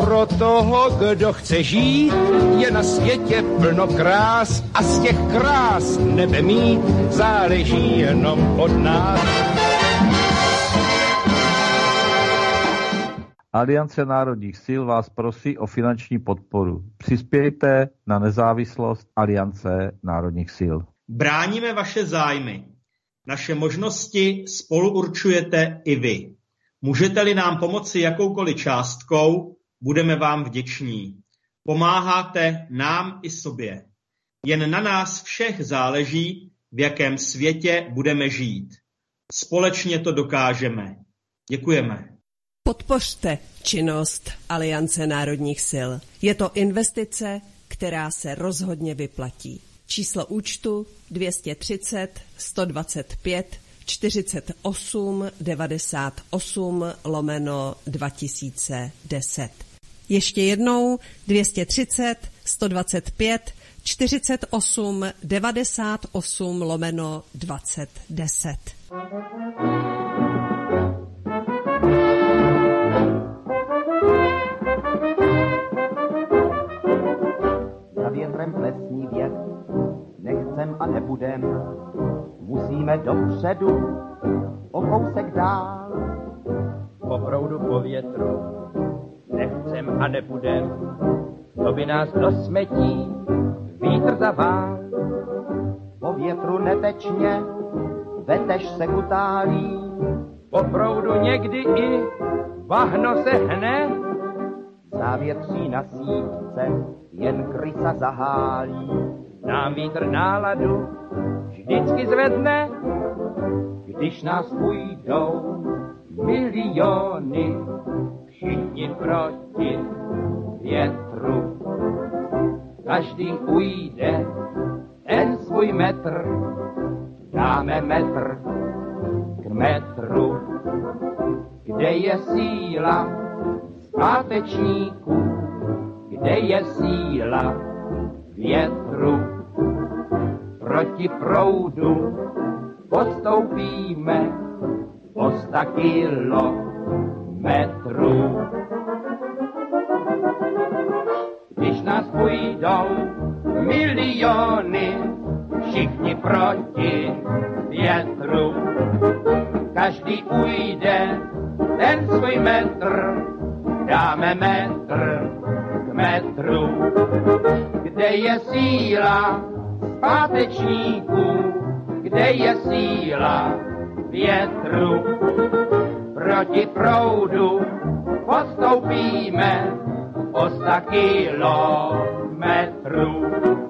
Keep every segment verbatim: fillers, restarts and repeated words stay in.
pro toho, kdo chce žít, je na světě plno krás a z těch krás nebe mít záleží jenom od nás. Aliance národních sil vás prosí o finanční podporu. Přispějte na nezávislost Aliance národních sil. Bráníme vaše zájmy. Naše možnosti spolu určujete i vy. Můžete-li nám pomoci jakoukoliv částkou, budeme vám vděční. Pomáháte nám i sobě. Jen na nás všech záleží, v jakém světě budeme žít. Společně to dokážeme. Děkujeme. Podpořte činnost Aliance národních sil. Je to investice, která se rozhodně vyplatí. Číslo účtu dvě stě třicet sto dvacet pět čtyřicet osm devadesát osm lomeno dva tisíce deset. Ještě jednou dvě stě třicet sto dvacet pět čtyřicet osm devadesát osm lomeno dvacet deset. Za větrem plesní věc, nechcem a nebudem, musíme dopředu, o kousek dál. Po proudu, po větru, nechcem a nebudem, to by nás do smetí vítr zavál. Po větru netečně, vetež se kutálí, po proudu někdy i bahno se hne, závětří na sítce jen krysa zahálí. Nám vítr náladu vždycky zvedne, když nás půjdou miliony, všichni proti větru. Každý ujde ten svůj metr, dáme metr k metru. Kde je síla zpátečníků, kde je síla větru? Proti proudu postoupíme o sta kilometrů. Když nás půjdou miliony, všichni proti větru. Každý ujde ten svůj metr, dáme metr k metru. Kde je síla zpátečníků, kde je síla větru? Proti proudu postoupíme o sta kilometrů.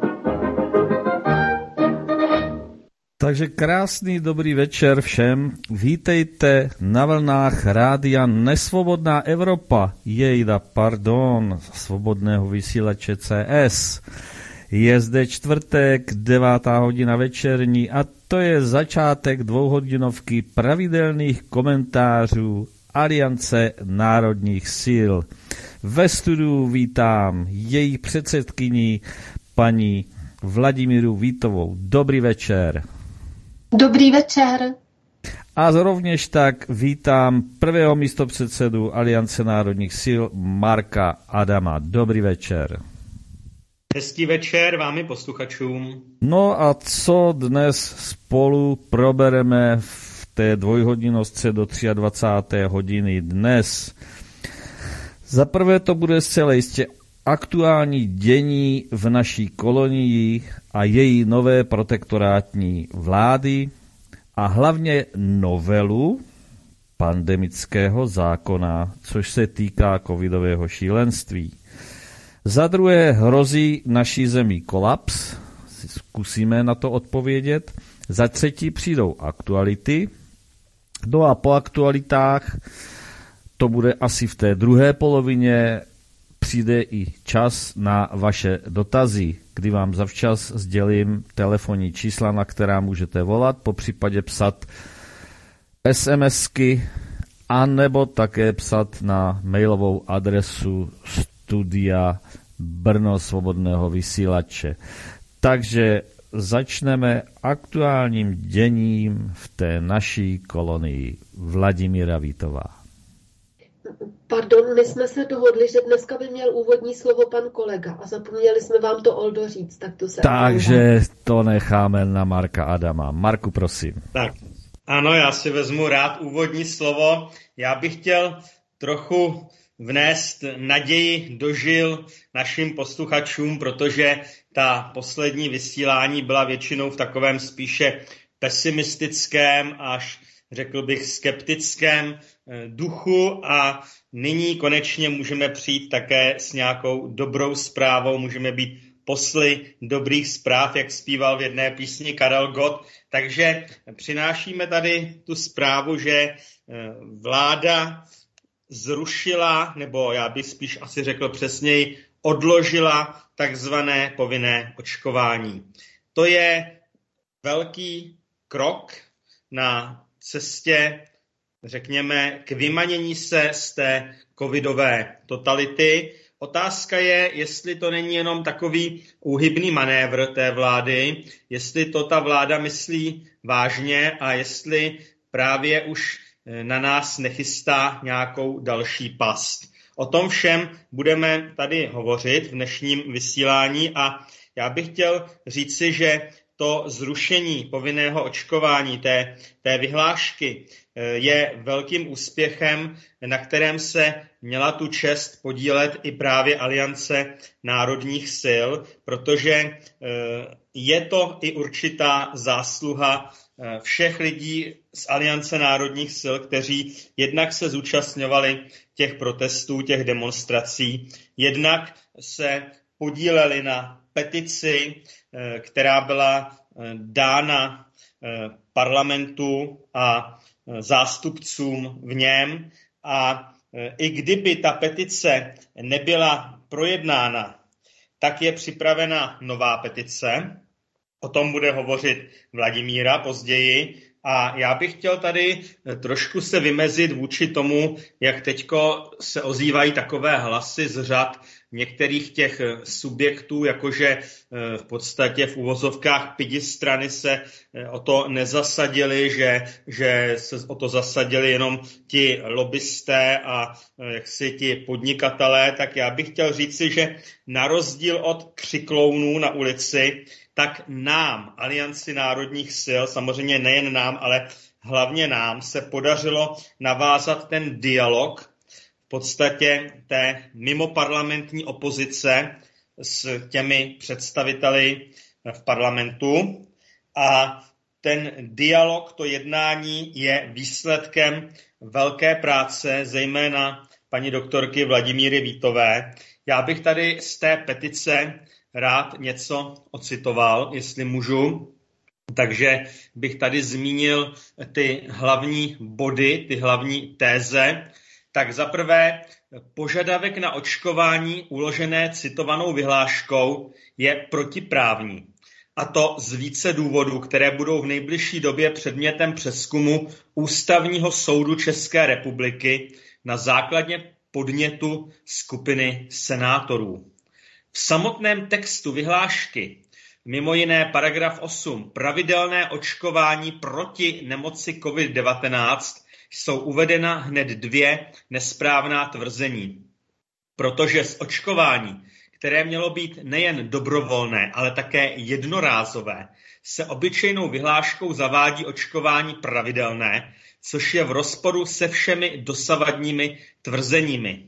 Takže krásný dobrý večer všem. Vítejte na vlnách rádia Nesvobodná Evropa, jejda, pardon, svobodného vysílače C S. Je zde čtvrtek, devátá hodina večerní a to je začátek dvouhodinovky pravidelných komentářů Aliance národních sil. Ve studiu vítám její předsedkyni paní Vladimíru Vítovou. Dobrý večer. Dobrý večer. A rovněž tak vítám prvého místopředsedu Aliance národních sil Marka Adama. Dobrý večer. Hezký večer vám i posluchačům. No a co dnes spolu probereme v té dvojhodinovce do dvacáté třetí hodiny dnes? Za prvé to bude zcela jistě aktuální dění v naší kolonii a její nové protektorátní vlády a hlavně novelu pandemického zákona, což se týká covidového šílenství. Za druhé hrozí naší zemi kolaps, zkusíme na to odpovědět. Za třetí přijdou aktuality. No a po aktualitách, to bude asi v té druhé polovině, přijde i čas na vaše dotazy, kdy vám zavčas sdělím telefonní čísla, na která můžete volat, popřípadě psat SMSky, anebo také psat na mailovou adresu studia Brno svobodného vysílače. Takže začneme aktuálním děním v té naší kolonii. Vladimíra Vítová. Pardon, my jsme se dohodli, že dneska by měl úvodní slovo pan kolega a zapomněli jsme vám to, Oldo, říct, tak to se... Takže to necháme na Marka Adama. Marku, prosím. Tak, ano, já si vezmu rád úvodní slovo. Já bych chtěl trochu vnést naději do žil našim posluchačům, protože ta poslední vysílání byla většinou v takovém spíše pesimistickém až, řekl bych, skeptickém duchu a nyní konečně můžeme přijít také s nějakou dobrou zprávou, můžeme být posly dobrých zpráv, jak zpíval v jedné písni Karel Gott. Takže přinášíme tady tu zprávu, že vláda zrušila, nebo já bych spíš asi řekl přesněji, odložila takzvané povinné očkování. To je velký krok na cestě, řekněme, k vymanění se z té covidové totality. Otázka je, jestli to není jenom takový úhybný manévr té vlády, jestli to ta vláda myslí vážně a jestli právě už na nás nechystá nějakou další past. O tom všem budeme tady hovořit v dnešním vysílání a já bych chtěl říci, že to zrušení povinného očkování té, té vyhlášky je velkým úspěchem, na kterém se měla tu čest podílet i právě Aliance národních sil, protože je to i určitá zásluha všech lidí z Aliance národních sil, kteří jednak se zúčastňovali těch protestů, těch demonstrací, jednak se podíleli na petici, která byla dána parlamentu a zástupcům v něm. A i kdyby ta petice nebyla projednána, tak je připravena nová petice. O tom bude hovořit Vladimíra později. A já bych chtěl tady trošku se vymezit vůči tomu, jak teďko se ozývají takové hlasy z řad některých těch subjektů, jakože v podstatě v uvozovkách pidi strany se o to nezasadili, že, že se o to zasadili jenom ti lobbysté a jaksi ti podnikatelé, tak já bych chtěl říci, že na rozdíl od křiklounů na ulici, tak nám, Alianci národních sil, samozřejmě nejen nám, ale hlavně nám, se podařilo navázat ten dialog v podstatě té mimoparlamentní opozice s těmi představiteli v parlamentu. A ten dialog, to jednání je výsledkem velké práce, zejména paní doktorky Vladimíry Vítové. Já bych tady z té petice rád něco ocitoval, jestli můžu. Takže bych tady zmínil ty hlavní body, ty hlavní téze. Tak za prvé, požadavek na očkování uložené citovanou vyhláškou je protiprávní. A to z více důvodů, které budou v nejbližší době předmětem přezkumu Ústavního soudu České republiky na základě podnětu skupiny senátorů. V samotném textu vyhlášky, mimo jiné paragraf osm, pravidelné očkování proti nemoci covid devatenáct, jsou uvedena hned dvě nesprávná tvrzení. Protože z očkování, které mělo být nejen dobrovolné, ale také jednorázové, se obyčejnou vyhláškou zavádí očkování pravidelné, což je v rozporu se všemi dosavadními tvrzeními.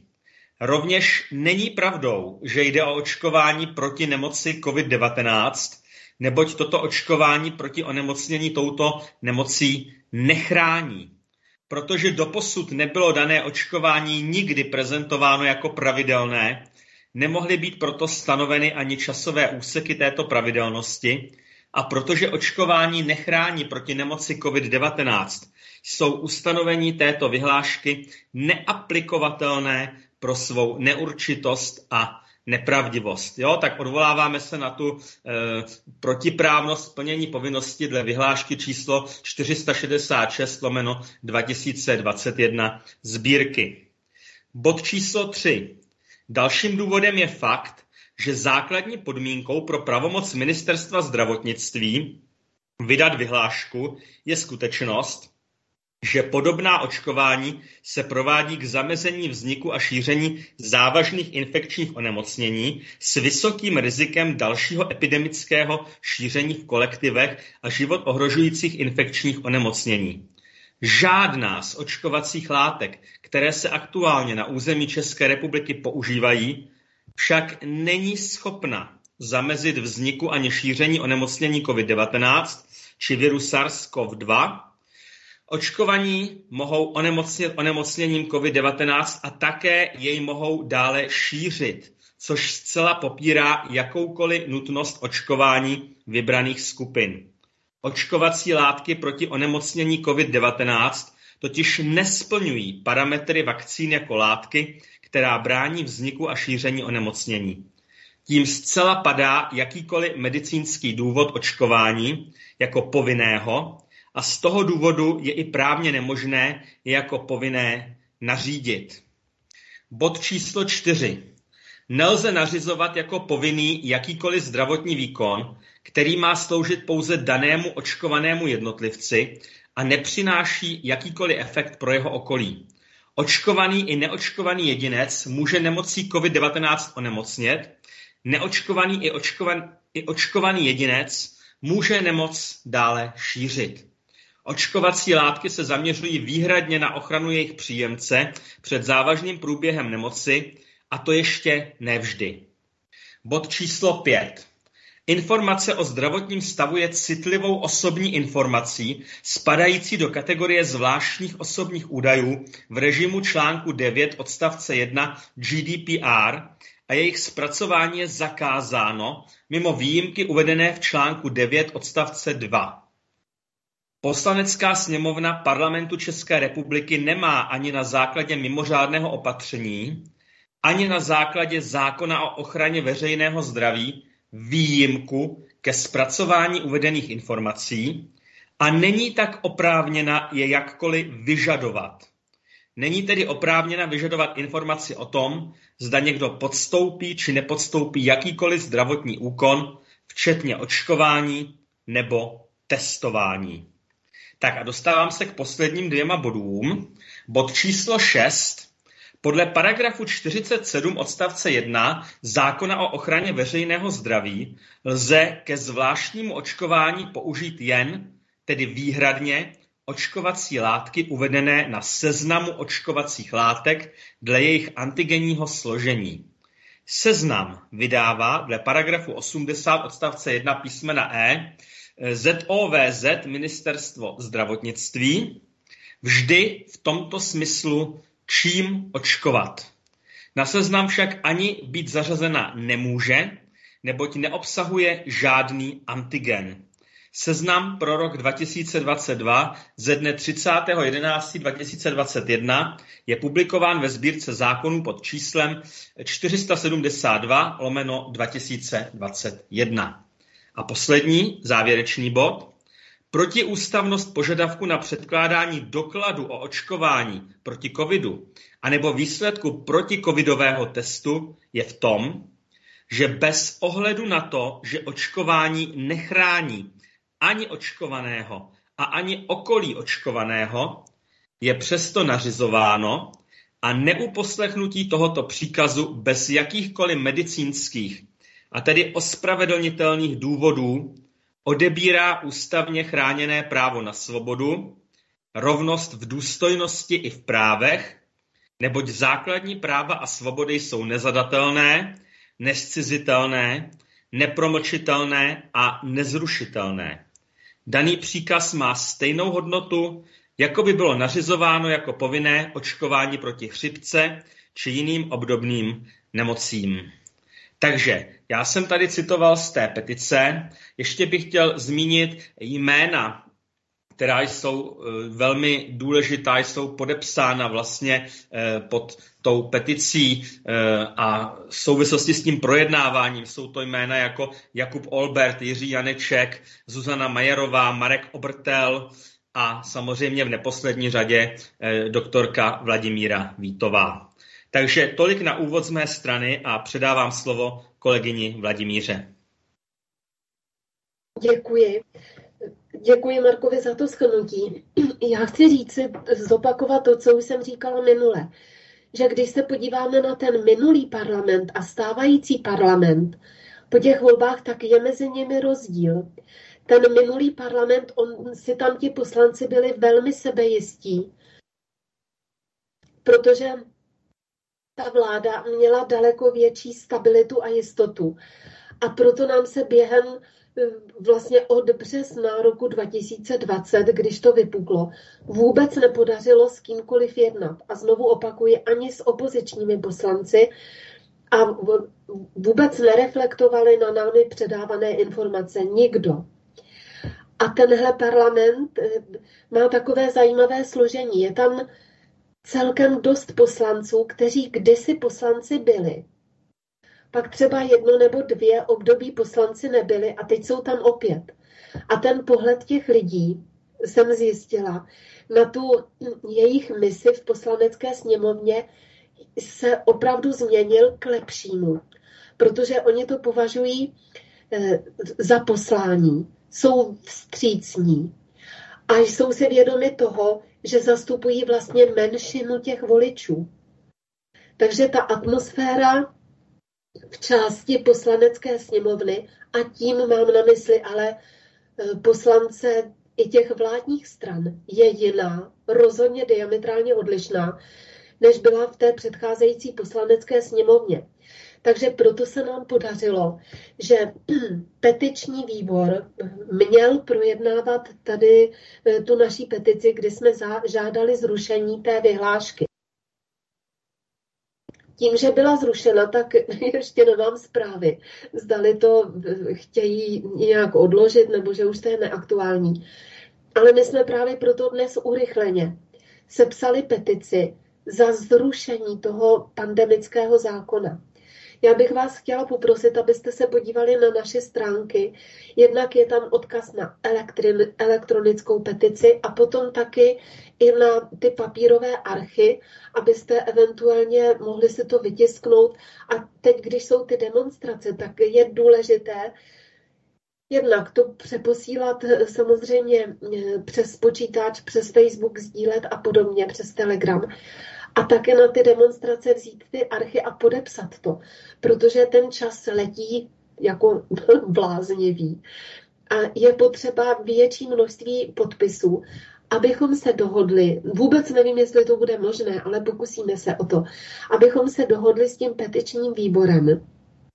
Rovněž není pravdou, že jde o očkování proti nemoci covid devatenáct, neboť toto očkování proti onemocnění touto nemocí nechrání. Protože doposud nebylo dané očkování nikdy prezentováno jako pravidelné, nemohly být proto stanoveny ani časové úseky této pravidelnosti a protože očkování nechrání proti nemoci covid devatenáct, jsou ustanovení této vyhlášky neaplikovatelné pro svou neurčitost a nepravdivost. Jo, tak odvoláváme se na tu e, protiprávnost plnění povinnosti dle vyhlášky číslo čtyři sta šedesát šest lomeno dva tisíce dvacet jedna sbírky. Bod číslo tři. Dalším důvodem je fakt, že základní podmínkou pro pravomoc Ministerstva zdravotnictví vydat vyhlášku je skutečnost, že podobná očkování se provádí k zamezení vzniku a šíření závažných infekčních onemocnění s vysokým rizikem dalšího epidemického šíření v kolektivech a život ohrožujících infekčních onemocnění. Žádná z očkovacích látek, které se aktuálně na území České republiky používají, však není schopna zamezit vzniku ani šíření onemocnění covid devatenáct či viru SARS-CoV dva. Očkovaní mohou onemocnit onemocněním covid devatenáct a také jej mohou dále šířit, což zcela popírá jakoukoliv nutnost očkování vybraných skupin. Očkovací látky proti onemocnění covid devatenáct totiž nesplňují parametry vakcín jako látky, která brání vzniku a šíření onemocnění. Tím zcela padá jakýkoliv medicínský důvod očkování jako povinného a z toho důvodu je i právně nemožné je jako povinné nařídit. Bod číslo čtyři. Nelze nařizovat jako povinný jakýkoliv zdravotní výkon, který má sloužit pouze danému očkovanému jednotlivci a nepřináší jakýkoliv efekt pro jeho okolí. Očkovaný i neočkovaný jedinec může nemocí covid devatenáct onemocnět, neočkovaný i, očkovan, i očkovaný jedinec může nemoc dále šířit. Očkovací látky se zaměřují výhradně na ochranu jejich příjemce před závažným průběhem nemoci, a to ještě nevždy. Bod číslo pět. Informace o zdravotním stavu je citlivou osobní informací spadající do kategorie zvláštních osobních údajů v režimu článku devět odstavce jedna G D P R a jejich zpracování je zakázáno mimo výjimky uvedené v článku devět odstavce dva. Poslanecká sněmovna Parlamentu České republiky nemá ani na základě mimořádného opatření, ani na základě zákona o ochraně veřejného zdraví výjimku ke zpracování uvedených informací a není tak oprávněna je jakkoliv vyžadovat. Není tedy oprávněna vyžadovat informaci o tom, zda někdo podstoupí či nepodstoupí jakýkoliv zdravotní úkon, včetně očkování nebo testování. Tak a dostávám se k posledním dvěma bodům. Bod číslo šest. Podle paragrafu čtyřicet sedm odstavce jedna zákona o ochraně veřejného zdraví lze ke zvláštnímu očkování použít jen, tedy výhradně, očkovací látky uvedené na seznamu očkovacích látek dle jejich antigenního složení. Seznam vydává dle paragrafu osmdesát odstavce jedna písmena E Z O V Z Ministerstvo zdravotnictví vždy v tomto smyslu čím očkovat. Na seznam však ani být zařazena nemůže, neboť neobsahuje žádný antigen. Seznam pro rok dva tisíce dvacet dva ze dne třicátého jedenáctého dva tisíce dvacet jedna je publikován ve sbírce zákonů pod číslem čtyři sta sedmdesát dva lomeno dva tisíce dvacet jedna. A poslední, závěrečný bod. Protiústavnost požadavku na předkládání dokladu o očkování proti covidu anebo výsledku protikovidového testu je v tom, že bez ohledu na to, že očkování nechrání ani očkovaného a ani okolí očkovaného, je přesto nařizováno a neuposlechnutí tohoto příkazu bez jakýchkoliv medicínských, a tedy ospravedlnitelných důvodů, odebírá ústavně chráněné právo na svobodu, rovnost v důstojnosti i v právech, neboť základní práva a svobody jsou nezadatelné, nezcizitelné, nepromlčitelné a nezrušitelné. Daný příkaz má stejnou hodnotu, jako by bylo nařizováno jako povinné očkování proti chřipce či jiným obdobným nemocím. Takže já jsem tady citoval z té petice, ještě bych chtěl zmínit jména, která jsou velmi důležitá, jsou podepsána vlastně pod tou peticí a v souvislosti s tím projednáváním jsou to jména jako Jakub Olbert, Jiří Janeček, Zuzana Majerová, Marek Obrtel a samozřejmě v neposlední řadě doktorka Vladimíra Vítová. Takže tolik na úvod z mé strany a předávám slovo kolegyni Vladimíře. Děkuji. Děkuji Markovi za to shrnutí. Já chci říct, zopakovat to, co už jsem říkala minule, že když se podíváme na ten minulý parlament a stávající parlament po těch volbách, tak je mezi nimi rozdíl. Ten minulý parlament, on, si tam ti poslanci byli velmi sebejistí, protože ta vláda měla daleko větší stabilitu a jistotu. A proto nám se během vlastně od března roku dva tisíce dvacet, když to vypuklo, vůbec nepodařilo s kýmkoliv jednat. A znovu opakuji, ani s opozičními poslanci a vůbec nereflektovali na námi předávané informace nikdo. A tenhle parlament má takové zajímavé složení. Je tam celkem dost poslanců, kteří kdysi poslanci byli. Pak třeba jedno nebo dvě období poslanci nebyli a teď jsou tam opět. A ten pohled těch lidí, jsem zjistila, na tu jejich misi v poslanecké sněmovně se opravdu změnil k lepšímu. Protože oni to považují za poslání, jsou vstřícní a jsou si vědomi toho, že zastupují vlastně menšinu těch voličů. Takže ta atmosféra v části poslanecké sněmovny, a tím mám na mysli ale poslance i těch vládních stran, je jiná, rozhodně diametrálně odlišná, než byla v té předcházející poslanecké sněmovně. Takže proto se nám podařilo, že petiční výbor měl projednávat tady tu naší petici, kdy jsme žádali zrušení té vyhlášky. Tím, že byla zrušena, tak ještě nemám zprávy. Zdali to chtějí nějak odložit, nebo že už to je neaktuální. Ale my jsme právě proto dnes urychleně sepsali petici za zrušení toho pandemického zákona. Já bych vás chtěla poprosit, abyste se podívali na naše stránky. Jednak je tam odkaz na elektri- elektronickou petici a potom taky i na ty papírové archy, abyste eventuálně mohli si to vytisknout. A teď, když jsou ty demonstrace, tak je důležité jednak to přeposílat samozřejmě přes počítač, přes Facebook, sdílet a podobně, přes Telegram. A také na ty demonstrace vzít ty archy a podepsat to, protože ten čas letí jako bláznivý. A je potřeba větší množství podpisů, abychom se dohodli, vůbec nevím, jestli to bude možné, ale pokusíme se o to, abychom se dohodli s tím petičním výborem,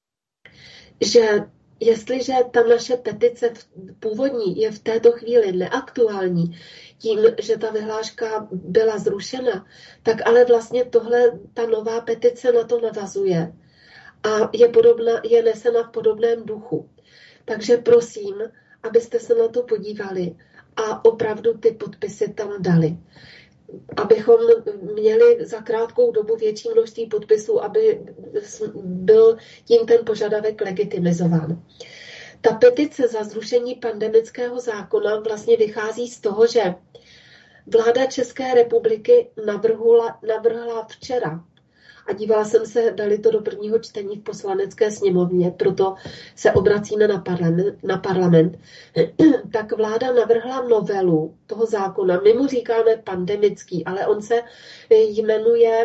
že jestliže ta naše petice původní je v této chvíli neaktuální, tím, že ta vyhláška byla zrušena, tak ale vlastně tohle, ta nová petice na to navazuje a je, podobná, je nesena v podobném duchu. Takže prosím, abyste se na to podívali a opravdu ty podpisy tam dali. Abychom měli za krátkou dobu větší množství podpisů, aby byl tím ten požadavek legitimizován. Ta petice za zrušení pandemického zákona vlastně vychází z toho, že vláda České republiky navrhla, navrhla včera, a dívala jsem se, dali to do prvního čtení v poslanecké sněmovně, proto se obracíme na parlament, na parlament, tak vláda navrhla novelu toho zákona. My mu říkáme pandemický, ale on se jmenuje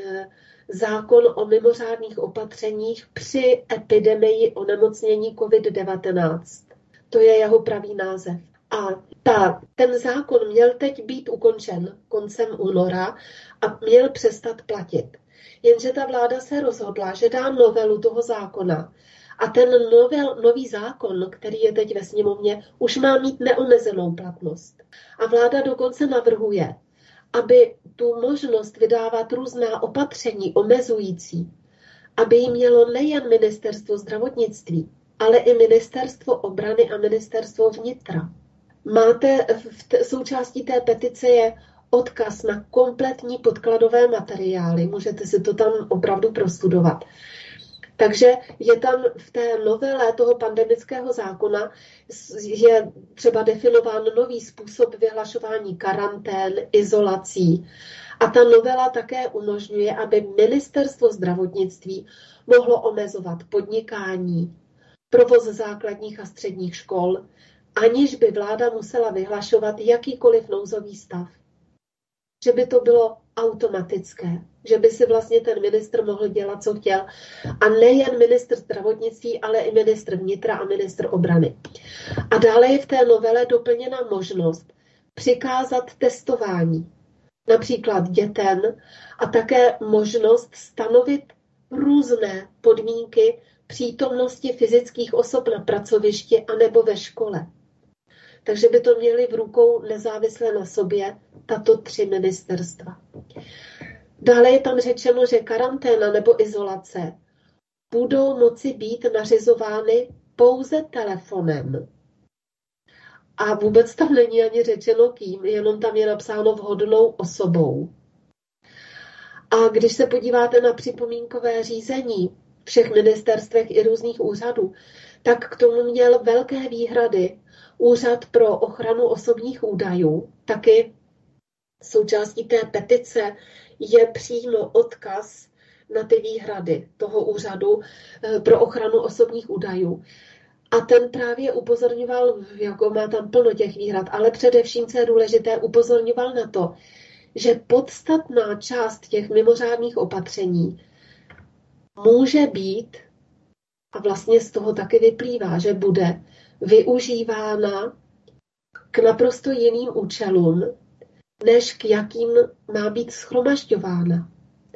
zákon o mimořádných opatřeních při epidemii onemocnění covid devatenáct. To je jeho pravý název. A ta, ten zákon měl teď být ukončen koncem února a měl přestat platit. Jenže ta vláda se rozhodla, že dá novelu toho zákona. A ten novel, nový zákon, který je teď ve sněmovně, už má mít neomezenou platnost. A vláda dokonce navrhuje, aby tu možnost vydávat různá opatření omezující, aby ji mělo nejen ministerstvo zdravotnictví, ale i ministerstvo obrany a ministerstvo vnitra. Máte v t- součástí té petice je odkaz na kompletní podkladové materiály. Můžete si to tam opravdu prostudovat. Takže je tam v té novele toho pandemického zákona je třeba definován nový způsob vyhlašování karantén, izolací. A ta novela také umožňuje, aby ministerstvo zdravotnictví mohlo omezovat podnikání, provoz základních a středních škol aniž by vláda musela vyhlašovat jakýkoliv nouzový stav. Že by to bylo automatické, že by si vlastně ten ministr mohl dělat, co chtěl. A nejen ministr zdravotnictví, ale i ministr vnitra a ministr obrany. A dále je v té novele doplněna možnost přikázat testování, například dětem, a také možnost stanovit různé podmínky přítomnosti fyzických osob na pracovišti anebo ve škole. Takže by to měli v rukou nezávisle na sobě tato tři ministerstva. Dále je tam řečeno, že karanténa nebo izolace budou moci být nařizovány pouze telefonem. A vůbec tam není ani řečeno kým, jenom tam je napsáno vhodnou osobou. A když se podíváte na připomínkové řízení všech ministerstvech i různých úřadů, tak k tomu měl velké výhrady Úřad pro ochranu osobních údajů. Taky součástí té petice je přímo odkaz na ty výhrady toho úřadu pro ochranu osobních údajů. A ten právě upozorňoval, jako má tam plno těch výhrad, ale především, co je důležité, upozorňoval na to, že podstatná část těch mimořádných opatření může být, a vlastně z toho taky vyplývá, že bude využívána k naprosto jiným účelům, než k jakým má být shromažďována.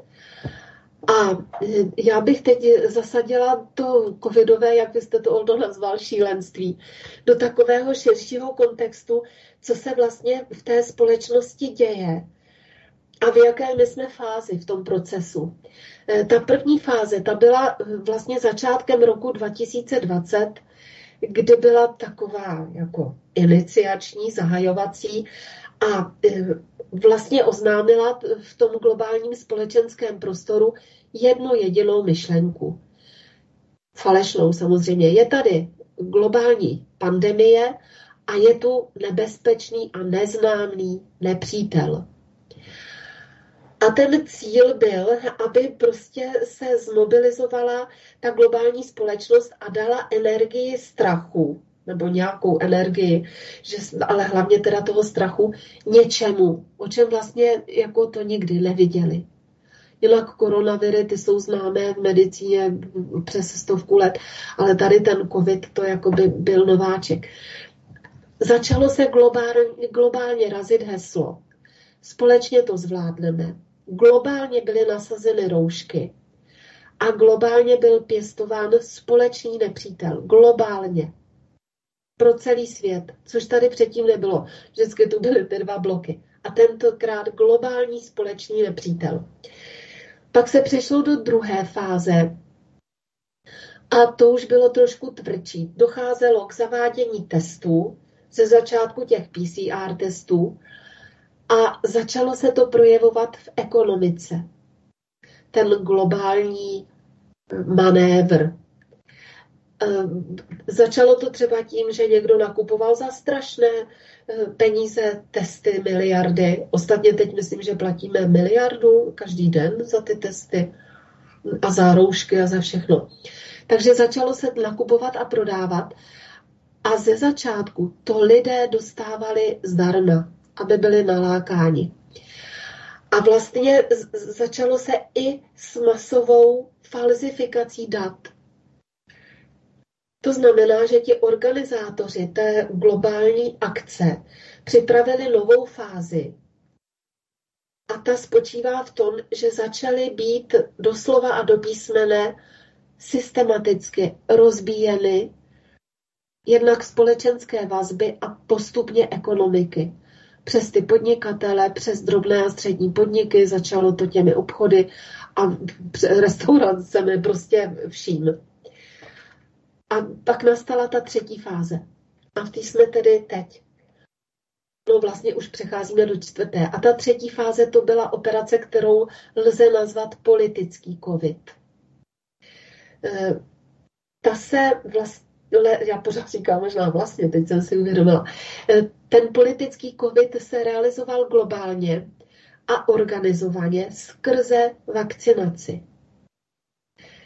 A já bych teď zasadila to covidové, jak byste to Oldo nazval, šílenství, do takového širšího kontextu, co se vlastně v té společnosti děje a v jaké my jsme fázi v tom procesu. Ta první fáze, ta byla vlastně začátkem roku dva tisíce dvacet, kdy byla taková jako iniciační, zahajovací a vlastně oznámila v tom globálním společenském prostoru jednu jedinou myšlenku. Falešnou samozřejmě. Je tady globální pandemie a je tu nebezpečný a neznámý nepřítel. A ten cíl byl, aby prostě se zmobilizovala ta globální společnost a dala energii strachu, nebo nějakou energii, že, ale hlavně teda toho strachu, něčemu, o čem vlastně jako to nikdy neviděli. Jinak koronaviry, ty jsou známé v medicíně přes stovku let, ale tady ten covid, to jako by byl nováček. Začalo se globálně, globálně razit heslo. Společně to zvládneme. Globálně byly nasazeny roušky a globálně byl pěstován společný nepřítel. Globálně. Pro celý svět, což tady předtím nebylo. Vždycky tu byly ty dva bloky. A tentokrát globální společný nepřítel. Pak se přešlo do druhé fáze a to už bylo trošku tvrdší. Docházelo k zavádění testů, ze začátku těch P C R testů, a začalo se to projevovat v ekonomice. Ten globální manévr. Začalo to třeba tím, že někdo nakupoval za strašné peníze testy, miliardy. Ostatně teď myslím, že platíme miliardu každý den za ty testy a za roušky a za všechno. Takže začalo se nakupovat a prodávat. A ze začátku to lidé dostávali zdarma, aby byli nalákáni. A vlastně začalo se i s masovou falzifikací dat. To znamená, že ti organizátoři té globální akce připravili novou fázi. A ta spočívá v tom, že začaly být doslova a do písmene systematicky rozbíjeny jednak společenské vazby a postupně ekonomiky. Přes ty podnikatele, přes drobné a střední podniky, začalo to těmi obchody a restauracemi, prostě vším. A pak nastala ta třetí fáze. A v té jsme tedy teď. No vlastně už přecházíme do čtvrté. A ta třetí fáze to byla operace, kterou lze nazvat politický covid. Ta se vlastně, já pořád říkám možná vlastně, teď jsem si uvědomila, ten politický covid se realizoval globálně a organizovaně skrze vakcinaci.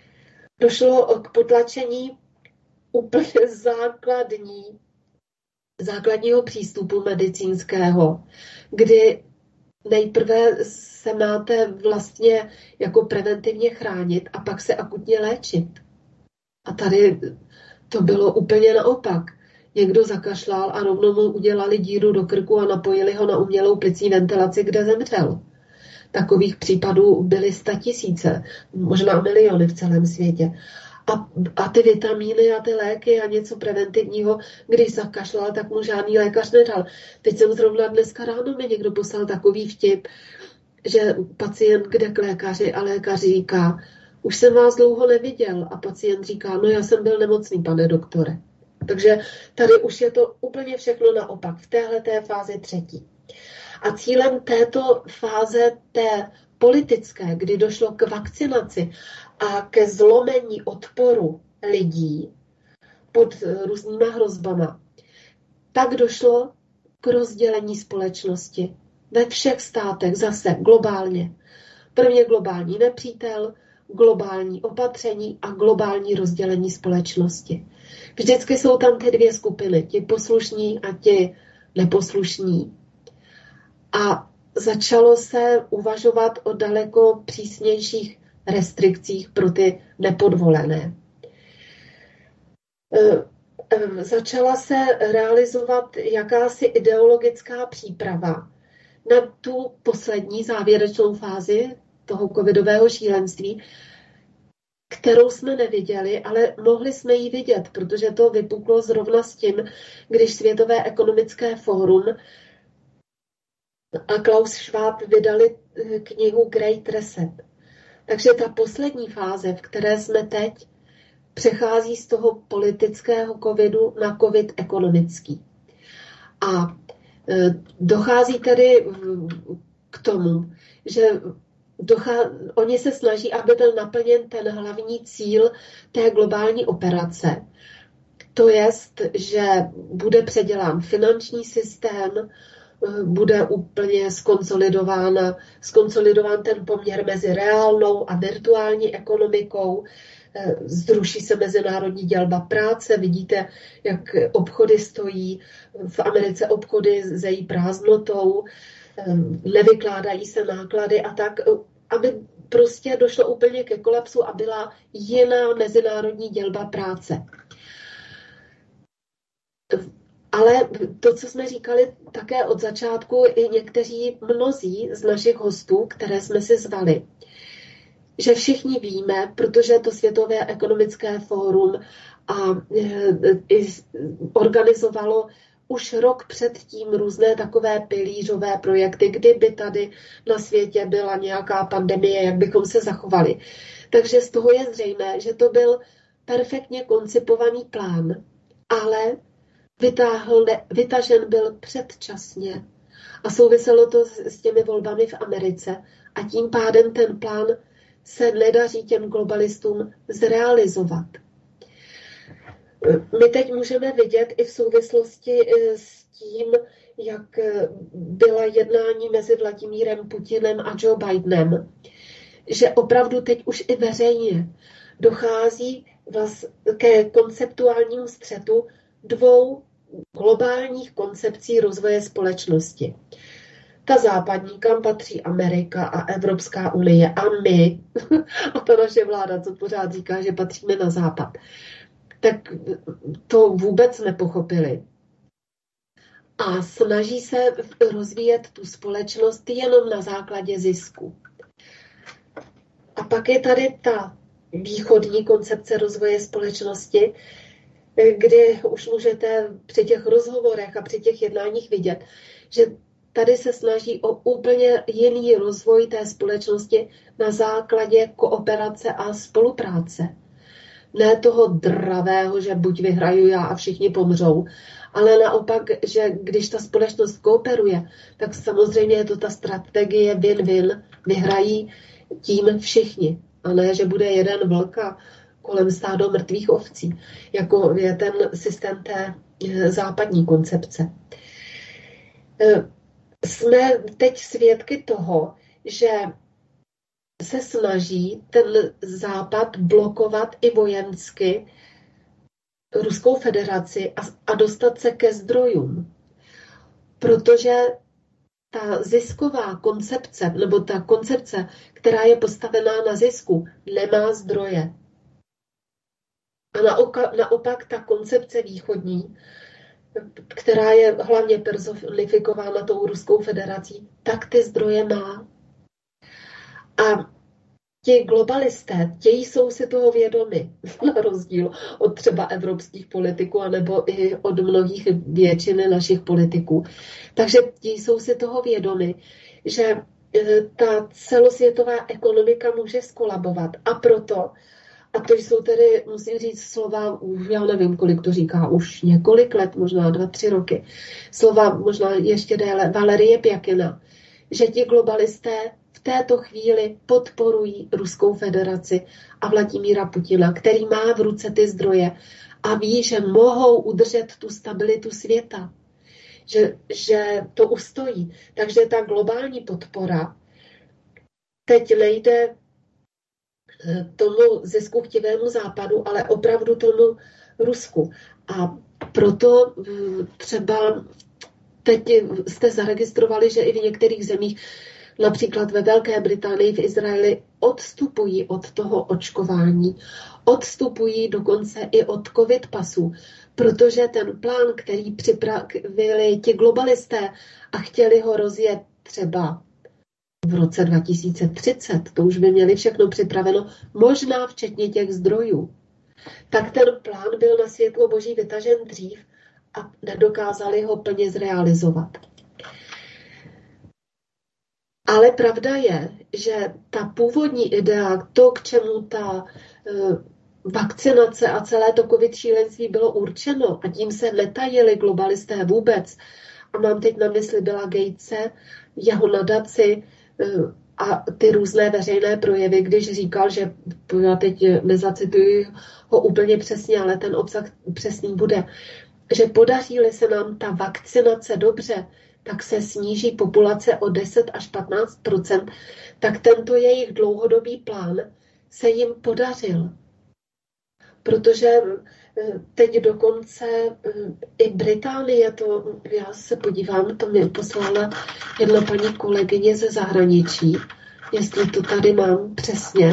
Došlo k potlačení úplně základní základního přístupu medicínského, kdy nejprve se máte vlastně jako preventivně chránit a pak se akutně léčit. A tady to bylo úplně naopak. Někdo zakašlal a rovnou mu udělali díru do krku a napojili ho na umělou plicí ventilaci, kde zemřel. Takových případů byly statisíce, možná miliony v celém světě. A, a ty vitamíny a ty léky a něco preventivního, když zakašlal, tak mu žádný lékař nedal. Teď jsem zrovna dneska ráno mi někdo poslal takový vtip, že pacient jde k lékaři a lékař říká, už jsem vás dlouho neviděl. A pacient říká, no já jsem byl nemocný, pane doktore. Takže tady už je to úplně všechno naopak, v téhleté fázi třetí. A cílem této fáze, té politické, kdy došlo k vakcinaci a ke zlomení odporu lidí pod různýma hrozbama, tak došlo k rozdělení společnosti ve všech státech zase globálně. Prvně globální nepřítel, globální opatření a globální rozdělení společnosti. Vždycky jsou tam ty dvě skupiny, ti poslušní a ti neposlušní. A začalo se uvažovat o daleko přísnějších restrikcích pro ty nepodvolené. Začala se realizovat jakási ideologická příprava na tu poslední závěrečnou fázi toho covidového šílenství, kterou jsme neviděli, ale mohli jsme ji vidět, protože to vypuklo zrovna s tím, když Světové ekonomické fórum a Klaus Schwab vydali knihu Great Reset. Takže ta poslední fáze, v které jsme teď, přechází z toho politického covidu na covid ekonomický. A dochází tedy k tomu, že dochá... oni se snaží, aby byl naplněn ten hlavní cíl té globální operace. To jest, že bude předělán finanční systém, bude úplně skonsolidován, skonsolidován ten poměr mezi reálnou a virtuální ekonomikou, zruší se mezinárodní dělba práce, vidíte, jak obchody stojí, v Americe obchody zejí prázdnotou, nevykládají se náklady a tak, aby prostě došlo úplně ke kolapsu a byla jiná mezinárodní dělba práce. Ale to, co jsme říkali také od začátku, i někteří mnozí z našich hostů, které jsme si zvali, že všichni víme, protože to Světové ekonomické fórum a i organizovalo už rok předtím různé takové pilířové projekty, kdyby tady na světě byla nějaká pandemie, jak bychom se zachovali. Takže z toho je zřejmé, že to byl perfektně koncipovaný plán, ale vytáhl, vytažen byl předčasně. A souviselo to s, s těmi volbami v Americe. A tím pádem ten plán se nedaří těm globalistům zrealizovat. My teď můžeme vidět i v souvislosti s tím, jak byla jednání mezi Vladimírem Putinem a Joe Bidenem, že opravdu teď už i veřejně dochází vlastně ke konceptuálnímu střetu dvou globálních koncepcí rozvoje společnosti. Ta západní, kam patří Amerika a Evropská unie a my, a ta naše vláda, co pořád říká, že patříme na západ, tak to vůbec nepochopili. A snaží se rozvíjet tu společnost jenom na základě zisku. A pak je tady ta východní koncepce rozvoje společnosti, kdy už můžete při těch rozhovorech a při těch jednáních vidět, že tady se snaží o úplně jiný rozvoj té společnosti na základě kooperace a spolupráce. Ne toho dravého, že buď vyhraju já a všichni pomřou, ale naopak, že když ta společnost kooperuje, tak samozřejmě je to ta strategie win-win, vyhrají tím všichni. A ne, že bude jeden vlk a kolem stádo mrtvých ovcí, jako je ten systém té západní koncepce. Jsme teď svědky toho, že se snaží ten západ blokovat i vojensky Ruskou federaci a, a dostat se ke zdrojům. Protože ta zisková koncepce, nebo ta koncepce, která je postavená na zisku, nemá zdroje. A naopak, naopak ta koncepce východní, která je hlavně personifikována tou Ruskou federací, tak ty zdroje má. A ti globalisté, ti jsou si toho vědomi, na rozdíl od třeba evropských politiků, anebo i od mnohých většiny našich politiků. Takže ti jsou si toho vědomi, že ta celosvětová ekonomika může skolabovat. A proto, a to jsou tedy, musím říct, slova, já nevím, kolik to říká, už několik let, možná dva, tři roky, slova možná ještě déle, Valerie Pjakina, že ti globalisté v této chvíli podporují Ruskou federaci a Vladimíra Putina, který má v ruce ty zdroje a ví, že mohou udržet tu stabilitu světa, že, že to ustojí. Takže ta globální podpora teď nejde tomu ziskuchtivému západu, ale opravdu tomu Rusku. A proto třeba teď jste zaregistrovali, že i v některých zemích, například ve Velké Británii, v Izraeli, odstupují od toho očkování. Odstupují dokonce i od covid pasů, protože ten plán, který připravili ti globalisté a chtěli ho rozjet třeba v roce dva tisíce třicet, to už by měli všechno připraveno, možná včetně těch zdrojů, tak ten plán byl na světlo boží vytažen dřív a nedokázali ho plně zrealizovat. Ale pravda je, že ta původní idea, to, k čemu ta uh, vakcinace a celé to covid šílenství bylo určeno, a tím se netajili globalisté vůbec, a mám teď na mysli Billa Gatese, jeho nadaci uh, a ty různé veřejné projevy, když říkal, že, já teď nezacituji ho úplně přesně, ale ten obsah přesný bude, že podaří-li se nám ta vakcinace dobře, tak se sníží populace o deset až patnáct procent, tak tento jejich dlouhodobý plán se jim podařil. Protože teď dokonce i Británie, to, já se podívám, to mi poslala jedna paní kolegyně ze zahraničí, jestli to tady mám přesně.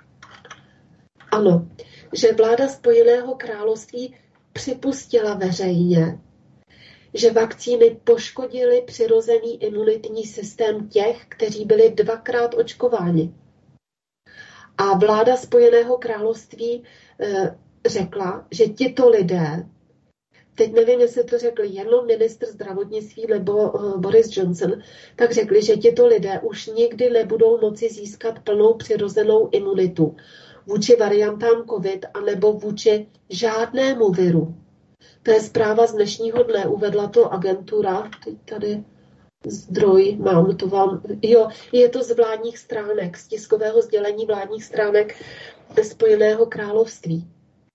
Ano, že vláda Spojeného království připustila veřejně, že vakcíny poškodily přirozený imunitní systém těch, kteří byli dvakrát očkováni. A vláda Spojeného království e, řekla, že tito lidé, teď nevím, jestli to řekl jenom ministr zdravotnictví nebo e, Boris Johnson, tak řekli, že tito lidé už nikdy nebudou moci získat plnou přirozenou imunitu vůči variantám COVID anebo vůči žádnému viru. To je zpráva z dnešního dne, uvedla to agentura, teď tady zdroj, mám to vám, jo, je to z vládních stránek, z tiskového sdělení vládních stránek Spojeného království.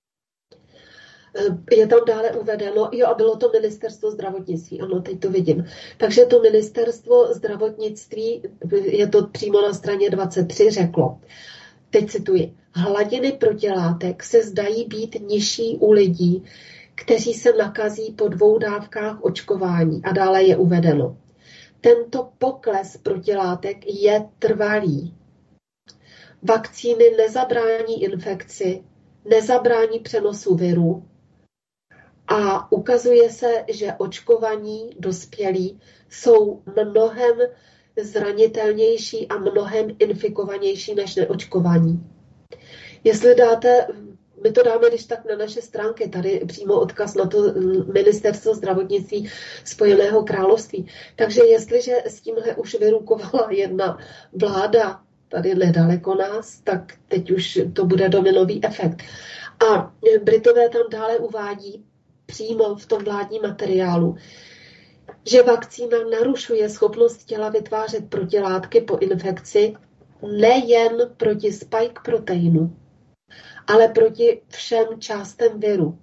Je tam dále uvedeno, jo, a bylo to ministerstvo zdravotnictví, ano, teď to vidím. Takže to ministerstvo zdravotnictví, je to přímo na straně dvacet tři, řeklo, teď cituji, hladiny protilátek se zdají být nižší u lidí, kteří se nakazí po dvou dávkách očkování. A dále je uvedeno. Tento pokles protilátek je trvalý. Vakcíny nezabrání infekci, nezabrání přenosu viru a ukazuje se, že očkovaní dospělí jsou mnohem zranitelnější a mnohem infikovanější než neočkovaní. Jestli dáte... My to dáme, když tak na naše stránky, tady přímo odkaz na to ministerstvo zdravotnictví Spojeného království. Takže jestliže s tímhle už vyrukovala jedna vláda tady nedaleko nás, tak teď už to bude dominový efekt. A Britové tam dále uvádí přímo v tom vládním materiálu, že vakcína narušuje schopnost těla vytvářet protilátky po infekci nejen proti spike proteinu, ale proti všem částem viru.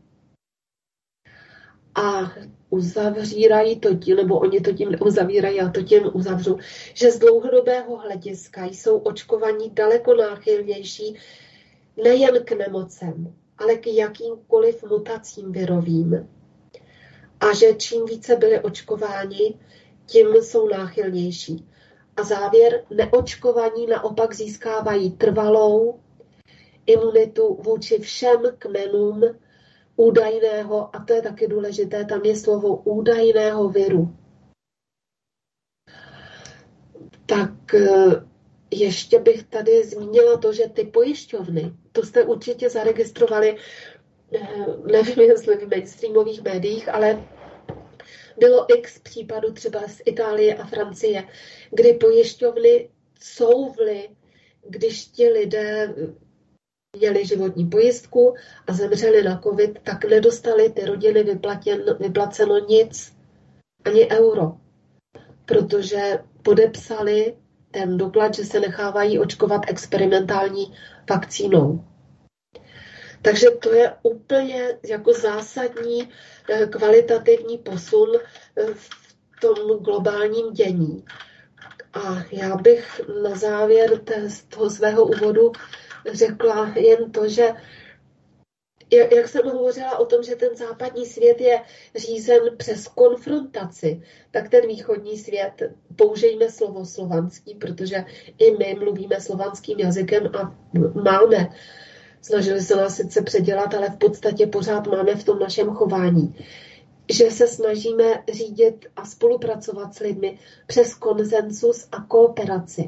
A uzavírají to tím, nebo oni to tím neuzavírají, a to tím uzavřu, že z dlouhodobého hlediska jsou očkovaní daleko náchylnější nejen k nemocem, ale k jakýmkoliv mutacím virovým. A že čím více byli očkováni, tím jsou náchylnější. A závěr, neočkovaní naopak získávají trvalou imunitu vůči všem kmenům údajného, a to je taky důležité, tam je slovo údajného viru. Tak ještě bych tady zmínila to, že ty pojišťovny, to jste určitě zaregistrovali, nevím, jestli v mainstreamových médiích, ale bylo x případů třeba z Itálie a Francie, kdy pojišťovny couvly, když ti lidé měli životní pojistku a zemřeli na covid, tak nedostali ty rodiny vyplatěn, vyplaceno nic, ani euro, protože podepsali ten doklad, že se nechávají očkovat experimentální vakcínou. Takže to je úplně jako zásadní kvalitativní posun v tom globálním dění. A já bych na závěr toho svého úvodu řekla jen to, že jak jsem hovořila o tom, že ten západní svět je řízen přes konfrontaci, tak ten východní svět, použijme slovo slovanský, protože i my mluvíme slovanským jazykem a máme, snažili se nás sice předělat, ale v podstatě pořád máme v tom našem chování, že se snažíme řídit a spolupracovat s lidmi přes konsensus a kooperaci.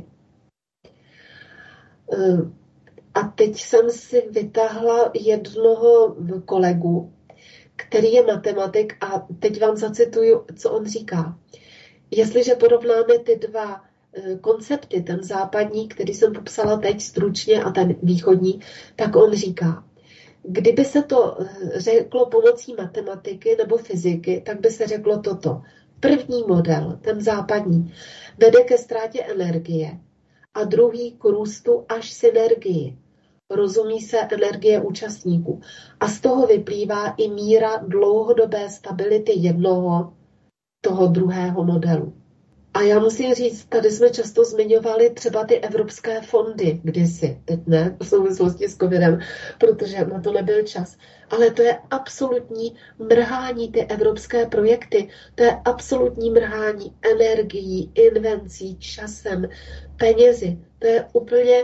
A teď jsem si vytáhla jednoho kolegu, který je matematik, a teď vám zacituju, co on říká. Jestliže porovnáme ty dva koncepty, ten západní, který jsem popsala teď stručně, a ten východní, tak on říká, kdyby se to řeklo pomocí matematiky nebo fyziky, tak by se řeklo toto. První model, ten západní, vede ke ztrátě energie a druhý k růstu až synergii. Rozumí se energie účastníků. A z toho vyplývá i míra dlouhodobé stability jednoho, toho druhého modelu. A já musím říct, tady jsme často zmiňovali třeba ty evropské fondy kdysi, teď ne, v souvislosti s covidem, protože na to nebyl čas. Ale to je absolutní mrhání, ty evropské projekty, to je absolutní mrhání energií, invencí, časem, penězi. To je úplně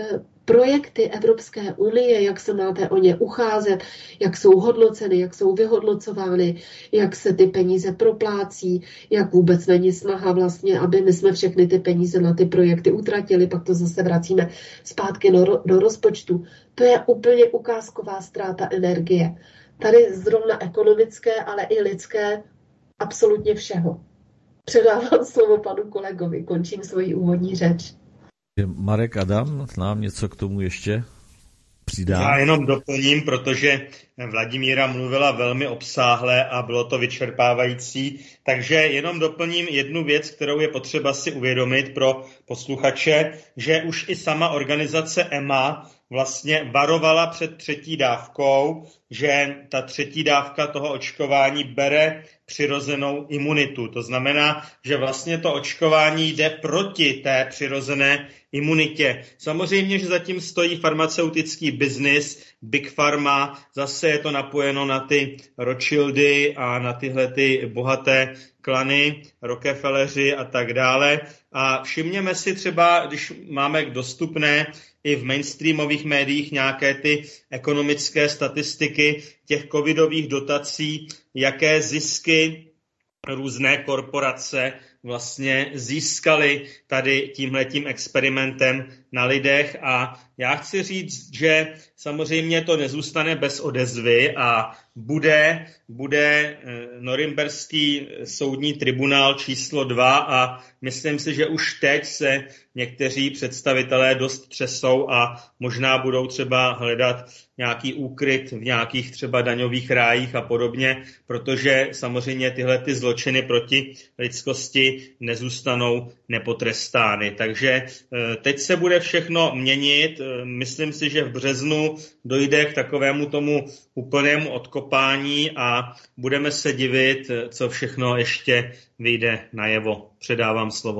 projekty Evropské unie, jak se máte o ně ucházet, jak jsou hodnoceny, jak jsou vyhodnocovány, jak se ty peníze proplácí, jak vůbec není snaha vlastně, aby my jsme všechny ty peníze na ty projekty utratili, pak to zase vracíme zpátky do, do rozpočtu. To je úplně ukázková ztráta energie. Tady zrovna ekonomické, ale i lidské, absolutně všeho. Předávám slovo panu kolegovi, končím svoji úvodní řeč. Marek Adam nám něco k tomu ještě přidá. Já jenom doplním, protože Vladimíra mluvila velmi obsáhle a bylo to vyčerpávající, takže jenom doplním jednu věc, kterou je potřeba si uvědomit pro posluchače, že už i sama organizace E M A vlastně varovala před třetí dávkou, že ta třetí dávka toho očkování bere přirozenou imunitu. To znamená, že vlastně to očkování jde proti té přirozené imunitě. Samozřejmě, že zatím stojí farmaceutický biznis, Big Pharma, zase je to napojeno na ty Rothschildy a na tyhle ty bohaté klany, Rockefelleři a tak dále. A všimněme si třeba, když máme dostupné i v mainstreamových médiích nějaké ty ekonomické statistiky těch covidových dotací, jaké zisky různé korporace vlastně získaly tady tímhletím experimentem na lidech. A já chci říct, že samozřejmě to nezůstane bez odezvy a bude, bude Norimberský soudní tribunál číslo dva a myslím si, že už teď se někteří představitelé dost třesou a možná budou třeba hledat nějaký úkryt v nějakých třeba daňových rájích a podobně, protože samozřejmě tyhle ty zločiny proti lidskosti nezůstanou nepotrestány. Takže teď se bude všechno měnit. Myslím si, že v březnu dojde k takovému tomu úplnému odkopání a budeme se divit, co všechno ještě vyjde najevo. Předávám slovo.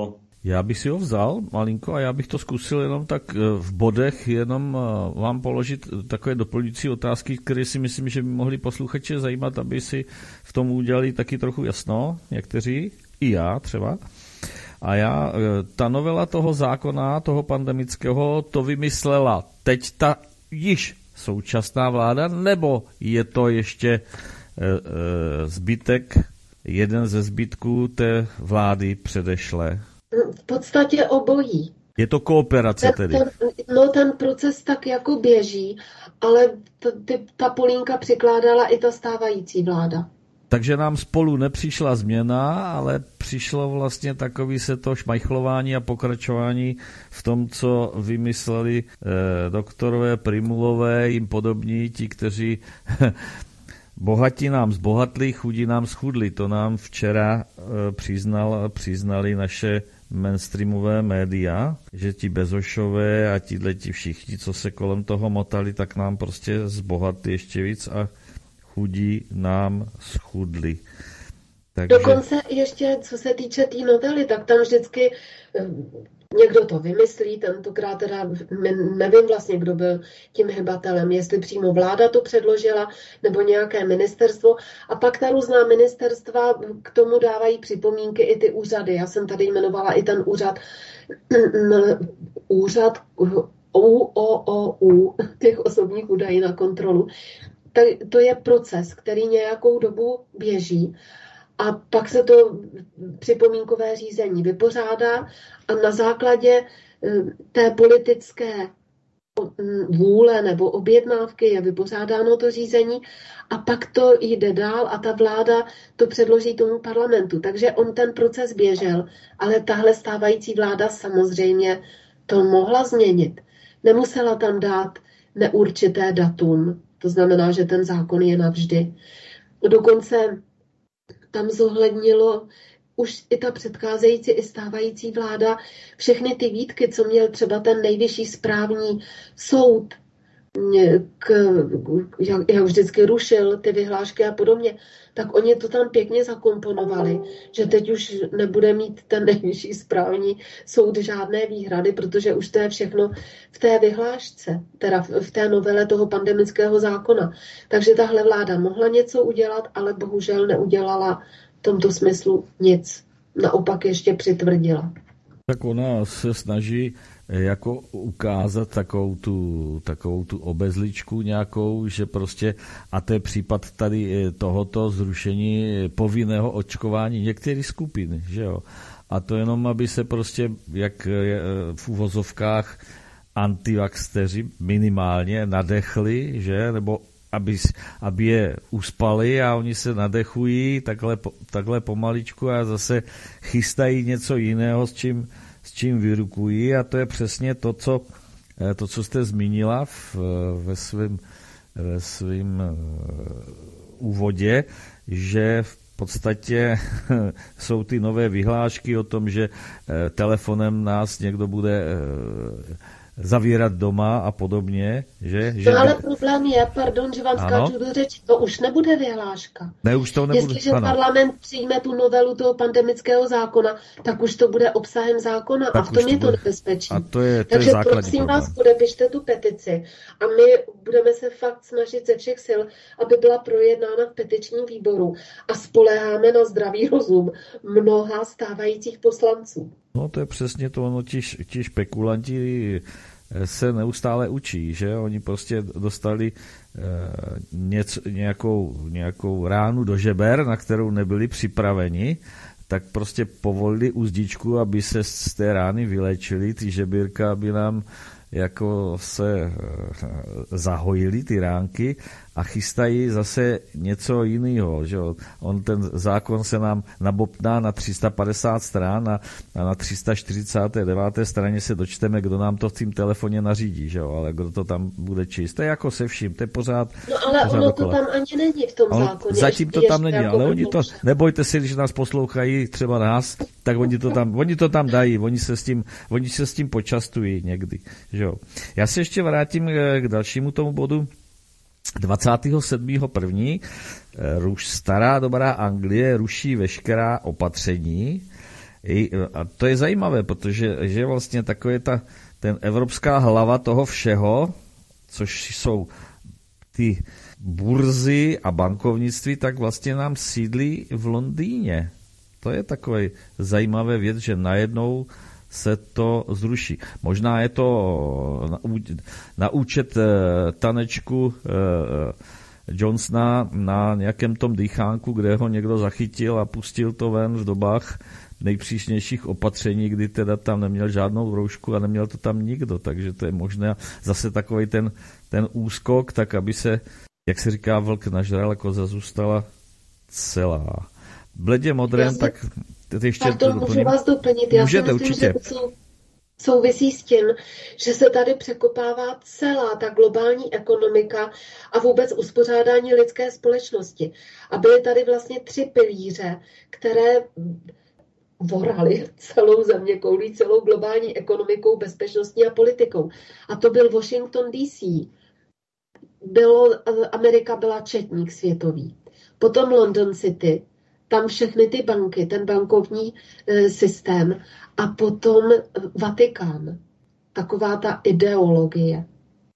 Já bych si ho vzal malinko a já bych to zkusil jenom tak v bodech jenom vám položit takové doplňující otázky, které si myslím, že by mohli posluchače zajímat, aby si v tom udělali taky trochu jasno, někteří, i já třeba. A já, ta novela toho zákona, toho pandemického, to vymyslela teď ta již současná vláda, nebo je to ještě e, e, zbytek, jeden ze zbytků té vlády předešlé? V podstatě obojí. Je to kooperace ten, tedy? Ten, no ten proces tak jako běží, ale t, ty, ta polínka přikládala i ta stávající vláda. Takže nám spolu nepřišla změna, ale přišlo vlastně takový se to šmajchlování a pokračování v tom, co vymysleli eh, doktorové Primulové, jim podobní, ti, kteří bohatí nám zbohatli, chudí nám schudli. To nám včera eh, přiznal, přiznali naše mainstreamové média, že ti Bezošové a tihleti všichni, co se kolem toho motali, tak nám prostě zbohatli ještě víc a chudí nám schudli. Takže... Dokonce ještě, co se týče té tý novely, tak tam vždycky někdo to vymyslí, tentokrát teda nevím vlastně, kdo byl tím hybatelem, jestli přímo vláda to předložila, nebo nějaké ministerstvo. A pak ta různá ministerstva k tomu dávají připomínky i ty úřady. Já jsem tady jmenovala i ten úřad, úřad U O O U, těch osobních údajů na kontrolu. To je proces, který nějakou dobu běží a pak se to připomínkové řízení vypořádá a na základě té politické vůle nebo objednávky je vypořádáno to řízení a pak to jde dál a ta vláda to předloží tomu parlamentu. Takže on ten proces běžel, ale tahle stávající vláda samozřejmě to mohla změnit. Nemusela tam dát neurčité datum. To znamená, že ten zákon je navždy. Dokonce tam zohlednilo už i ta předcházející, i stávající vláda všechny ty výtky, co měl třeba ten nejvyšší správní soud, k, jak, jak vždycky rušil ty vyhlášky a podobně, tak oni to tam pěkně zakomponovali, že teď už nebude mít ten nejvyšší správní soud žádné výhrady, protože už to je všechno v té vyhlášce, teda v té novele toho pandemického zákona. Takže tahle vláda mohla něco udělat, ale bohužel neudělala v tomto smyslu nic. Naopak ještě přitvrdila. Tak ona se snaží jako ukázat takovou tu, takovou tu obezličku nějakou, že prostě, a to je případ tady tohoto zrušení povinného očkování některých skupin, že jo. A to jenom, aby se prostě, jak v uvozovkách antivaxteři minimálně nadechli, že, nebo aby, aby je uspali a oni se nadechují takhle, takhle pomaličku a zase chystají něco jiného, s čím s čím vyrukují a to je přesně to, co, to, co jste zmínila v, ve svém ve svým úvodě, že v podstatě jsou ty nové vyhlášky o tom, že telefonem nás někdo bude zavírat doma a podobně, že? že no ale problém je, pardon, že vám skáču do řeči, to už nebude vyhláška. Ne, už to nebude. Jestliže ano. Parlament přijme tu novelu toho pandemického zákona, tak už to bude obsahem zákona tak a v tom je to nebezpečí. A to je, to Takže je prosím problém. vás, podepište tu petici a my budeme se fakt snažit ze všech sil, aby byla projednána v petičním výboru a spoléháme na zdravý rozum mnoha stávajících poslanců. No to je přesně to, ono ti, ti špekulanti se neustále učí, že oni prostě dostali e, něco, nějakou, nějakou ránu do žeber, na kterou nebyli připraveni, tak prostě povolili uzdičku, aby se z té rány vylečili, ty žebírka, aby nám jako se e, zahojily ty ránky a chystají zase něco jiného. Že jo? On ten zákon se nám nabobtná na tři sta padesát stran a, a na tři sta čtyřicet devět straně se dočteme, kdo nám to v tím telefoně nařídí, že jo? Ale kdo to tam bude číst. To je jako se vším, to je pořád. No ale pořád ono dokola. To tam ani není v tom on, zákoně. Zatím to tam není, jako ale oni to, nebojte se, když nás poslouchají třeba nás, tak oni to tam, oni to tam dají, oni se s tím, oni se s tím počastují někdy, že jo? Já se ještě vrátím k dalšímu tomu bodu. dvacátého sedmého prvního Ruš, stará dobrá Anglie ruší veškerá opatření A to je zajímavé, protože že vlastně takové ta ten evropská hlava toho všeho, což jsou ty burzy a bankovnictví, tak vlastně nám sídlí v Londýně. To je takové zajímavé věc, že najednou se to zruší. Možná je to na, na účet tanečku Johnsona na nějakém tom dýchánku, kde ho někdo zachytil a pustil to ven v dobách nejpřísnějších opatření, kdy teda tam neměl žádnou roušku a neměl to tam nikdo, takže to je možné. Zase takový ten, ten úskok, tak aby se, jak se říká, vlk nažral a koza zůstala celá. Bledě modrém, tak ještě... Pardon, můžu vás doplnit. Já Můžete, si myslím, určitě. že to souvisí s tím, že se tady překopává celá ta globální ekonomika a vůbec uspořádání lidské společnosti. A byly tady vlastně tři pilíře, které vorali celou zeměkoulí, celou globální ekonomikou, bezpečnostní a politikou. A to byl Washington D C. Bylo, Amerika byla četník světový. Potom London City, tam všechny ty banky, ten bankovní e, systém. A potom Vatikán. Taková ta ideologie.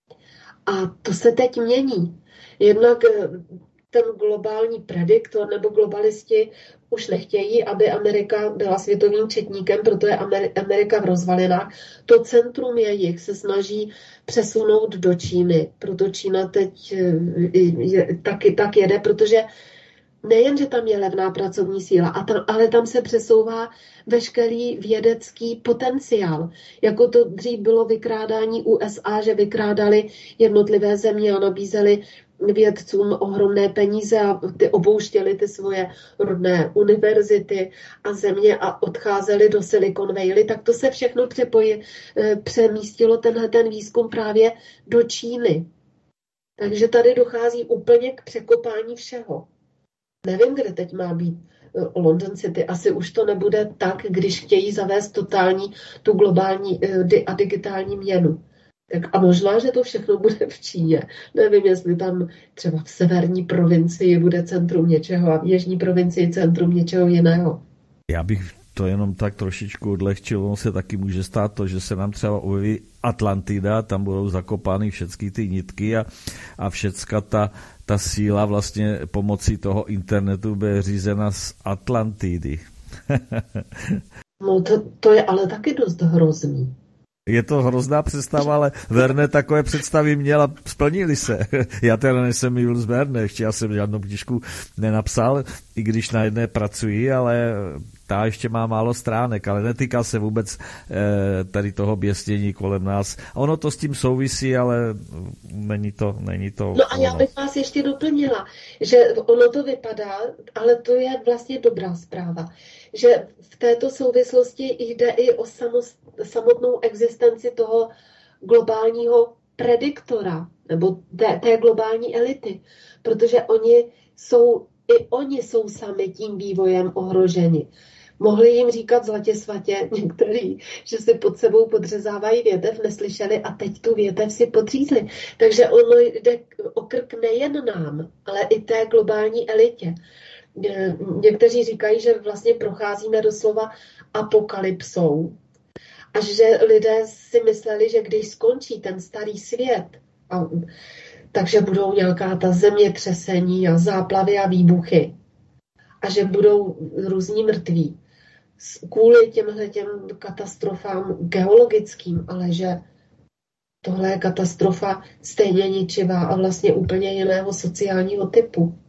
A to se teď mění. Jednak ten globální prediktor nebo globalisti už nechtějí, aby Amerika byla světovým četníkem, proto je Amerika v rozvalinách. To centrum jejich se snaží přesunout do Číny, proto Čína teď je, taky tak jede, protože nejen, že tam je levná pracovní síla, a tam, ale tam se přesouvá veškerý vědecký potenciál. Jako to dřív bylo vykrádání U S A, že vykrádali jednotlivé země a nabízeli vědcům ohromné peníze a ty opouštěli ty svoje rodné univerzity a země a odcházeli do Silicon Valley, tak to se všechno přepoji, přemístilo tenhle ten výzkum právě do Číny. Takže tady dochází úplně k překopání všeho. Nevím, kde teď má být London City. Asi už to nebude tak, když chtějí zavést totální tu globální a digitální měnu. Tak a možná, že to všechno bude v Číně. Nevím, jestli tam třeba v severní provincii bude centrum něčeho a v jižní provincii centrum něčeho jiného. Já bych to jenom tak trošičku odlehčil. Ono se taky může stát to, že se nám třeba objeví Atlantida, tam budou zakopány všechny ty nitky a, a všecka ta, ta síla vlastně pomocí toho internetu bude řízena z Atlantidy. No to, to je ale taky dost hrozný. Je to hrozná představa, ale Verne takové představy měl a splnili se. Já teda nejsem Jules Verne, ještě já jsem žádnou knížku nenapsal, i když na jedné pracuji, ale ta ještě má málo stránek, ale netýká se vůbec eh, tady toho běsnění kolem nás. Ono to s tím souvisí, ale není to, není to No a já bych vás ještě doplnila, že ono to vypadá, ale to je vlastně dobrá zpráva, že v této souvislosti jde i o samotnou existenci toho globálního prediktora, nebo té, té globální elity, protože oni jsou, i oni jsou sami tím vývojem ohroženi. Mohli jim říkat zlatě svatě některý, že si pod sebou podřezávají větev, neslyšeli a teď tu větev si podřízli. Takže ono jde o krk nejen nám, ale i té globální elitě. Někteří říkají, že vlastně procházíme doslova apokalypsou a že lidé si mysleli, že když skončí ten starý svět, a, takže budou nějaká ta zemětřesení a záplavy a výbuchy a že budou různí mrtví kvůli těmhle těm katastrofám geologickým, ale že tohle je katastrofa stejně ničivá a vlastně úplně jiného sociálního typu.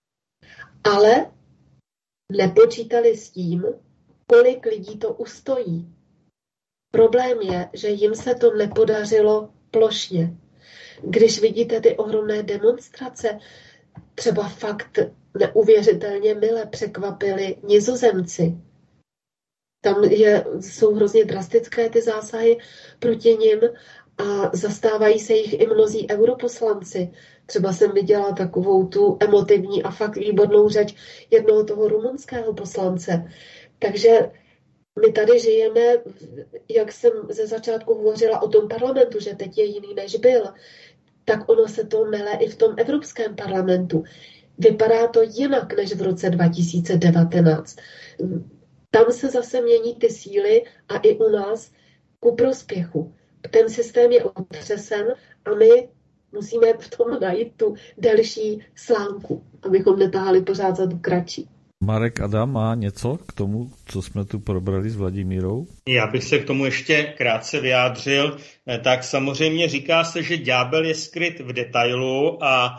Ale nepočítali s tím, kolik lidí to ustojí. Problém je, že jim se to nepodařilo plošně. Když vidíte ty ohromné demonstrace, třeba fakt neuvěřitelně mile překvapili Nizozemci. Tam je, jsou hrozně drastické ty zásahy proti nim a zastávají se jich i mnozí europoslanci. Třeba jsem viděla takovou tu emotivní a fakt výbornou řeč jednoho toho rumunského poslance. Takže my tady žijeme, jak jsem ze začátku hovořila o tom parlamentu, že teď je jiný, než byl, tak ono se to mele i v tom Evropském parlamentu. Vypadá to jinak než v roce dva tisíce devatenáct. tam se zase mění ty síly a i u nás ku prospěchu. Ten systém je otřesen a my musíme v tom najít tu delší slánku, abychom netáhali pořád za tu kratší. Marek Adam má něco k tomu, co jsme tu probrali s Vladimírou? Já bych se k tomu ještě krátce vyjádřil. Tak samozřejmě říká se, že ďábel je skryt v detailu a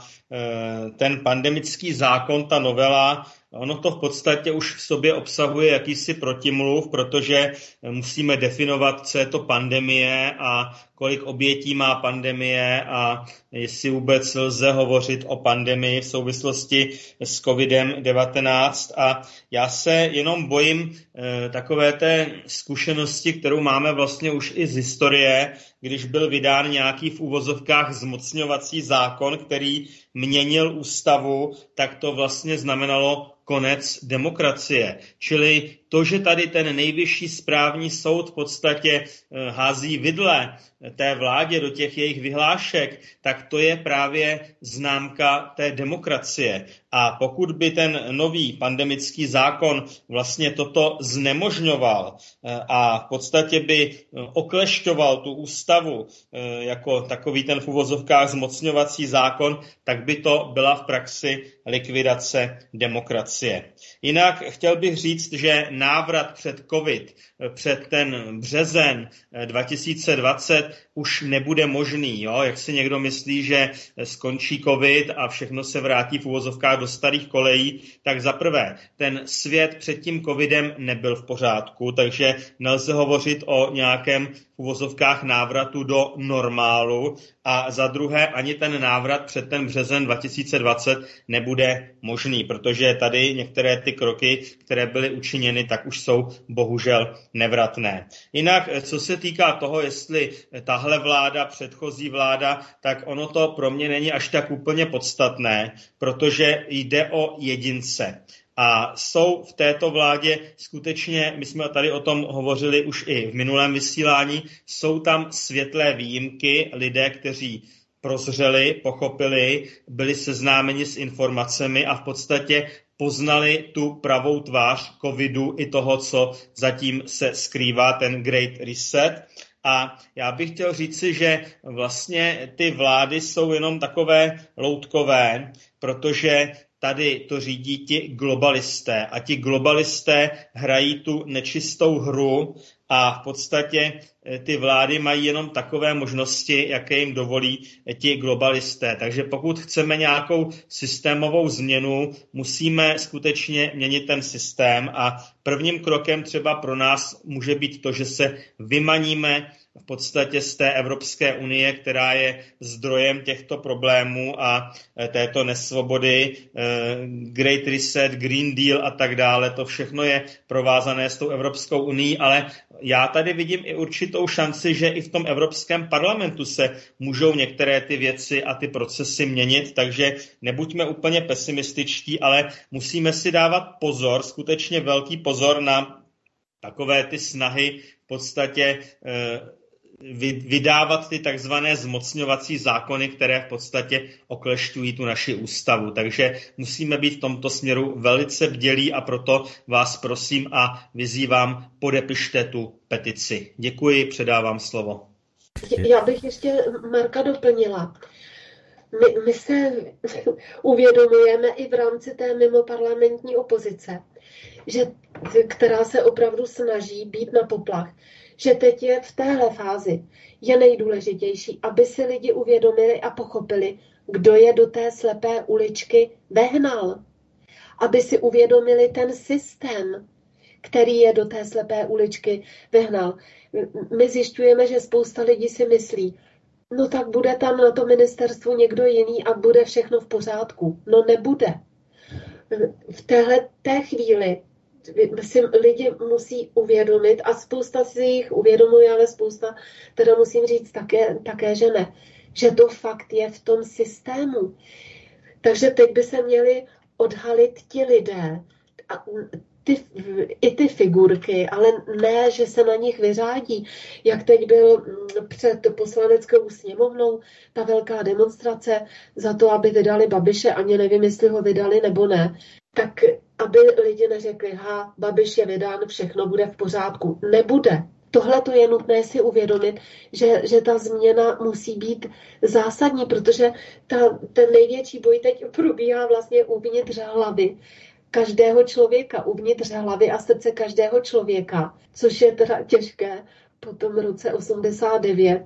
ten pandemický zákon, ta novela, ono to v podstatě už v sobě obsahuje jakýsi protimluv, protože musíme definovat, co je to pandemie a kolik obětí má pandemie a jestli vůbec lze hovořit o pandemii v souvislosti s kovidem devatenáct. A já se jenom bojím eh, takové té zkušenosti, kterou máme vlastně už i z historie, když byl vydán nějaký v uvozovkách zmocňovací zákon, který měnil ústavu, tak to vlastně znamenalo konec demokracie. Čili to, že tady ten nejvyšší správní soud v podstatě hází vidle té vládě do těch jejich vyhlášek, tak to je právě známka té demokracie. A pokud by ten nový pandemický zákon vlastně toto znemožňoval a v podstatě by oklešťoval tu ústavu jako takový ten v uvozovkách zmocňovací zákon, tak by to byla v praxi likvidace demokracie. Jinak chtěl bych říct, že návrat před covid, před ten březen dva tisíce dvacet už nebude možný. Jo? Jak si někdo myslí, že skončí covid a všechno se vrátí v uvozovkách do starých kolejí, tak za prvé, ten svět před tím covidem nebyl v pořádku, takže nelze hovořit o nějakém v uvozovkách návratu do normálu a za druhé ani ten návrat před ten březen dva tisíce dvacet nebude možný, protože tady některé ty kroky, které byly učiněny, tak už jsou bohužel nevratné. Jinak, co se týká toho, jestli tahle vláda, předchozí vláda, tak ono to pro mě není až tak úplně podstatné, protože jde o jedince. A jsou v této vládě skutečně, my jsme tady o tom hovořili už i v minulém vysílání, jsou tam světlé výjimky, lidé, kteří prozřeli, pochopili, byli seznámeni s informacemi a v podstatě poznali tu pravou tvář covidu i toho, co zatím se skrývá, ten Great Reset. A já bych chtěl říci, že vlastně ty vlády jsou jenom takové loutkové, protože tady to řídí ti globalisté a ti globalisté hrají tu nečistou hru a v podstatě ty vlády mají jenom takové možnosti, jaké jim dovolí ti globalisté. Takže pokud chceme nějakou systémovou změnu, musíme skutečně měnit ten systém a prvním krokem třeba pro nás může být to, že se vymaníme v podstatě z té Evropské unie, která je zdrojem těchto problémů a této nesvobody, Great Reset, Green Deal a tak dále, to všechno je provázané s tou Evropskou unií, ale já tady vidím i určitou šanci, že i v tom Evropském parlamentu se můžou některé ty věci a ty procesy měnit, takže nebuďme úplně pesimističtí, ale musíme si dávat pozor, skutečně velký pozor na takové ty snahy v podstatě vydávat ty takzvané zmocňovací zákony, které v podstatě oklešťují tu naši ústavu. Takže musíme být v tomto směru velice bdělí a proto vás prosím a vyzývám, podepište tu petici. Děkuji, předávám slovo. Já bych ještě Marka doplnila. My, my se uvědomujeme i v rámci té mimoparlamentní opozice, že, která se opravdu snaží být na poplach, že teď je v téhle fázi je nejdůležitější, aby si lidi uvědomili a pochopili, kdo je do té slepé uličky vehnal. Aby si uvědomili ten systém, který je do té slepé uličky vehnal. My zjišťujeme, že spousta lidí si myslí, no tak bude tam na to ministerstvu někdo jiný a bude všechno v pořádku. No nebude. V téhle té chvíli si lidi musí uvědomit a spousta si jich uvědomuje, ale spousta, teda musím říct také, také, že ne, že to fakt je v tom systému. Takže teď by se měli odhalit ti lidé, a ty, i ty figurky, ale ne, že se na nich vyřádí, jak teď byl před poslaneckou sněmovnou ta velká demonstrace za to, aby vydali Babiše, ani nevím, jestli ho vydali nebo ne. tak aby lidi neřekli, ha, Babiš je vydán, všechno bude v pořádku. Nebude. Tohle to je nutné si uvědomit, že, že ta změna musí být zásadní, protože ta, ten největší boj teď probíhá vlastně uvnitř hlavy každého člověka, uvnitř hlavy a srdce každého člověka, což je teda těžké po tom roce osmdesát devět,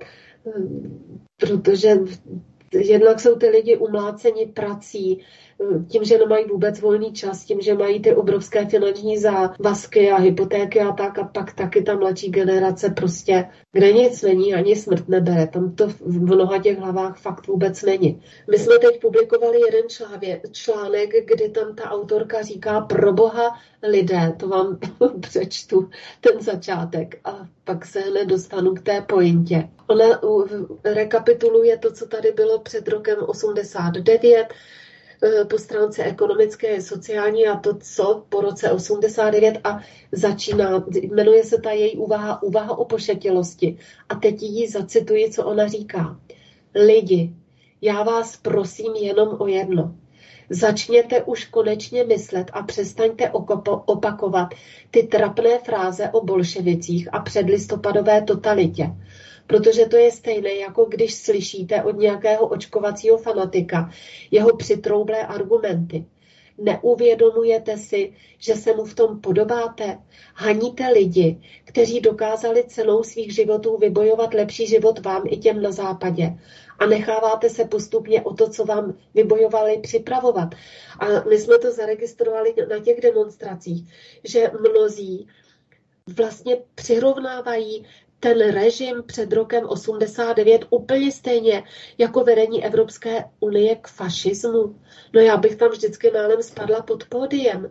protože jednak jsou ty lidi umláceni prací, tím, že nemají vůbec volný čas, tím, že mají ty obrovské finanční závazky a hypotéky a tak, a pak taky ta mladší generace prostě, kde nic není, ani smrt nebere. Tam to v mnoha těch hlavách fakt vůbec není. My jsme teď publikovali jeden člávě, článek, kdy tam ta autorka říká pro boha lidé, to vám přečtu ten začátek a pak se hned dostanu k té pointě. Ona rekapituluje to, co tady bylo před rokem osmdesát devět, po stránce ekonomické, sociální a to, co po roce osmdesát devět a začíná, jmenuje se ta její úvaha, úvaha o pošetilosti. A teď ji zacituji, co ona říká. Lidi, já vás prosím jenom o jedno. Začněte už konečně myslet a přestaňte opakovat ty trapné fráze o bolševicích a předlistopadové totalitě. Protože to je stejné, jako když slyšíte od nějakého očkovacího fanatika jeho přitroublé argumenty. Neuvědomujete si, že se mu v tom podobáte? Haníte lidi, kteří dokázali cenou svých životů vybojovat lepší život vám i těm na západě. A necháváte se postupně o to, co vám vybojovali, připravovat. A my jsme to zaregistrovali na těch demonstracích, že mnozí vlastně přirovnávají ten režim před rokem osmdesát devět úplně stejně jako vedení Evropské unie k fašismu. No já bych tam vždycky málem spadla pod pódiem.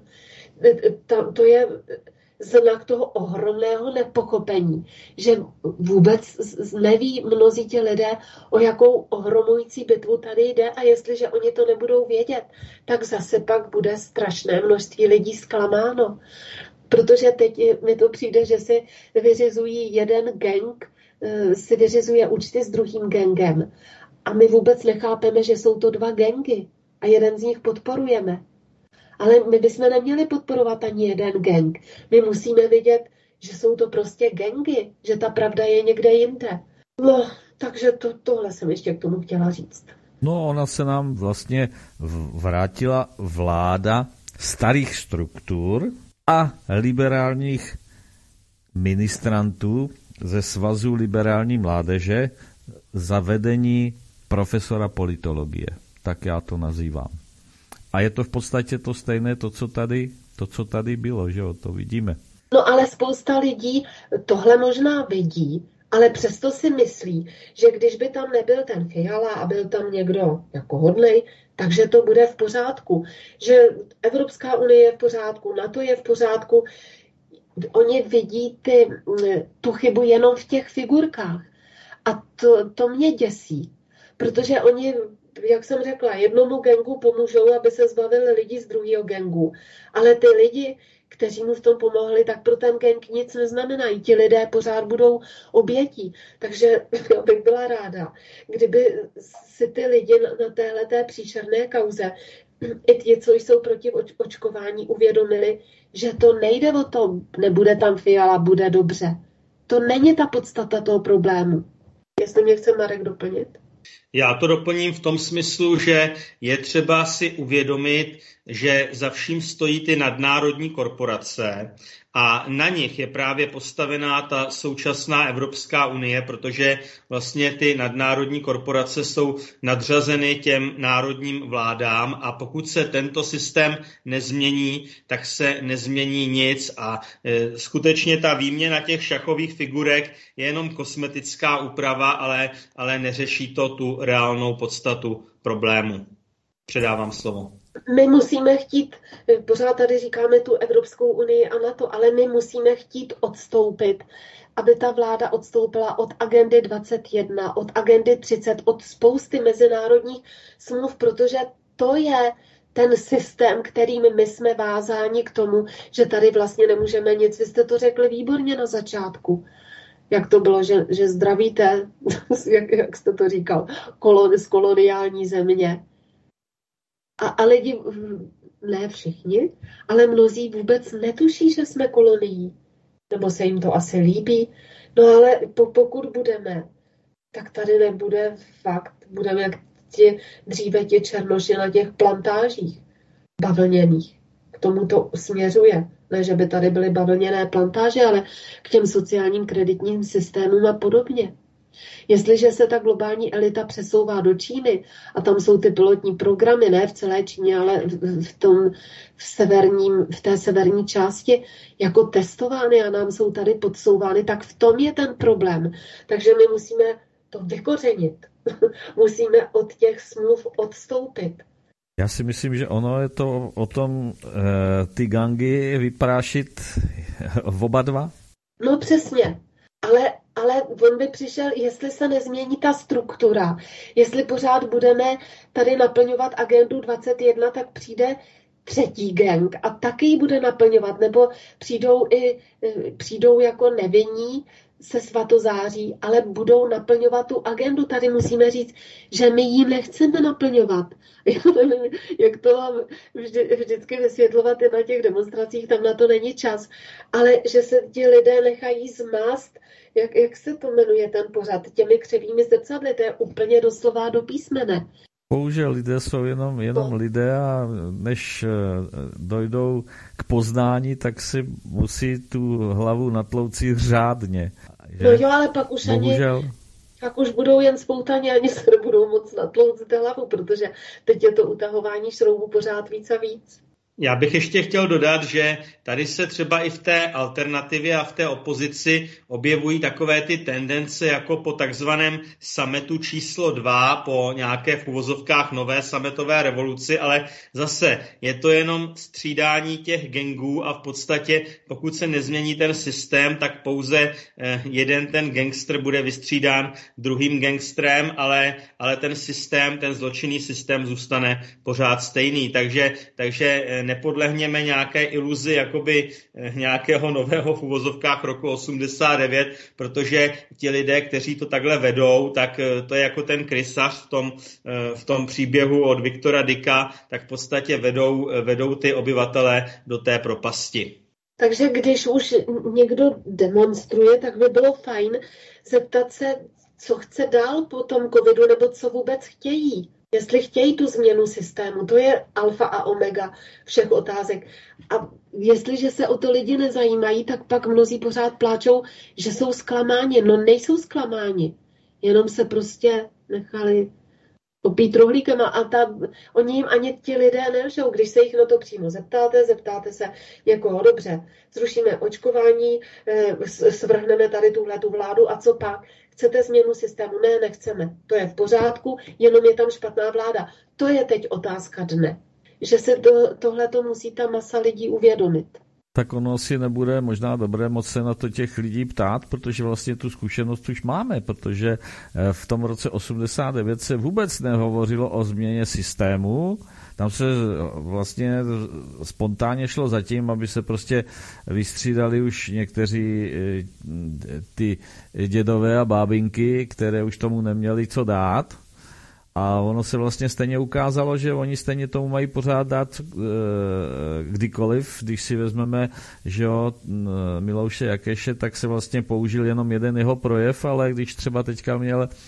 To je znak toho ohromného nepochopení, že vůbec neví mnozí ti lidé, o jakou ohromující bitvu tady jde a jestliže oni to nebudou vědět, tak zase pak bude strašné množství lidí zklamáno. Protože teď mi to přijde, že si vyřizují jeden gang, si vyřizuje účty s druhým gangem. A my vůbec nechápeme, že jsou to dva gangy a jeden z nich podporujeme. Ale my bychom neměli podporovat ani jeden gang. My musíme vidět, že jsou to prostě gangy, že ta pravda je někde jinde. No, takže to, tohle jsem ještě k tomu chtěla říct. No, ona se nám vlastně vrátila vláda starých struktur a liberálních ministrantů ze Svazu liberální mládeže za vedení profesora politologie. Tak já to nazývám. A je to v podstatě to stejné, to, co tady, to, co tady bylo, že jo, to vidíme. No ale spousta lidí tohle možná vidí, ale přesto si myslí, že když by tam nebyl ten Fiala a byl tam někdo jako hodnej, takže to bude v pořádku. Že Evropská unie je v pořádku, NATO je v pořádku. Oni vidí ty, tu chybu jenom v těch figurkách. A to, to mě děsí, protože oni, jak jsem řekla, jednomu gangu pomůžou, aby se zbavili lidi z druhého gangu. Ale ty lidi, kteří mu v tom pomohli, tak pro ten gang nic neznamenají. Ti lidé pořád budou obětí. Takže já bych byla ráda, kdyby si ty lidi na téhleté příšerné kauze, i ti, co jsou proti očkování, uvědomili, že to nejde o to, nebude tam Fiala, bude dobře. To není ta podstata toho problému. Jestli mě chce Marek doplnit? Já to doplním v tom smyslu, že je třeba si uvědomit, že za vším stojí ty nadnárodní korporace a na nich je právě postavená ta současná Evropská unie, protože vlastně ty nadnárodní korporace jsou nadřazeny těm národním vládám a pokud se tento systém nezmění, tak se nezmění nic a e, skutečně ta výměna těch šachových figurek je jenom kosmetická úprava, ale, ale neřeší to tu reálnou podstatu problému. Předávám slovo. My musíme chtít, pořád tady říkáme tu Evropskou unii a NATO, ale my musíme chtít odstoupit, aby ta vláda odstoupila od agendy dvacet jedna, od agendy třicet, od spousty mezinárodních smluv, protože to je ten systém, kterým my jsme vázáni k tomu, že tady vlastně nemůžeme nic. Vy jste to řekli výborně na začátku. Jak to bylo, že, že zdravíte, jak, jak jste to říkal, kolon, z koloniální země. A, a lidi, ne všichni, ale mnozí vůbec netuší, že jsme kolonií. Nebo se jim to asi líbí. No ale po, pokud budeme, tak tady nebude fakt, budeme jak ti, dříve ti černoši na těch plantážích bavlněných. K tomu to směřuje. Ne, že by tady byly bavlněné plantáže, ale k těm sociálním kreditním systémům a podobně. Jestliže se ta globální elita přesouvá do Číny a tam jsou ty pilotní programy, ne v celé Číně, ale v, tom, v, severním, v té severní části, jako testovány a nám jsou tady podsouvány, tak v tom je ten problém. Takže my musíme to vykořenit. Musíme od těch smluv odstoupit. Já si myslím, že ono je to o tom e, ty gangy vyprášit v oba dva? No přesně, ale, ale on by přišel, jestli se nezmění ta struktura, jestli pořád budeme tady naplňovat agendu dvacet jedna, tak přijde třetí gang a taky ji bude naplňovat, nebo přijdou i přijdou jako nevinní, se svatozáří, ale budou naplňovat tu agendu. Tady musíme říct, že my ji nechceme naplňovat. Já nevím, jak to mám vždy, vždycky vysvětlovat i na těch demonstracích, tam na to není čas, ale že se ti lidé nechají zmást, jak, jak se to jmenuje ten pořad, těmi křivými zrcadly, to je úplně doslova do písmene. Bohužel lidé jsou jenom, jenom no. lidé a než dojdou k poznání, tak si musí tu hlavu natlouci řádně. Že? No jo, ale pak už Bohužel. ani, pak už budou jen spoutaně, ani se nebudou moc natloucit hlavu, protože teď je to utahování šroubu pořád víc a víc. Já bych ještě chtěl dodat, že tady se třeba i v té alternativě a v té opozici objevují takové ty tendence jako po takzvaném sametu číslo dva, po nějaké v uvozovkách nové sametové revoluci, ale zase je to jenom střídání těch gangů a v podstatě pokud se nezmění ten systém, tak pouze jeden ten gangster bude vystřídán druhým gangstrem, ale, ale ten systém, ten zločinný systém zůstane pořád stejný. Takže, takže nepodlehněme nějaké iluzi jakoby nějakého nového v uvozovkách roku osmdesát devět, protože ti lidé, kteří to takhle vedou, tak to je jako ten krysař v tom, v tom příběhu od Viktora Dicka, tak v podstatě vedou, vedou ty obyvatele do té propasti. Takže když už někdo demonstruje, tak by bylo fajn zeptat se, co chce dál po tom covidu, nebo co vůbec chtějí. Jestli chtějí tu změnu systému, to je alfa a omega všech otázek. A jestliže se o to lidi nezajímají, tak pak mnozí pořád pláčou, že jsou zklamáni. No nejsou zklamáni, jenom se prostě nechali opít rohlíkem a ta, oni jim ani ti lidé nelžou. Když se jich na to přímo zeptáte, zeptáte se někoho, dobře, zrušíme očkování, svrhneme tady tuhletu vládu a co pak? Chcete změnu systému? Ne, nechceme. To je v pořádku, jenom je tam špatná vláda. To je teď otázka dne. Že se to, tohleto musí ta masa lidí uvědomit. Tak ono si nebude možná dobré moc se na to těch lidí ptát, protože vlastně tu zkušenost už máme, protože v tom roce osmdesát devět se vůbec nehovořilo o změně systému. Tam se vlastně spontánně šlo za tím, aby se prostě vystřídali už někteří ty dědové a bábinky, které už tomu neměli co dát. A ono se vlastně stejně ukázalo, že oni stejně tomu mají pořád dát e, kdykoliv. Když si vezmeme, že jo, Milouše Jakeše, tak se vlastně použil jenom jeden jeho projev, ale když třeba teďka měl e,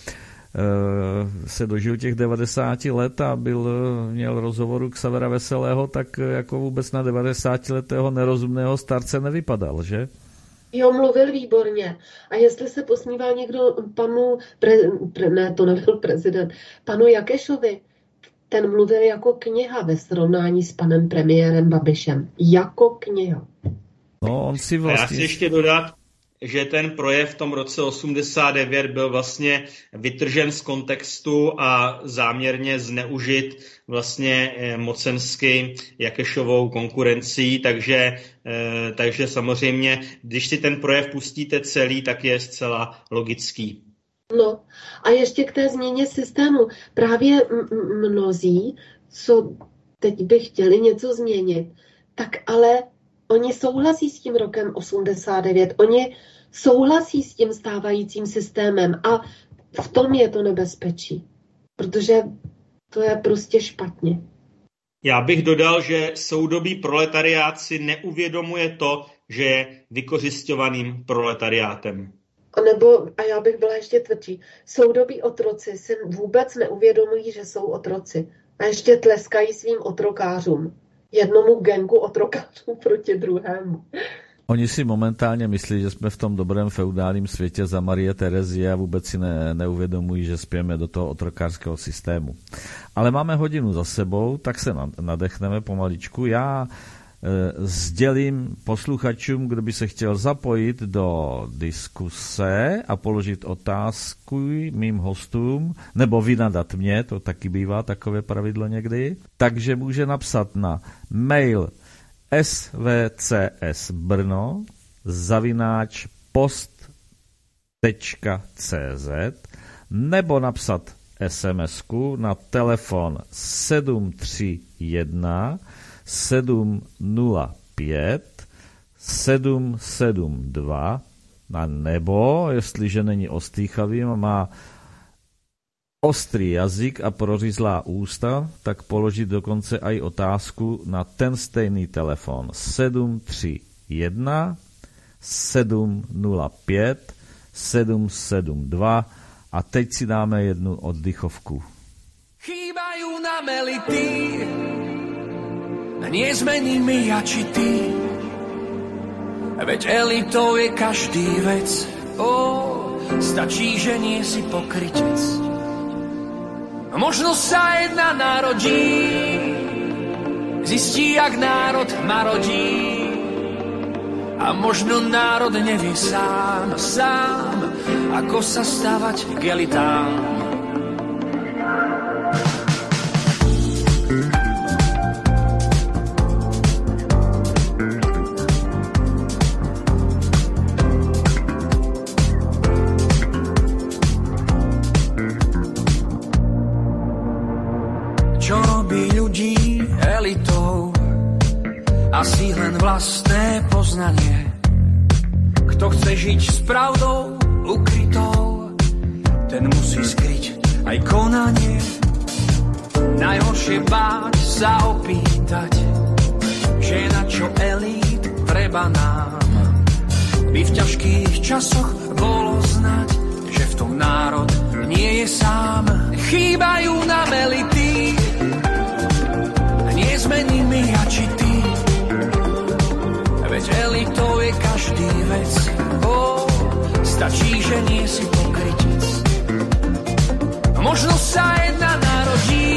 se dožil těch devadesáti let a byl, měl rozhovoru Xavera Veselého, tak jako vůbec na devadesátiletého nerozumného starce nevypadal, že? Jo, mluvil výborně. A jestli se posmívá někdo panu, pre, pre, ne, to nebyl prezident, panu Jakešovi, ten mluvil jako kniha ve srovnání s panem premiérem Babišem. Jako kniha. No, on si vlastně... A já chci ještě dodat, že ten projev v tom roce osmdesát devět byl vlastně vytržen z kontextu a záměrně zneužit vlastně mocensky Jakešovou konkurencí, takže, takže samozřejmě, když si ten projev pustíte celý, tak je zcela logický. No a ještě k té změně systému. Právě m- mnozí, co teď by chtěli něco změnit, tak ale oni souhlasí s tím rokem osmdesát devět, oni souhlasí s tím stávajícím systémem a v tom je to nebezpečí, protože to je prostě špatně. Já bych dodal, že soudobý proletariát si neuvědomuje to, že je vykořisťovaným proletariátem. A nebo, a já bych byla ještě tvrdší, soudobí otroci si vůbec neuvědomují, že jsou otroci. A ještě tleskají svým otrokářům. Jednomu gengu otrokářů proti druhému. Oni si momentálně myslí, že jsme v tom dobrém feudálním světě za Marie Terezie a vůbec si ne, neuvědomují, že spějeme do toho otrokářského systému. Ale máme hodinu za sebou, tak se nadechneme pomaličku. Já e, sdělím posluchačům, kdo by se chtěl zapojit do diskuse a položit otázku mým hostům, nebo vynadat mě, to taky bývá takové pravidlo někdy, takže může napsat na mail svcsbrno zavináč post tečka cz nebo napsat SMSku na telefon sedm tři jedna sedm nula pět sedm sedm dva a nebo, jestliže není ostýchavý a má ostrý jazyk a prořízlá ústa, tak položit dokonce aj otázku na ten stejný telefon sedm tři jedna sedm nula pět sedm sedm dva a teď si dáme jednu oddychovku. Chýbajú nám elity, nie sme nimi ja či ty, veď elitou je každý vec, ó, stačí, že nie si pokrytec. Možno sa jedna narodí, zistí, jak národ marodí. A možno národ nevie sám, sám, ako sa stavať k elitám. Asi len vlastné poznanie. Kto chce žiť s pravdou ukrytou, ten musí skryť aj konanie. Najhoršie báť sa opýtať, že na čo elít treba nám. By v ťažkých časoch bolo znať, že v tom národ nie je sám. Chýbajú nám elity, nie sme nimi ja či ty. Veď elitou je každý vec, ó, stačí, že nie si pokrytec. Možno sa jedna narodí,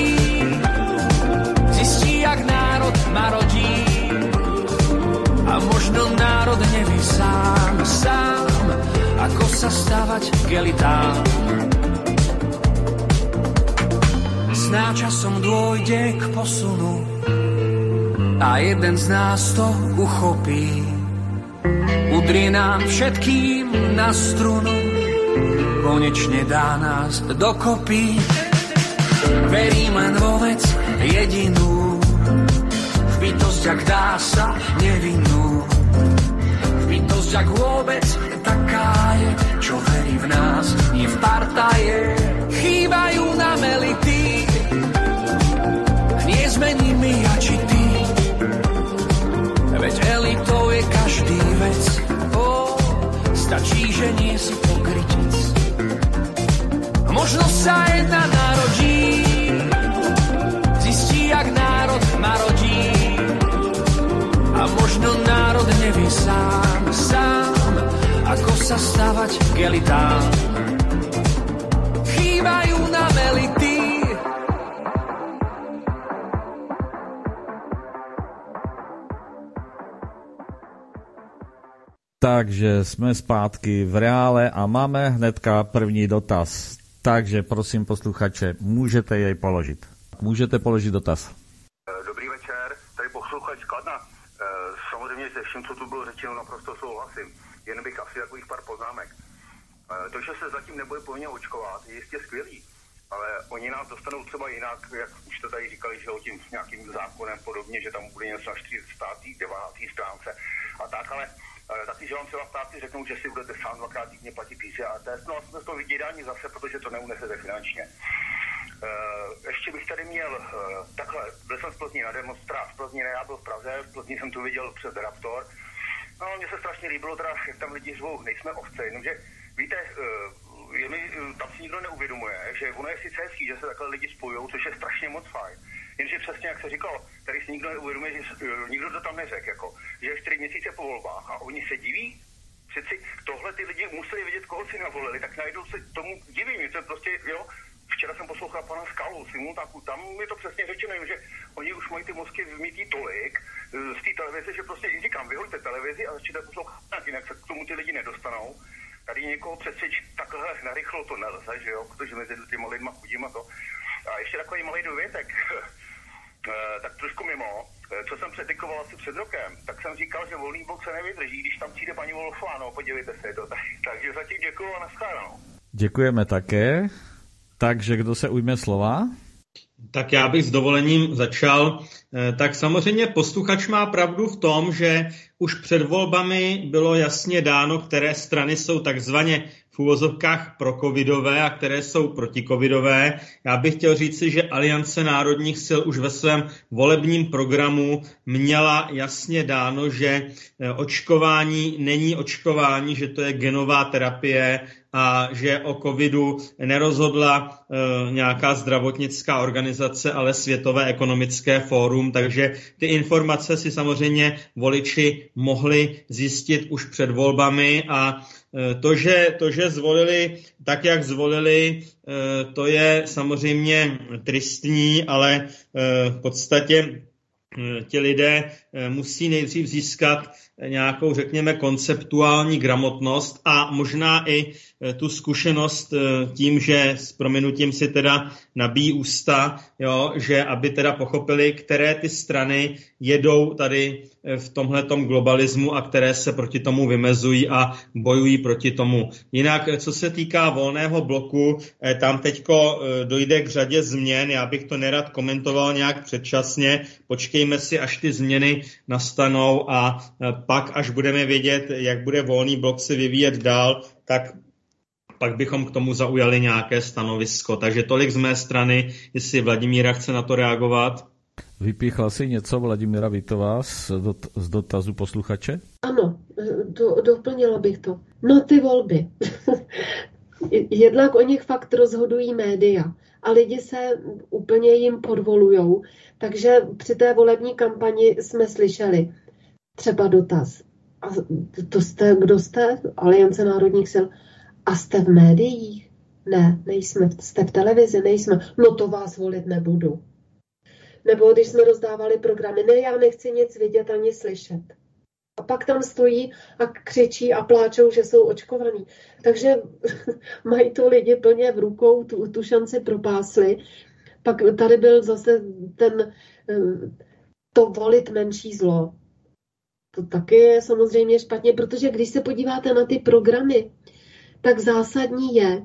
zistí, jak národ marodí. A možno národ nevie sám, sám, ako sa stavať k elitám. Snáď časom dôjde k posunu a jeden z nás to uchopí. Udrie nám všetkým na strunu, konečne dá nás dokopy. Verím len vo vec jedinú, v bytosť, ak dá sa nevinnú. V bytosť, ak vôbec taká je, čo verí v nás, nie v partaje. Chýbajú nám elity, nie sme nimi ja či ty. Veď elitou je každý vec, ó, stačí, že nie si pokrytec. Možno sa jedna narodí, zistí, jak národ marodí. A možno národ nevie sám, sám, ako sa stavať k elitám. Chýbajú nám elity, Takže jsme zpátky v reále a máme hnedka první dotaz. Takže prosím posluchače, můžete jej položit. Můžete položit dotaz. Dobrý večer, tady posluchač z Kladna. Samozřejmě se vším, co tu bylo řečeno, naprosto souhlasím. Jen bych asi takových pár poznámek. To, že se zatím nebude povinně očkovat, je jistě skvělý, ale oni nás dostanou třeba jinak, jak už to tady říkali, že o tím nějakým zákonem podobně, že tam bude něco na čtyřicáté deváté stránce a tak, ale taky, že vám třeba státy řeknou, že si budete sám dvakrát týdně platit P C R test, no a jsme to vydírání zase, protože to neunesete finančně. ještě bych tady měl takhle, byl jsem v Plzni na demonstraci, v Plzni ne, já byl v Praze, v Plzni jsem tu viděl přes Raptor. No, mně se strašně líbilo teda, jak tam lidi řvou, nejsme ovce, jenomže víte, je mi, tam si nikdo neuvědomuje, že ono je sice hezký, že se takhle lidi spojujou, což je strašně moc fajn. Jenže přesně jak se říkalo, tady si nikdo neuvědomuje, že nikdo to tam neřekl, jako, že je čtyři měsíce po volbách a oni se diví. Přeci tohle ty lidi museli vědět, koho si navolili, tak najednou se tomu diví. Mě to je prostě, jo, včera jsem poslouchal pana Skalu, Simultáku, tam je to přesně řečeno, že oni už mají ty mozky vmítý tolik z té televize, že prostě říkám, vyhoďte televizi a začněte poslouchat, jinak se k tomu ty lidi nedostanou. Tady někoho přesvědčit takhle narychlo to nelze, že jo, protože mezi těma lidma chudím a to. A ještě takový malý dovětek, tak trošku mimo, co jsem předikoval asi před rokem, tak jsem říkal, že Volný blok se nevydrží, když tam přijde paní Wolfová, no podívejte se to. Tak, takže zatím děkuju a nashledanou. Děkujeme také. Takže kdo se ujme slova? Tak já bych s dovolením začal. Tak samozřejmě posluchač má pravdu v tom, že už před volbami bylo jasně dáno, které strany jsou takzvaně v uvozovkách procovidové a které jsou protikovidové. Já bych chtěl říci, že Aliance národních sil už ve svém volebním programu měla jasně dáno, že očkování není očkování, že to je genová terapie a že o covidu nerozhodla e, nějaká zdravotnická organizace, ale Světové ekonomické fórum, takže ty informace si samozřejmě voliči mohli zjistit už před volbami a e, to, že, to, že zvolili tak, jak zvolili, e, to je samozřejmě tristní, ale e, v podstatě e, ti lidé e, musí nejdřív získat nějakou, řekněme, konceptuální gramotnost a možná i tu zkušenost tím, že s prominutím si teda nabíjí ústa, jo, že aby teda pochopili, které ty strany jedou tady v tomhletom globalismu a které se proti tomu vymezují a bojují proti tomu. Jinak, co se týká Volného bloku, tam teďko dojde k řadě změn, já bych to nerad komentoval nějak předčasně, počkejme si, až ty změny nastanou a pak, až budeme vědět, jak bude Volný blok se vyvíjet dál, tak pak bychom k tomu zaujali nějaké stanovisko. Takže tolik z mé strany, jestli Vladimíra chce na to reagovat. Vypíchla si něco Vladimíra Vitová z, dot, z dotazu posluchače? Ano, do, doplnila bych to. No ty volby. Jednak o nich fakt rozhodují média a lidi se úplně jim podvolujou. Takže při té volební kampani jsme slyšeli třeba dotaz. A to jste, kdo jste? Aliance národních sil. A jste v médiích? Ne, nejsme. Jste v televizi? Nejsme. No to vás volit nebudu. Nebo když jsme rozdávali programy, ne, já nechci nic vidět ani slyšet. A pak tam stojí a křičí a pláčou, že jsou očkovaní. Takže mají to lidi plně v rukou, tu, tu šanci propásli. Pak tady byl zase ten, to volit menší zlo. To taky je samozřejmě špatně, protože když se podíváte na ty programy, tak zásadní je,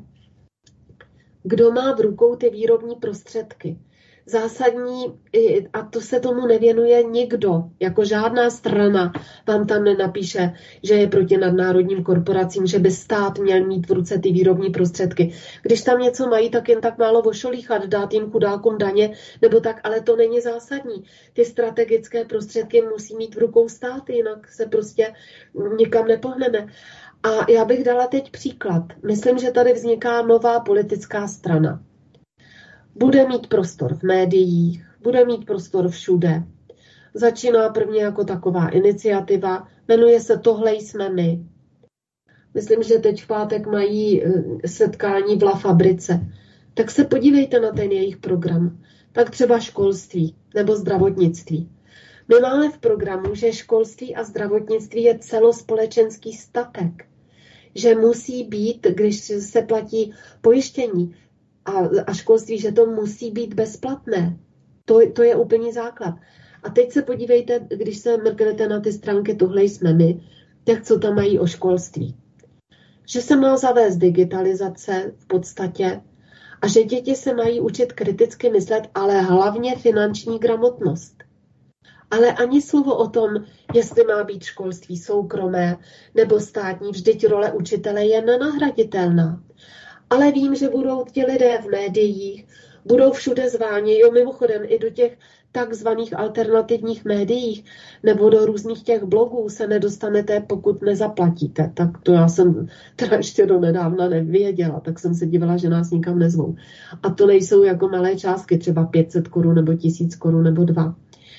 kdo má v rukou ty výrobní prostředky. Zásadní, a to se tomu nevěnuje nikdo, jako žádná strana vám tam nenapíše, že je proti nadnárodním korporacím, že by stát měl mít v ruce ty výrobní prostředky. Když tam něco mají, tak jen tak málo vošolíchat, dát jim chudákům daně, nebo tak, ale to není zásadní. Ty strategické prostředky musí mít v rukou stát, jinak se prostě nikam nepohneme. A já bych dala teď příklad. Myslím, že tady vzniká nová politická strana. Bude mít prostor v médiích, bude mít prostor všude. Začíná prvně jako taková iniciativa, jmenuje se Tohle jsme my. Myslím, že teď v pátek mají setkání v La Fabrice. Tak se podívejte na ten jejich program. Tak třeba školství nebo zdravotnictví. My máme v programu, že školství a zdravotnictví je celospolečenský statek. Že musí být, když se platí pojištění a, a školství, že to musí být bezplatné. To, to je úplný základ. A teď se podívejte, když se mrknete na ty stránky Tohle jsme my, tak co tam mají o školství. Že se má zavést digitalizace v podstatě a že děti se mají učit kriticky myslet, ale hlavně finanční gramotnost. Ale ani slovo o tom, jestli má být školství soukromé nebo státní, vždyť role učitele je nenahraditelná. Ale vím, že budou ti lidé v médiích, Budou všude zváni, jo, mimochodem i do těch takzvaných alternativních médiích nebo do různých těch blogů se nedostanete, pokud nezaplatíte. Tak to já jsem teda ještě do nedávna nevěděla, tak jsem se dívala, že nás nikam nezvou. A to nejsou jako malé částky, třeba pět set korun nebo tisíc korun nebo dva.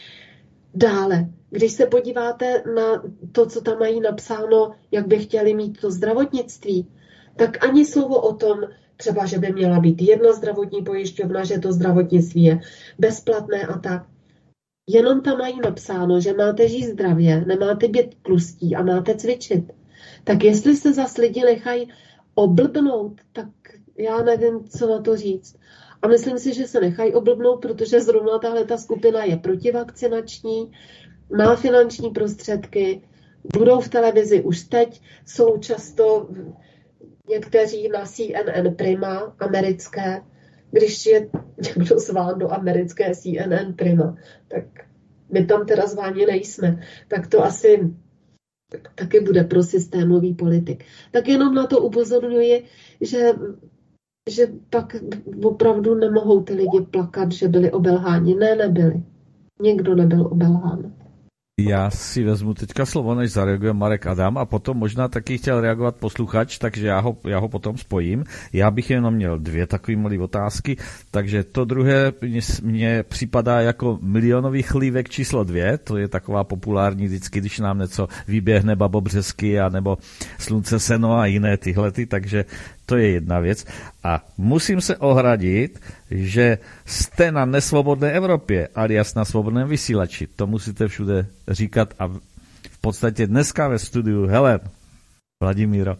Dále, když se podíváte na to, co tam mají napsáno, jak by chtěli mít to zdravotnictví, tak ani slovo o tom, třeba, že by měla být jedna zdravotní pojišťovna, že to zdravotnictví je bezplatné a tak. Jenom tam mají napsáno, že máte žít zdravě, nemáte být tlustí a máte cvičit. Tak jestli se zas lidi nechají oblbnout, tak já nevím, co na to říct. A myslím si, že se nechají oblbnout, protože zrovna tahle ta skupina je protivakcinační, má finanční prostředky, budou v televizi už teď, jsou často někteří na C N N Prima americké. Když je někdo zván do americké C N N Prima, tak my tam teda zváni nejsme. Tak to asi taky bude pro systémový politik. Tak jenom na to upozorňuji, že, že pak opravdu nemohou ty lidi plakat, že byli obelháni. Ne, nebyli. Nikdo nebyl obelhán. Já si vezmu teďka slovo, než zareaguje Marek Adam a potom možná taky chtěl reagovat posluchač, takže já ho, já ho potom spojím. Já bych jenom měl dvě takové malé otázky, takže to druhé mně připadá jako milionový chlívek číslo dvě, to je taková populární vždycky, když nám něco vyběhne Babobřesky a nebo Slunce, seno a jiné tyhlety, takže to je jedna věc. A musím se ohradit, že jste na nesvobodné Evropě, alias na svobodném vysílači. To musíte všude říkat a v podstatě dneska ve studiu Helen, Vladimíro.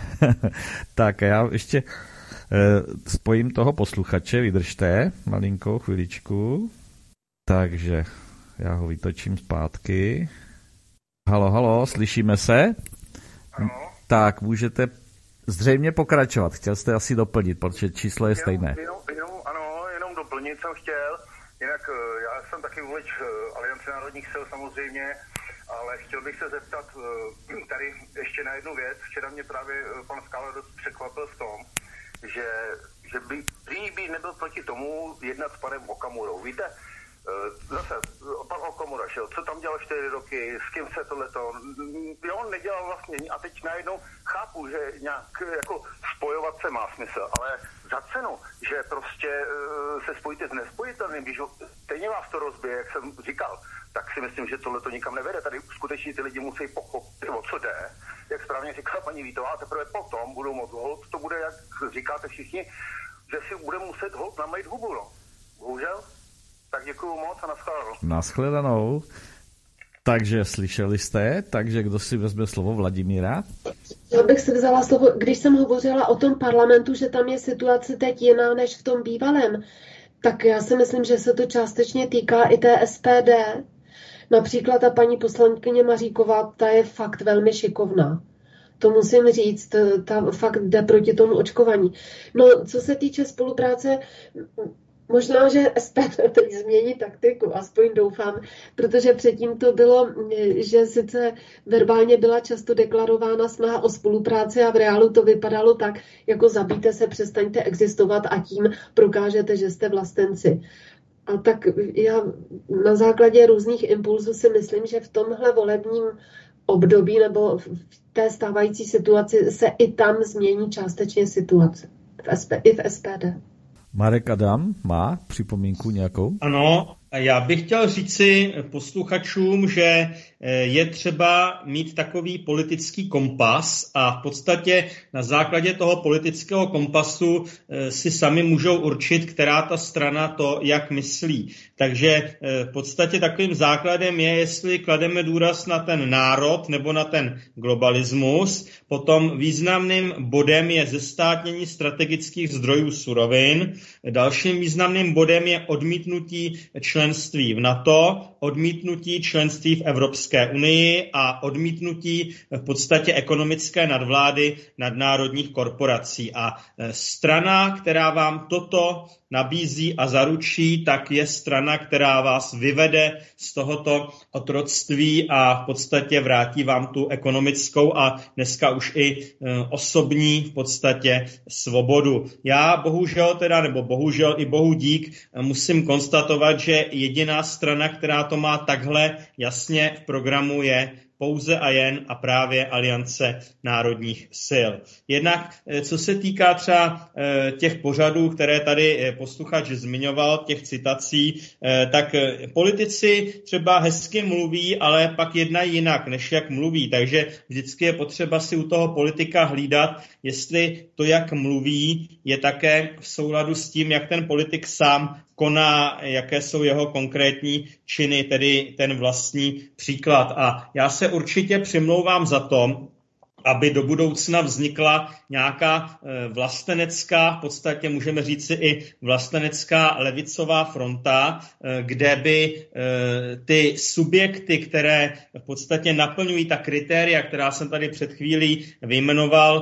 Tak já ještě e, spojím toho posluchače, vydržte malinkou chviličku. Takže já ho vytočím zpátky. Halo, halo, slyšíme se? Ano. Tak, můžete zřejmě pokračovat. Chtěl jste asi doplnit, protože číslo je stejné. Jenom, jenom, ano, jenom doplnit jsem chtěl. Jinak já jsem taky volič Aliance národních sil samozřejmě, ale chtěl bych se zeptat tady ještě na jednu věc. Včera mě právě pan Skála dost překvapil v tom, že, že by prý by nebyl proti tomu jednat s panem Okamurou. Víte, zase pan Okamura šel, co tam dělal čtyři roky, s kým se tohleto, jo, on nedělal vlastně a teď najednou chápu, že nějak jako spojovat se má smysl, ale za cenu, že prostě se spojíte s nespojitelným, když stejně vás to rozbije, jak jsem říkal, tak si myslím, že tohleto nikam nevede. Tady skutečně ty lidi musí pochopit, o co jde, jak správně říkala paní Vítová, a teprve potom budou moc hold, to bude, jak říkáte všichni, že si bude muset hold namejt hubu, no. Bohužel. Tak děkuju moc a nashledanou. Nashledanou. Takže slyšeli jste, takže kdo si vezme slovo, Vladimíra? Já bych si vzala slovo, když jsem hovořila o tom parlamentu, že tam je situace teď jiná než v tom bývalém, tak já si myslím, že se to částečně týká i té S P D. Například ta paní poslankyně Maříková, ta je fakt velmi šikovná. To musím říct, ta fakt jde proti tomu očkování. No, co se týče spolupráce, možná, že S P D teď změní taktiku, aspoň doufám, protože předtím to bylo, že sice verbálně byla často deklarována snaha o spolupráci a v reálu to vypadalo tak, jako zabijte se, přestaňte existovat a tím prokážete, že jste vlastenci. A tak já na základě různých impulzů si myslím, že v tomhle volebním období nebo v té stávající situaci se i tam změní částečně situace v S P, i v S P D. Marek Adam má připomínku nějakou? Ano, já bych chtěl říci posluchačům, že je třeba mít takový politický kompas a v podstatě na základě toho politického kompasu si sami můžou určit, která ta strana to jak myslí. Takže v podstatě takovým základem je, jestli klademe důraz na ten národ nebo na ten globalismus. Potom významným bodem je zestátnění strategických zdrojů surovin. Dalším významným bodem je odmítnutí členství členství v NATO, odmítnutí členství v Evropské unii a odmítnutí v podstatě ekonomické nadvlády nadnárodních korporací. A strana, která vám toto nabízí a zaručí, tak je strana, která vás vyvede z tohoto otroctví a v podstatě vrátí vám tu ekonomickou a dneska už i osobní v podstatě svobodu. Já bohužel teda, nebo bohužel i bohu dík, musím konstatovat, že jediná strana, která to má takhle jasně v programu, je pouze a jen a právě Aliance národních sil. Jednak, co se týká třeba těch pořadů, které tady posluchač zmiňoval, těch citací, tak politici třeba hezky mluví, ale pak jednají jinak, než jak mluví. Takže vždycky je potřeba si u toho politika hlídat, jestli to, jak mluví, je také v souladu s tím, jak ten politik sám koná, jaké jsou jeho konkrétní činy, tedy ten vlastní příklad. A já se určitě přimlouvám za to, aby do budoucna vznikla nějaká vlastenecká, v podstatě můžeme říci i vlastenecká levicová fronta, kde by ty subjekty, které v podstatě naplňují ta kritéria, která jsem tady před chvílí vyjmenoval,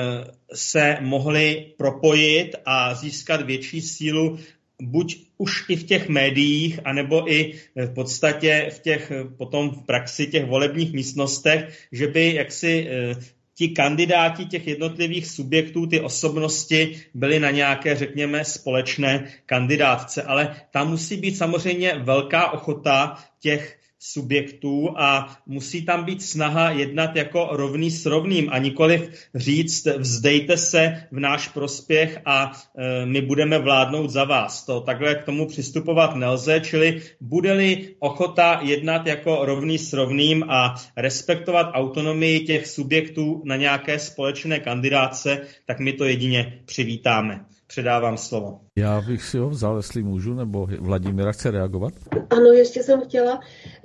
se mohly propojit a získat větší sílu buď už i v těch médiích, anebo i v podstatě v těch, potom v praxi těch volebních místnostech, že by jaksi ti kandidáti těch jednotlivých subjektů, ty osobnosti byly na nějaké, řekněme, společné kandidátce. Ale tam musí být samozřejmě velká ochota těch subjektů a musí tam být snaha jednat jako rovný s rovným a nikoliv říct vzdejte se v náš prospěch a e, my budeme vládnout za vás. To takhle k tomu přistupovat nelze, čili bude-li ochota jednat jako rovný s rovným a respektovat autonomii těch subjektů na nějaké společné kandidáce, tak my to jedině přivítáme. Předávám slovo. Já bych si ho vzal, jestli můžu, nebo Vladimíra chce reagovat? Ano, ještě jsem chtěla,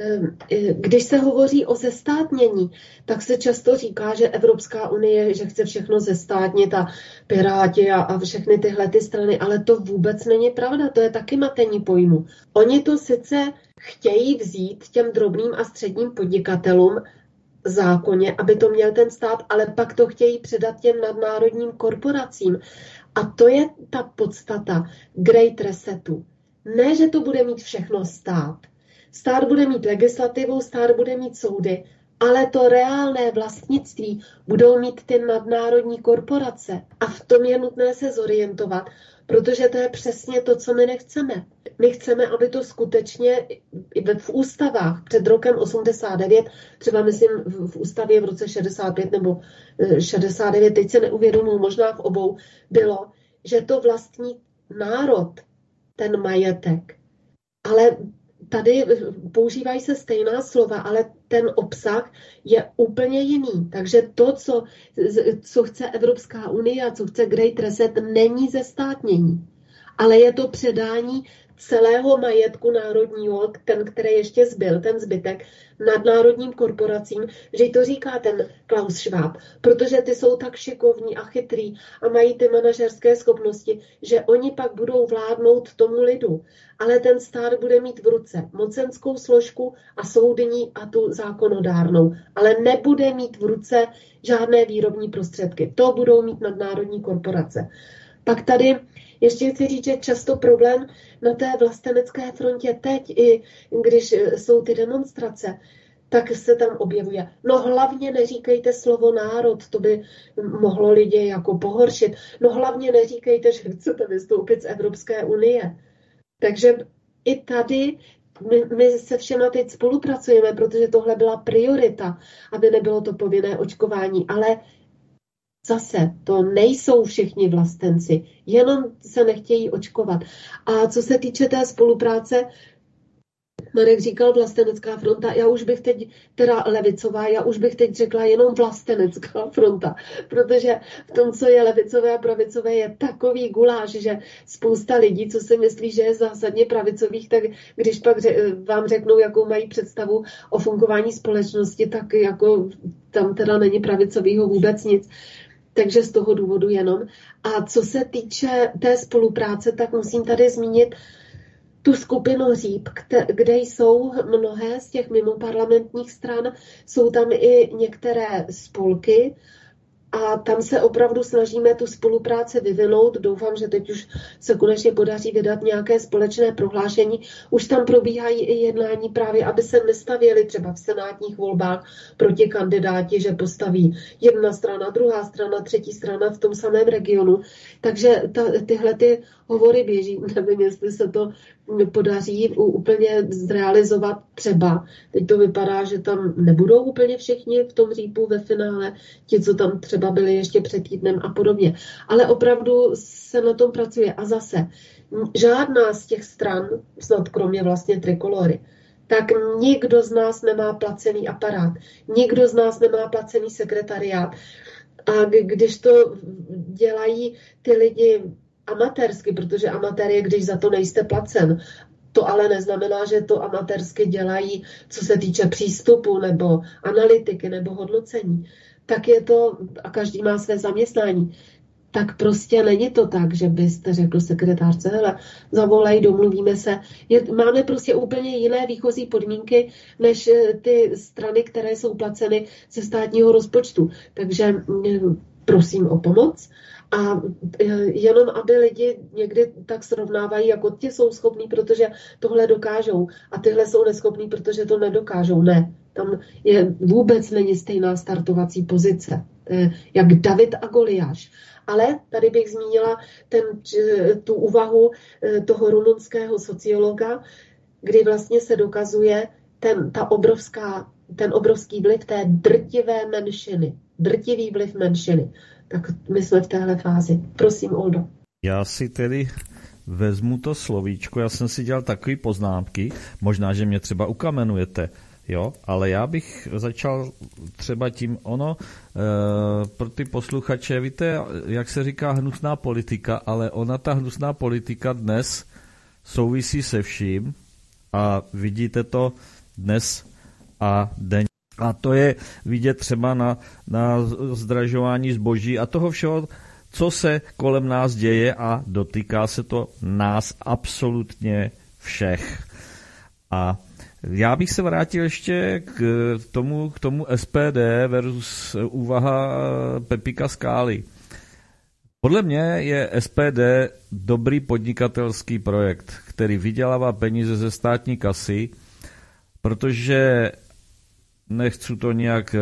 když se hovoří o zestátnění, tak se často říká, že Evropská unie, že chce všechno zestátnit a Piráti a, a všechny tyhle ty strany, ale to vůbec není pravda, to je taky matení pojmu. Oni to sice chtějí vzít těm drobným a středním podnikatelům zákonně, aby to měl ten stát, ale pak to chtějí předat těm nadnárodním korporacím. A to je ta podstata Great Resetu. Ne, že to bude mít všechno stát. Stát bude mít legislativu, stát bude mít soudy, ale to reálné vlastnictví budou mít ty nadnárodní korporace. A v tom je nutné se zorientovat, protože to je přesně to, co my nechceme. My chceme, aby to skutečně v ústavách před rokem osmdesát devět, třeba myslím v ústavě v roce šedesát pět nebo šedesát devět, teď se neuvědomuji, možná v obou, bylo, že to vlastní národ, ten majetek. Ale tady používají se stejná slova, ale ten obsah je úplně jiný. Takže to, co, co chce Evropská unie a co chce Great Reset, není zestátnění. Ale je to předání celého majetku národního, ten, který ještě zbyl, ten zbytek, nadnárodním korporacím, že to říká ten Klaus Schwab, protože ty jsou tak šikovní a chytrý a mají ty manažerské schopnosti, že oni pak budou vládnout tomu lidu. Ale ten stát bude mít v ruce mocenskou složku a soudní a tu zákonodárnou, ale nebude mít v ruce žádné výrobní prostředky. To budou mít nadnárodní korporace. Pak tady ještě chci říct, že často problém na té vlastenecké frontě teď, i když jsou ty demonstrace, tak se tam objevuje. No hlavně neříkejte slovo národ, to by mohlo lidi jako pohoršit. No hlavně neříkejte, že chcete vystoupit z Evropské unie. Takže i tady my, my se všema teď spolupracujeme, protože tohle byla priorita, aby nebylo to povinné očkování, ale zase, to nejsou všichni vlastenci, jenom se nechtějí očkovat. A co se týče té spolupráce, Marek říkal vlastenecká fronta, já už bych teď, teda levicová, já už bych teď řekla jenom vlastenecká fronta, protože v tom, co je levicové a pravicové, je takový guláš, že spousta lidí, co si myslí, že je zásadně pravicových, tak když pak vám řeknou, jakou mají představu o fungování společnosti, tak jako tam teda není pravicovýho vůbec nic. Takže z toho důvodu jenom. A co se týče té spolupráce, tak musím tady zmínit tu skupinu Hříb, kde jsou mnohé z těch mimoparlamentních stran, jsou tam i některé spolky, a tam se opravdu snažíme tu spolupráci vyvinout. Doufám, že teď už se konečně podaří vydat nějaké společné prohlášení. Už tam probíhají i jednání právě, aby se nestavěli třeba v senátních volbách proti kandidáti, že postaví jedna strana, druhá strana, třetí strana v tom samém regionu. Takže ta, tyhle ty hovory běží. Nevím, jestli se to podaří úplně zrealizovat třeba. Teď to vypadá, že tam nebudou úplně všichni v tom Hříbu ve finále, ti, co tam třeba byli ještě před týdnem a podobně. Ale opravdu se na tom pracuje. A zase, žádná z těch stran, snad kromě vlastně Trikolory, tak nikdo z nás nemá placený aparát, nikdo z nás nemá placený sekretariát. A když to dělají ty lidi amatérsky, protože amatér je, když za to nejste placen. To ale neznamená, že to amatérsky dělají, co se týče přístupu nebo analytiky nebo hodnocení. Tak je to, a každý má své zaměstnání, tak prostě není to tak, že byste řekl sekretářce, hele, zavolej, domluvíme se. Je, máme prostě úplně jiné výchozí podmínky, než ty strany, které jsou placeny ze státního rozpočtu. Takže prosím o pomoc. A jenom, aby lidi někdy tak srovnávají, jako ti jsou schopní, protože tohle dokážou a tyhle jsou neschopní, protože to nedokážou. Ne, tam je vůbec není stejná startovací pozice. To je jak David a Goliáš. Ale tady bych zmínila ten, tu úvahu toho rumunského sociologa, kdy vlastně se dokazuje ten, ta obrovská, ten obrovský vliv té drtivé menšiny. Drtivý vliv menšiny. Tak my jsme v téhle fázi. Prosím, Oldo. Já si tedy vezmu to slovíčko, já jsem si dělal takové poznámky, možná, že mě třeba ukamenujete, jo, ale já bych začal třeba tím, ono, e, pro ty posluchače, víte, jak se říká hnusná politika, ale ona, ta hnusná politika dnes souvisí se vším a vidíte to dnes a denně. A to je vidět třeba na, na zdražování zboží a toho všeho, co se kolem nás děje a dotýká se to nás absolutně všech. A já bych se vrátil ještě k tomu, k tomu S P D versus úvaha Pepika Skály. Podle mě je S P D dobrý podnikatelský projekt, který vydělává peníze ze státní kasy, protože nechci to nějak,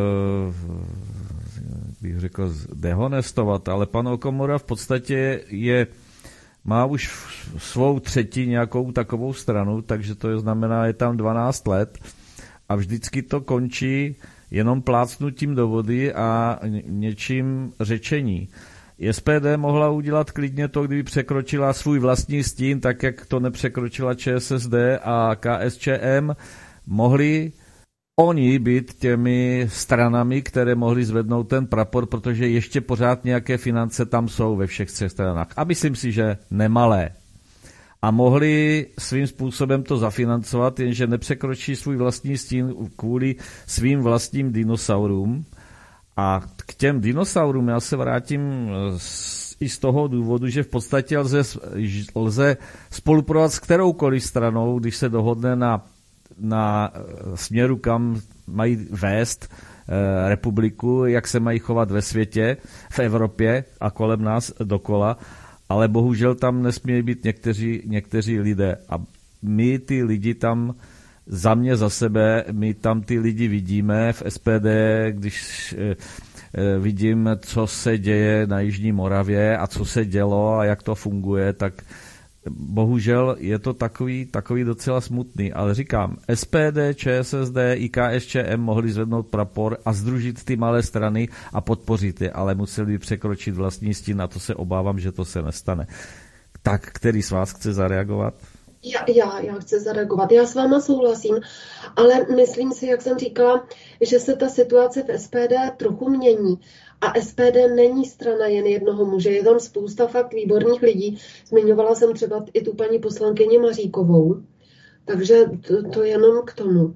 bych řekl, dehonestovat, ale pan Okamura v podstatě je, má už svou třetí nějakou takovou stranu, takže to je, znamená, je tam dvanáct let a vždycky to končí jenom plácnutím do vody a něčím řečení. S P D mohla udělat klidně to, kdyby překročila svůj vlastní stín, tak jak to nepřekročila ČSSD a K S Č M, mohli oni být těmi stranami, které mohly zvednout ten prapor, protože ještě pořád nějaké finance tam jsou ve všech třech stranách. A myslím si, že nemalé. A mohli svým způsobem to zafinancovat, jenže nepřekročí svůj vlastní stín kvůli svým vlastním dinosaurům. A k těm dinosaurům já se vrátím i z toho důvodu, že v podstatě lze, lze spolupracovat s kteroukoliv stranou, když se dohodne na na směru, kam mají vést e, republiku, jak se mají chovat ve světě, v Evropě a kolem nás dokola, ale bohužel tam nesmějí být někteří, někteří lidé. A my ty lidi tam, za mě, za sebe, my tam ty lidi vidíme v S P D, když e, e, vidím, co se děje na Jižní Moravě a co se dělo a jak to funguje, tak bohužel je to takový, takový docela smutný, ale říkám, S P D, ČSSD i K S Č M mohli zvednout prapor a združit ty malé strany a podpořit je, ale museli by překročit vlastní stín a to se obávám, že to se nestane. Tak, který z vás chce zareagovat? Já, já, já chci zareagovat. Já s váma souhlasím, ale myslím si, jak jsem říkala, že se ta situace v S P D trochu mění. A S P D není strana jen jednoho muže, je tam spousta fakt výborných lidí. Zmiňovala jsem třeba i tu paní poslankyni Maříkovou, takže to, to jenom k tomu.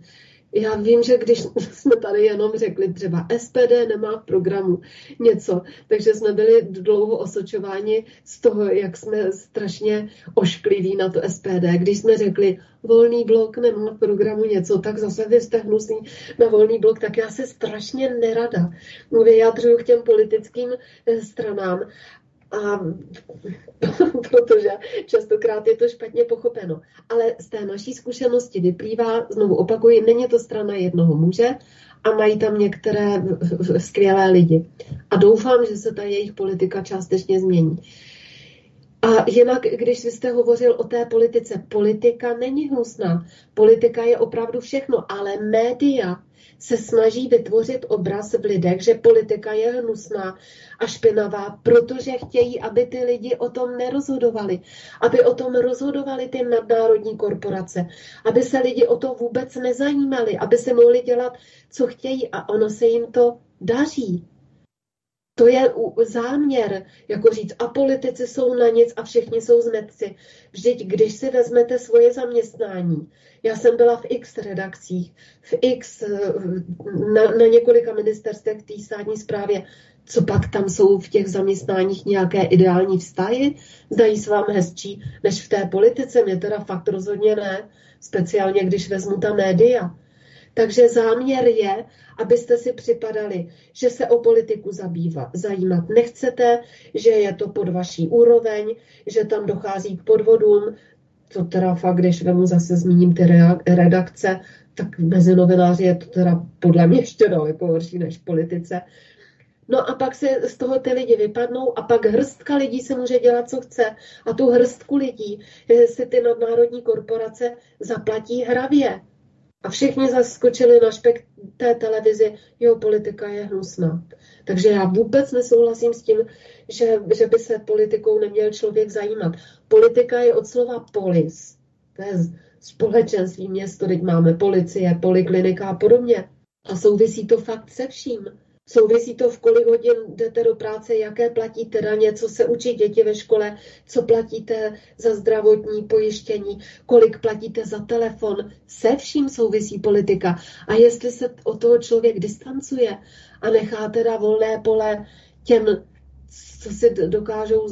Já vím, že když jsme tady jenom řekli, třeba S P D nemá v programu něco, takže jsme byli dlouho osočováni z toho, jak jsme strašně oškliví na to S P D. Když jsme řekli, Volný blok nemá v programu něco, tak zase vy jste hnusný na Volný blok, tak já se strašně nerada vyjadřuju k těm politickým stranám. A protože častokrát je to špatně pochopeno. Ale z té naší zkušenosti vyplývá, znovu opakuji, není to strana jednoho muže a mají tam některé skvělé lidi. A doufám, že se ta jejich politika částečně změní. A jinak, když vy jste hovořil o té politice, politika není hnusná. Politika je opravdu všechno, ale média se snaží vytvořit obraz v lidech, že politika je hnusná a špinavá, protože chtějí, aby ty lidi o tom nerozhodovali, aby o tom rozhodovali ty nadnárodní korporace, aby se lidi o to vůbec nezajímali, aby se mohli dělat, co chtějí a ono se jim to daří. To je záměr, jako říct, a politici jsou na nic a všichni jsou zmetci. Vždyť, když si vezmete svoje zaměstnání, já jsem byla v X redakcích, v X, na, na několika ministerstvech v té státní správě, co pak tam jsou v těch zaměstnáních nějaké ideální vztahy, zdají se vám hezčí než v té politice, mě teda fakt rozhodně ne, speciálně když vezmu ta média. Takže záměr je, abyste si připadali, že se o politiku zabývat, zajímat nechcete, že je to pod vaší úroveň, že tam dochází k podvodům. To teda fakt, když vemu zase zmíním ty redakce, tak mezi novináři je to teda podle mě ještě daleko horší než v politice. No a pak se z toho ty lidi vypadnou a pak hrstka lidí se může dělat, co chce. A tu hrstku lidí si ty nadnárodní korporace zaplatí hravě. A všichni zaskočili na špek té televizi, jeho politika je hnusná. Takže já vůbec nesouhlasím s tím, že, že by se politikou neměl člověk zajímat. Politika je od slova polis. To je společenství, město, teď máme policie, poliklinika a podobně. A souvisí to fakt se vším. Souvisí to, v kolik hodin jdete do práce, jaké platíte daně, co se učí děti ve škole, co platíte za zdravotní pojištění, kolik platíte za telefon. Se vším souvisí politika. A jestli se od toho člověk distancuje a nechá teda volné pole těm, co si dokážou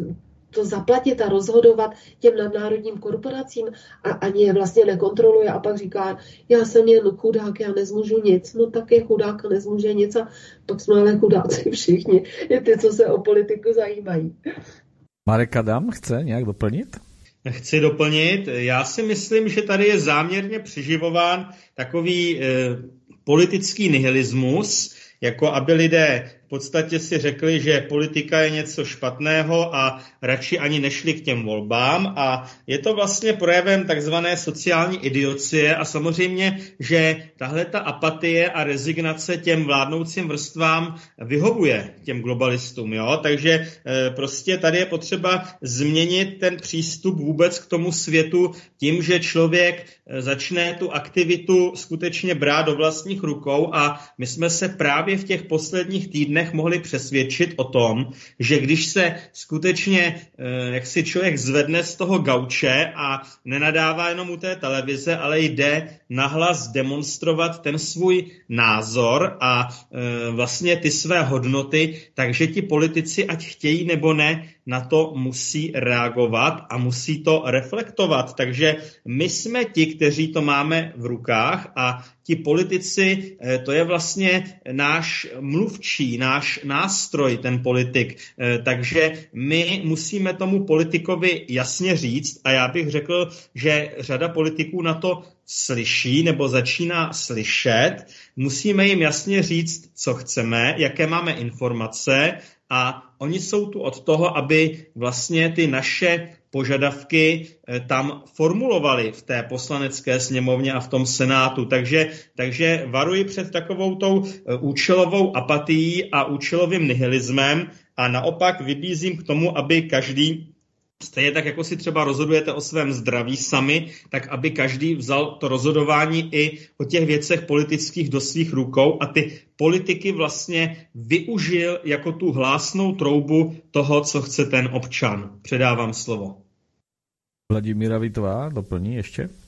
to zaplatit a rozhodovat těm nadnárodním korporacím a ani je vlastně nekontroluje a pak říká, já jsem jen chudák, já nezmůžu nic. No tak je chudák a nezmůže nic a pak jsme ale chudáci všichni. Je ty, co se o politiku zajímají. Marek Adam chce nějak doplnit? Chci doplnit. Já si myslím, že tady je záměrně přiživován takový e, politický nihilismus, jako aby lidé v podstatě si řekli, že politika je něco špatného a radši ani nešli k těm volbám a je to vlastně projevem takzvané sociální idiocie a samozřejmě, že tahle ta apatie a rezignace těm vládnoucím vrstvám vyhovuje těm globalistům, jo? Takže e, prostě tady je potřeba změnit ten přístup vůbec k tomu světu tím, že člověk e, začne tu aktivitu skutečně brát do vlastních rukou a my jsme se právě v těch posledních týdnech mohli přesvědčit o tom, že když se skutečně jak si člověk zvedne z toho gauče a nenadává jenom u té televize, ale jde nahlas demonstrovat ten svůj názor a vlastně ty své hodnoty, takže ti politici, ať chtějí nebo ne, na to musí reagovat a musí to reflektovat. Takže my jsme ti, kteří to máme v rukách a ti politici, to je vlastně náš mluvčí, náš nástroj, ten politik. Takže my musíme tomu politikovi jasně říct a já bych řekl, že řada politiků na to slyší nebo začíná slyšet. Musíme jim jasně říct, co chceme, jaké máme informace a oni jsou tu od toho, aby vlastně ty naše požadavky tam formulovali v té poslanecké sněmovně a v tom senátu. Takže, takže varuji před takovou tou účelovou apatií a účelovým nihilismem a naopak vybízím k tomu, aby každý, stejně tak, jako si třeba rozhodujete o svém zdraví sami, tak aby každý vzal to rozhodování i o těch věcech politických do svých rukou a ty politiky vlastně využil jako tu hlásnou troubu toho, co chce ten občan. Předávám slovo. Vladimíra Vitová doplní ještě?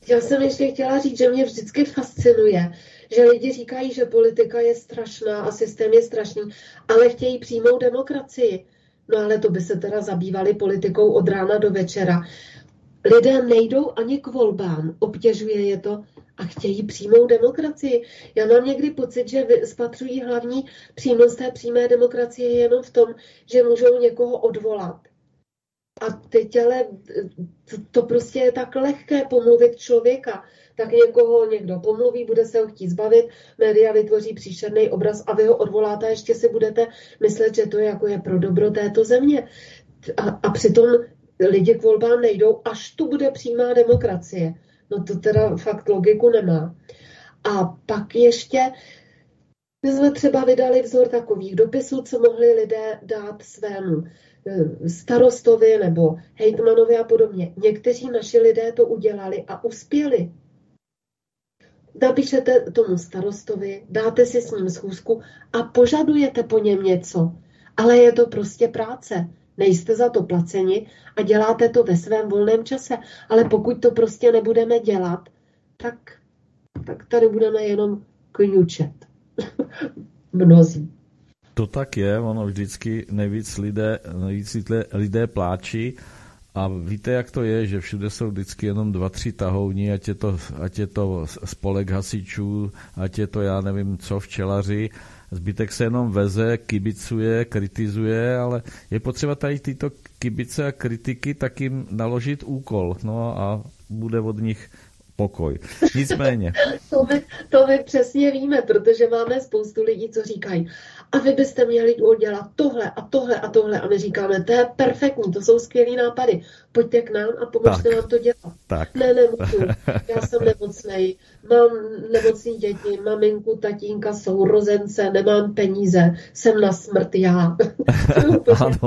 Já jsem ještě chtěla říct, že mě vždycky fascinuje, že lidi říkají, že politika je strašná a systém je strašný, ale chtějí přímou demokracii. No ale to by se teda zabývali politikou od rána do večera. Lidé nejdou ani k volbám, obtěžuje je to a chtějí přímou demokracii. Já mám někdy pocit, že spatřují hlavní přínos té přímé demokracie jenom v tom, že můžou někoho odvolat. A teď ale to, to prostě je tak lehké pomluvit člověka. Tak někoho někdo pomluví, bude se ho chtít zbavit, média vytvoří příšerný obraz a vy ho odvoláte a ještě si budete myslet, že to je, jako je pro dobro této země. A, a přitom lidi k volbám nejdou, až tu bude přímá demokracie. No to teda fakt logiku nemá. A pak ještě my jsme třeba vydali vzor takových dopisů, co mohli lidé dát svému starostovi nebo hejtmanovi a podobně. Někteří naši lidé to udělali a uspěli. Napíšete tomu starostovi, dáte si s ním schůzku a požadujete po něm něco. Ale je to prostě práce. Nejste za to placeni a děláte to ve svém volném čase. Ale pokud to prostě nebudeme dělat, tak, tak tady budeme jenom kňučet. Mnozí. To tak je, ono vždycky nejvíc lidé, nejvíc lidé pláčí a víte, jak to je, že všude jsou vždycky jenom dva, tři tahouni, ať je to, ať je to spolek hasičů, ať je to já nevím co, včelaři, zbytek se jenom veze, kibicuje, kritizuje, ale je potřeba tady tyto kibice a kritiky tak jim naložit úkol, no a bude od nich pokoj. Nicméně. To my, to my přesně víme, protože máme spoustu lidí, co říkají, a vy byste měli udělat tohle a tohle a tohle. A my říkáme, to je perfektní, to jsou skvělý nápady. Pojďte k nám a pomožte nám to dělat. Tak. Ne, nemůžu. Já jsem nemocnej, mám nemocný děti, maminku, tatínka, sourozence, nemám peníze, jsem na smrt já. Ano.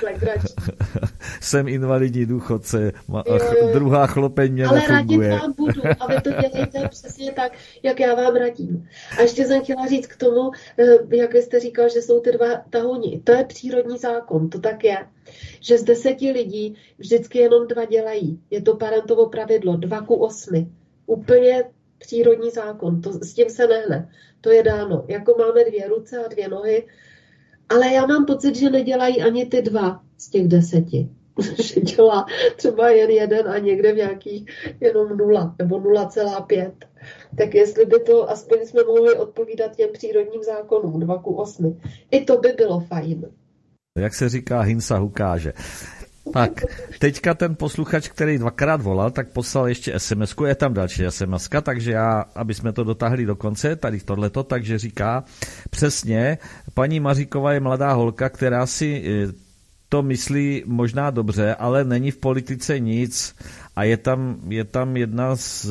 Jsem invalidní důchodce, ma, jo, jo. druhá chlopeň mě ale nefunguje. Ale radit vám budu a vy to dělejte přesně tak, jak já vám radím. A ještě jsem chtěla říct k tomu, jak jste říkal, že jsou ty dva tahouni. To je přírodní zákon, to tak je. Že z deseti lidí vždycky jenom dva dělají. Je to Parentovo pravidlo, dva ku osmi. Úplně přírodní zákon, to, s tím se nehne. To je dáno. Jako máme dvě ruce a dvě nohy, ale já mám pocit, že nedělají ani ty dva z těch deseti. Že dělá třeba jen jeden a někde v nějakých jenom nula nebo nula celá pět. Tak jestli by to, aspoň jsme mohli odpovídat těm přírodním zákonům, dva ku osmi. I to by bylo fajn. Jak se říká, Hinsa hukáže. Tak, teďka ten posluchač, který dvakrát volal, tak poslal ještě es em esku, je tam další es em eska, takže já, aby jsme to dotáhli do konce, tady tohleto, takže říká přesně, paní Maříková je mladá holka, která si to myslí možná dobře, ale není v politice nic a je tam, je tam jedna z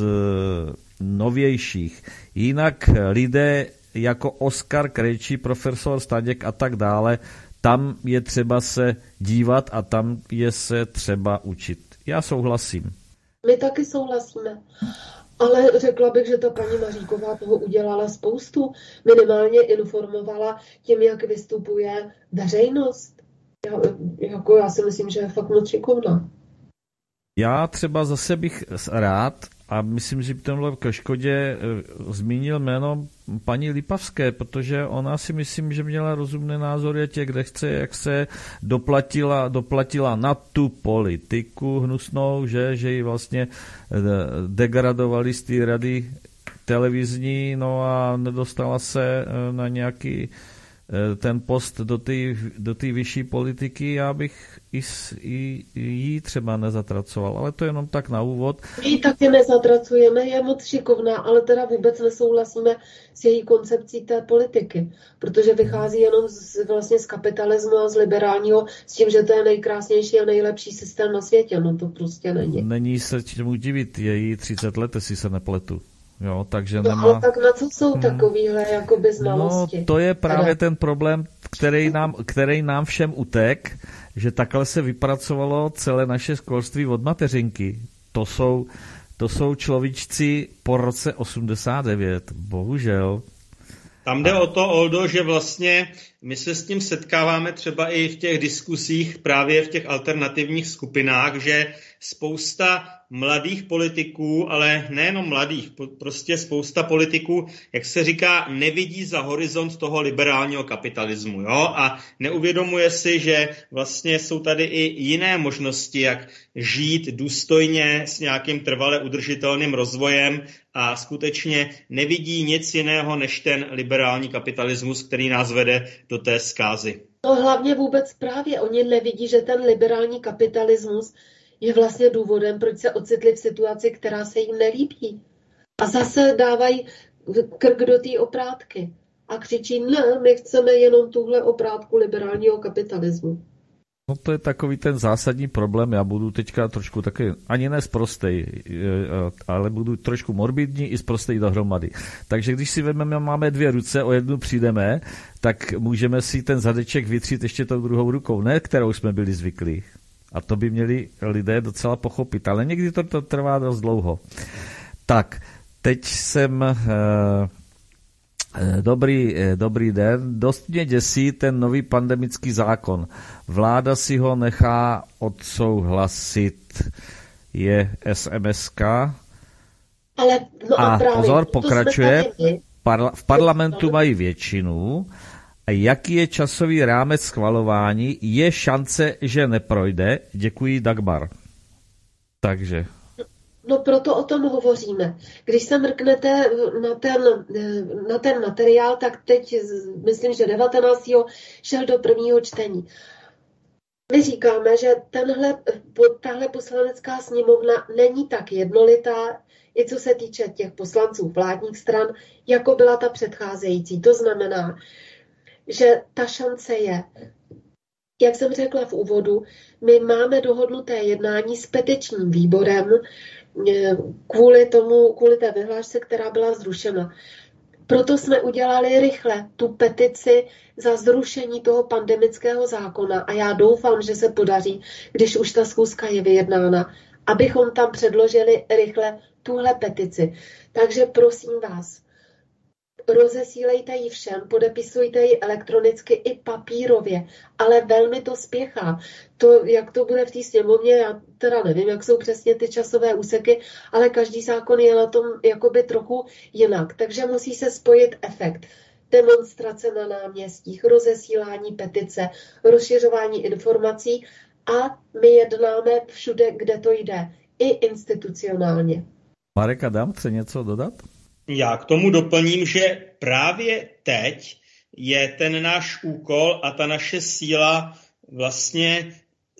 novějších. Jinak lidé jako Oskar Krejčí, profesor Staněk a tak dále, tam je třeba se dívat a tam je se třeba učit. Já souhlasím. My taky souhlasíme. Ale řekla bych, že ta paní Maříková toho udělala spoustu. Minimálně informovala tím, jak vystupuje veřejnost. Já, jako já si myslím, že je fakt moc šikovná. Já třeba zase bych rád, a myslím, že by to bylo ke škodě, zmínil jméno paní Lipavské, protože ona si myslím, že měla rozumné názory, tě, kde chce, jak se doplatila, doplatila na tu politiku hnusnou, že, že ji vlastně degradovali z té rady televizní, no a nedostala se na nějaký ten post do té do té vyšší politiky, já bych i, i, jí třeba nezatracoval, ale to je jenom tak na úvod. My ji taky nezatracujeme, je moc šikovná, ale teda vůbec nesouhlasíme s její koncepcí té politiky, protože vychází jenom z, vlastně z kapitalismu a z liberálního, s tím, že to je nejkrásnější a nejlepší systém na světě, no to prostě není. Není se čemu divit, je jí třicet let, jestli se nepletu. Jo, takže no, nemá... ale tak na co jsou takovýhle jakoby znalosti? No, to je právě ten problém, který nám, který nám všem utek, že takhle se vypracovalo celé naše školství od mateřinky. To jsou, to jsou človíčci po roce osmdesát devět, bohužel. Tam jde o to, Oldo, že vlastně my se s tím setkáváme třeba i v těch diskusích právě v těch alternativních skupinách, že spousta mladých politiků, ale nejenom mladých, prostě spousta politiků, jak se říká, nevidí za horizont toho liberálního kapitalismu, jo? A neuvědomuje si, že vlastně jsou tady i jiné možnosti, jak žít důstojně s nějakým trvale udržitelným rozvojem a skutečně nevidí nic jiného než ten liberální kapitalismus, který nás vede do té zkázy. No hlavně vůbec právě oni nevidí, že ten liberální kapitalismus je vlastně důvodem, proč se ocitli v situaci, která se jim nelíbí. A zase dávají krk do té oprátky a křičí, ne, my chceme jenom tuhle oprátku liberálního kapitalismu. No to je takový ten zásadní problém, já budu teďka trošku taky, ani ne sprostej, ale budu trošku morbidní i sprostej dohromady. Takže když si vezmeme, máme dvě ruce, o jednu přijdeme, tak můžeme si ten zadeček vytřít ještě tou druhou rukou, ne kterou jsme byli zvyklí. A to by měli lidé docela pochopit, ale někdy to, to trvá dost dlouho. Tak, teď jsem... Uh, Dobrý, dobrý den. Dost mě děsí ten nový pandemický zákon. Vláda si ho nechá odsouhlasit. Je es em eska. Ale, no a, a právě, pozor, pokračuje. Parla, v parlamentu mají většinu. A jaký je časový rámec schvalování? Je šance, že neprojde? Děkuji, Dagmar. Takže... No proto o tom hovoříme. Když se mrknete na ten, na ten materiál, tak teď, myslím, že devatenáctého šel do prvního čtení. My říkáme, že tenhle, tahle poslanecká sněmovna není tak jednolitá, i co se týče těch poslanců vládních stran, jako byla ta předcházející. To znamená, že ta šance je, jak jsem řekla v úvodu, my máme dohodnuté jednání s petičním výborem, kvůli tomu, kvůli té vyhlášce, která byla zrušena. Proto jsme udělali rychle tu petici za zrušení toho pandemického zákona a já doufám, že se podaří, když už ta schůzka je vyjednána, abychom tam předložili rychle tuhle petici. Takže prosím vás, rozesílejte ji všem, podepisujte ji elektronicky i papírově, ale velmi to spěchá. To, jak to bude v té sněmovně, já teda nevím, jak jsou přesně ty časové úseky, ale každý zákon je na tom jakoby trochu jinak, takže musí se spojit efekt. Demonstrace na náměstích, rozesílání petice, rozšiřování informací a my jednáme všude, kde to jde, i institucionálně. Marek Adam chce něco dodat? Já k tomu doplním, že právě teď je ten náš úkol a ta naše síla vlastně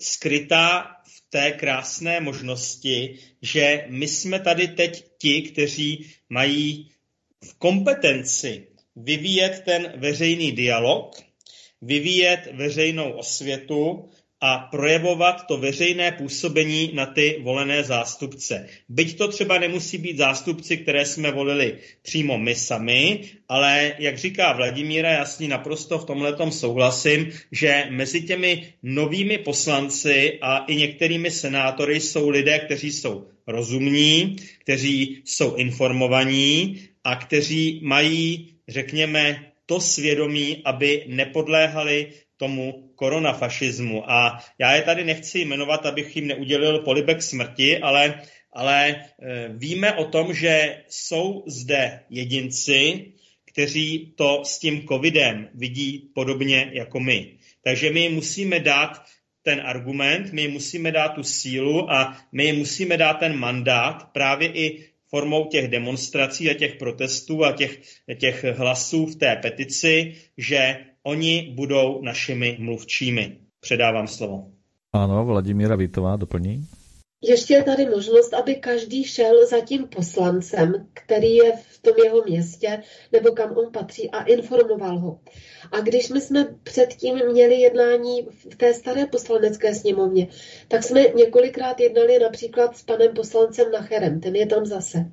skrytá v té krásné možnosti, že my jsme tady teď ti, kteří mají v kompetenci vyvíjet ten veřejný dialog, vyvíjet veřejnou osvětu a projevovat to veřejné působení na ty volené zástupce. Byť to třeba nemusí být zástupci, které jsme volili přímo my sami, ale jak říká Vladimíra, já s ní naprosto v tomhletom souhlasím, že mezi těmi novými poslanci a i některými senátory jsou lidé, kteří jsou rozumní, kteří jsou informovaní a kteří mají, řekněme, to svědomí, aby nepodléhali tomu koronafašismu. A já je tady nechci jmenovat, abych jim neudělil polibek smrti, ale, ale e, víme o tom, že jsou zde jedinci, kteří to s tím covidem vidí podobně jako my. Takže my musíme dát ten argument, my musíme dát tu sílu a my musíme dát ten mandát právě i formou těch demonstrací a těch protestů a těch, těch hlasů v té petici, že oni budou našimi mluvčími. Předávám slovo. Ano, Vladimíra Vítová doplní. Ještě je tady možnost, aby každý šel za tím poslancem, který je v tom jeho městě, nebo kam on patří, a informoval ho. A když my jsme předtím měli jednání v té staré poslanecké sněmovně, tak jsme několikrát jednali například s panem poslancem Nacherem, ten je tam zase.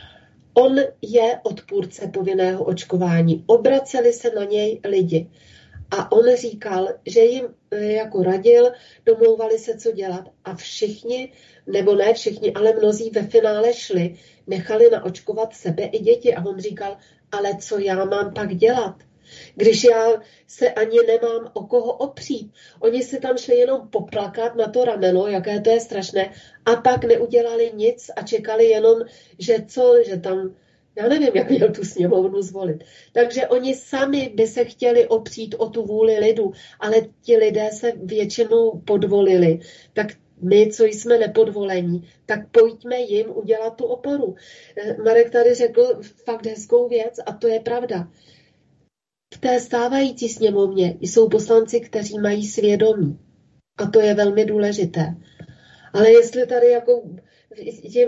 On je odpůrce povinného očkování. Obraceli se na něj lidi. A on říkal, že jim jako radil, domlouvali se, co dělat. A všichni, nebo ne všichni, ale mnozí ve finále šli, nechali naočkovat sebe i děti. A on říkal, ale co já mám pak dělat? když já se ani nemám o koho opřít. Oni si tam šli jenom poplakat na to rameno, jaké to je strašné, a pak neudělali nic a čekali jenom, že co, že tam, já nevím, jak měl tu sněmovnu zvolit. Takže oni sami by se chtěli opřít o tu vůli lidu, ale ti lidé se většinou podvolili. Tak my, co jsme nepodvolení, tak pojďme jim udělat tu oporu. Marek tady řekl fakt hezkou věc a to je pravda. V té stávající sněmovně jsou poslanci, kteří mají svědomí. A to je velmi důležité. Ale jestli tady jako jim...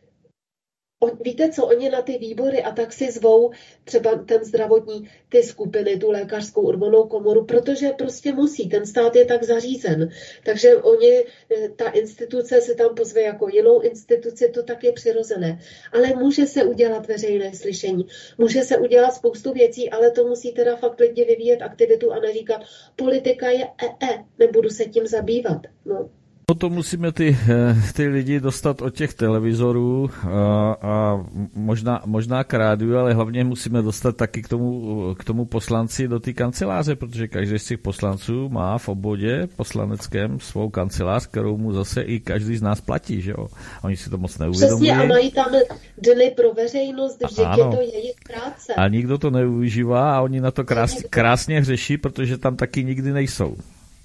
Víte co, oni na ty výbory a tak si zvou třeba ten zdravotní, ty skupiny, tu lékařskou odbornou komoru, protože prostě musí, ten stát je tak zařízen. Takže oni, ta instituce se tam pozve jako jinou instituci, to tak je přirozené. Ale může se udělat veřejné slyšení, může se udělat spoustu věcí, ale to musí teda fakt lidi vyvíjet aktivitu a neříkat, politika je e, e, nebudu se tím zabývat. No. No to musíme ty, ty lidi dostat od těch televizorů a, a možná, možná k rádiu, ale hlavně musíme dostat taky k tomu, k tomu poslanci do té kanceláře, protože každý z těch poslanců má v obvodě poslaneckém svou kancelář, kterou mu zase i každý z nás platí, že jo? Oni si to moc neuvědomují. Přesně, a mají tam dny pro veřejnost, že je to jejich práce. A nikdo to neužívá a oni na to krás, krásně hřeší, protože tam taky nikdy nejsou.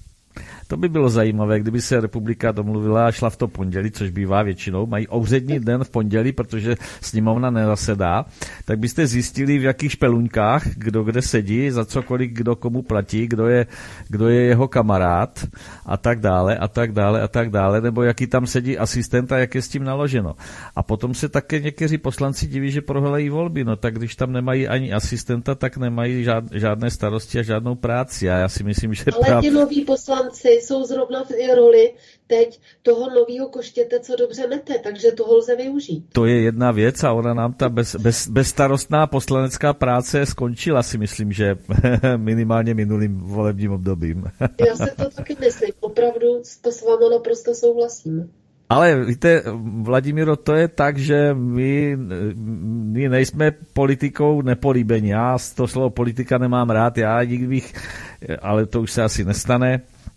To by bylo zajímavé, kdyby se republika domluvila a šla v to pondělí, což bývá většinou. Mají úřední den v pondělí, protože sněmovna nezasedá. Tak byste zjistili, v jakých špeluňkách, kdo kde sedí, za cokoliv, kdo komu platí, kdo je, kdo je jeho kamarád a tak dále a tak dále a tak dále, nebo jaký tam sedí asistent a jak je s tím naloženo. A potom se také někteří poslanci diví, že prohlejí volby. No tak když tam nemají ani asistenta, tak nemají žád, žádné starosti a žádnou práci. A já si myslím, že ale práv... ti noví poslanci jsou zrovna v roli teď toho nového koštěte, co dobře mete, takže toho lze využít. To je jedna věc a ona nám ta bez, bez, bezstarostná poslanecká práce skončila, si myslím, že minimálně minulým volebním obdobím. Já se to taky myslím, opravdu to s váma naprosto souhlasím. Ale víte, Vladimíro, to je tak, že my, my nejsme politikou nepolíbení. Já to slovo politika nemám rád, já nikdy bych, ale to už se asi nestane,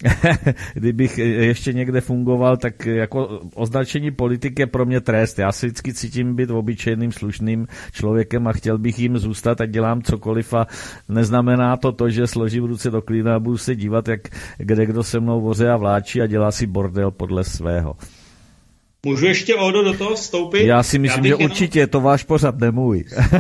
kdybych ještě někde fungoval, tak jako označení politik je pro mě trest. Já se vždycky cítím být obyčejným slušným člověkem a chtěl bych jim zůstat a dělám cokoliv a neznamená to to, že složím ruce do klína a budu se dívat, jak kde kdo se mnou voze a vláčí a dělá si bordel podle svého. Můžu ještě, Odo, do toho vstoupit? Já si myslím, Já že jenom... určitě je to váš pořad, nemůj.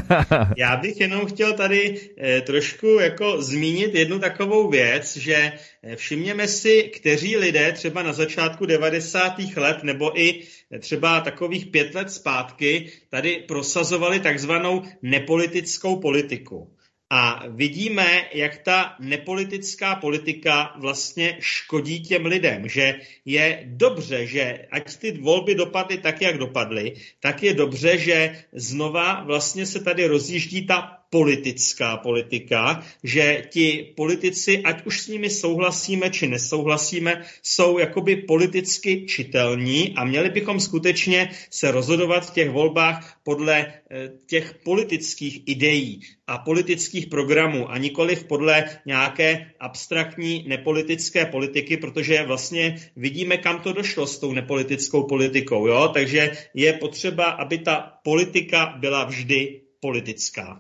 Já bych jenom chtěl tady eh, trošku jako zmínit jednu takovou věc, že všimněme si, kteří lidé třeba na začátku devadesátých let nebo i třeba takových pět let zpátky tady prosazovali takzvanou nepolitickou politiku. A vidíme, jak ta nepolitická politika vlastně škodí těm lidem, že je dobře, že ať ty volby dopadly tak, jak dopadly, tak je dobře, že znova vlastně se tady rozjíždí ta politická politika, že ti politici, ať už s nimi souhlasíme či nesouhlasíme, jsou jakoby politicky čitelní a měli bychom skutečně se rozhodovat v těch volbách podle těch politických ideí a politických programů a nikoliv podle nějaké abstraktní nepolitické politiky, protože vlastně vidíme, kam to došlo s tou nepolitickou politikou. Jo? Takže je potřeba, aby ta politika byla vždy politická.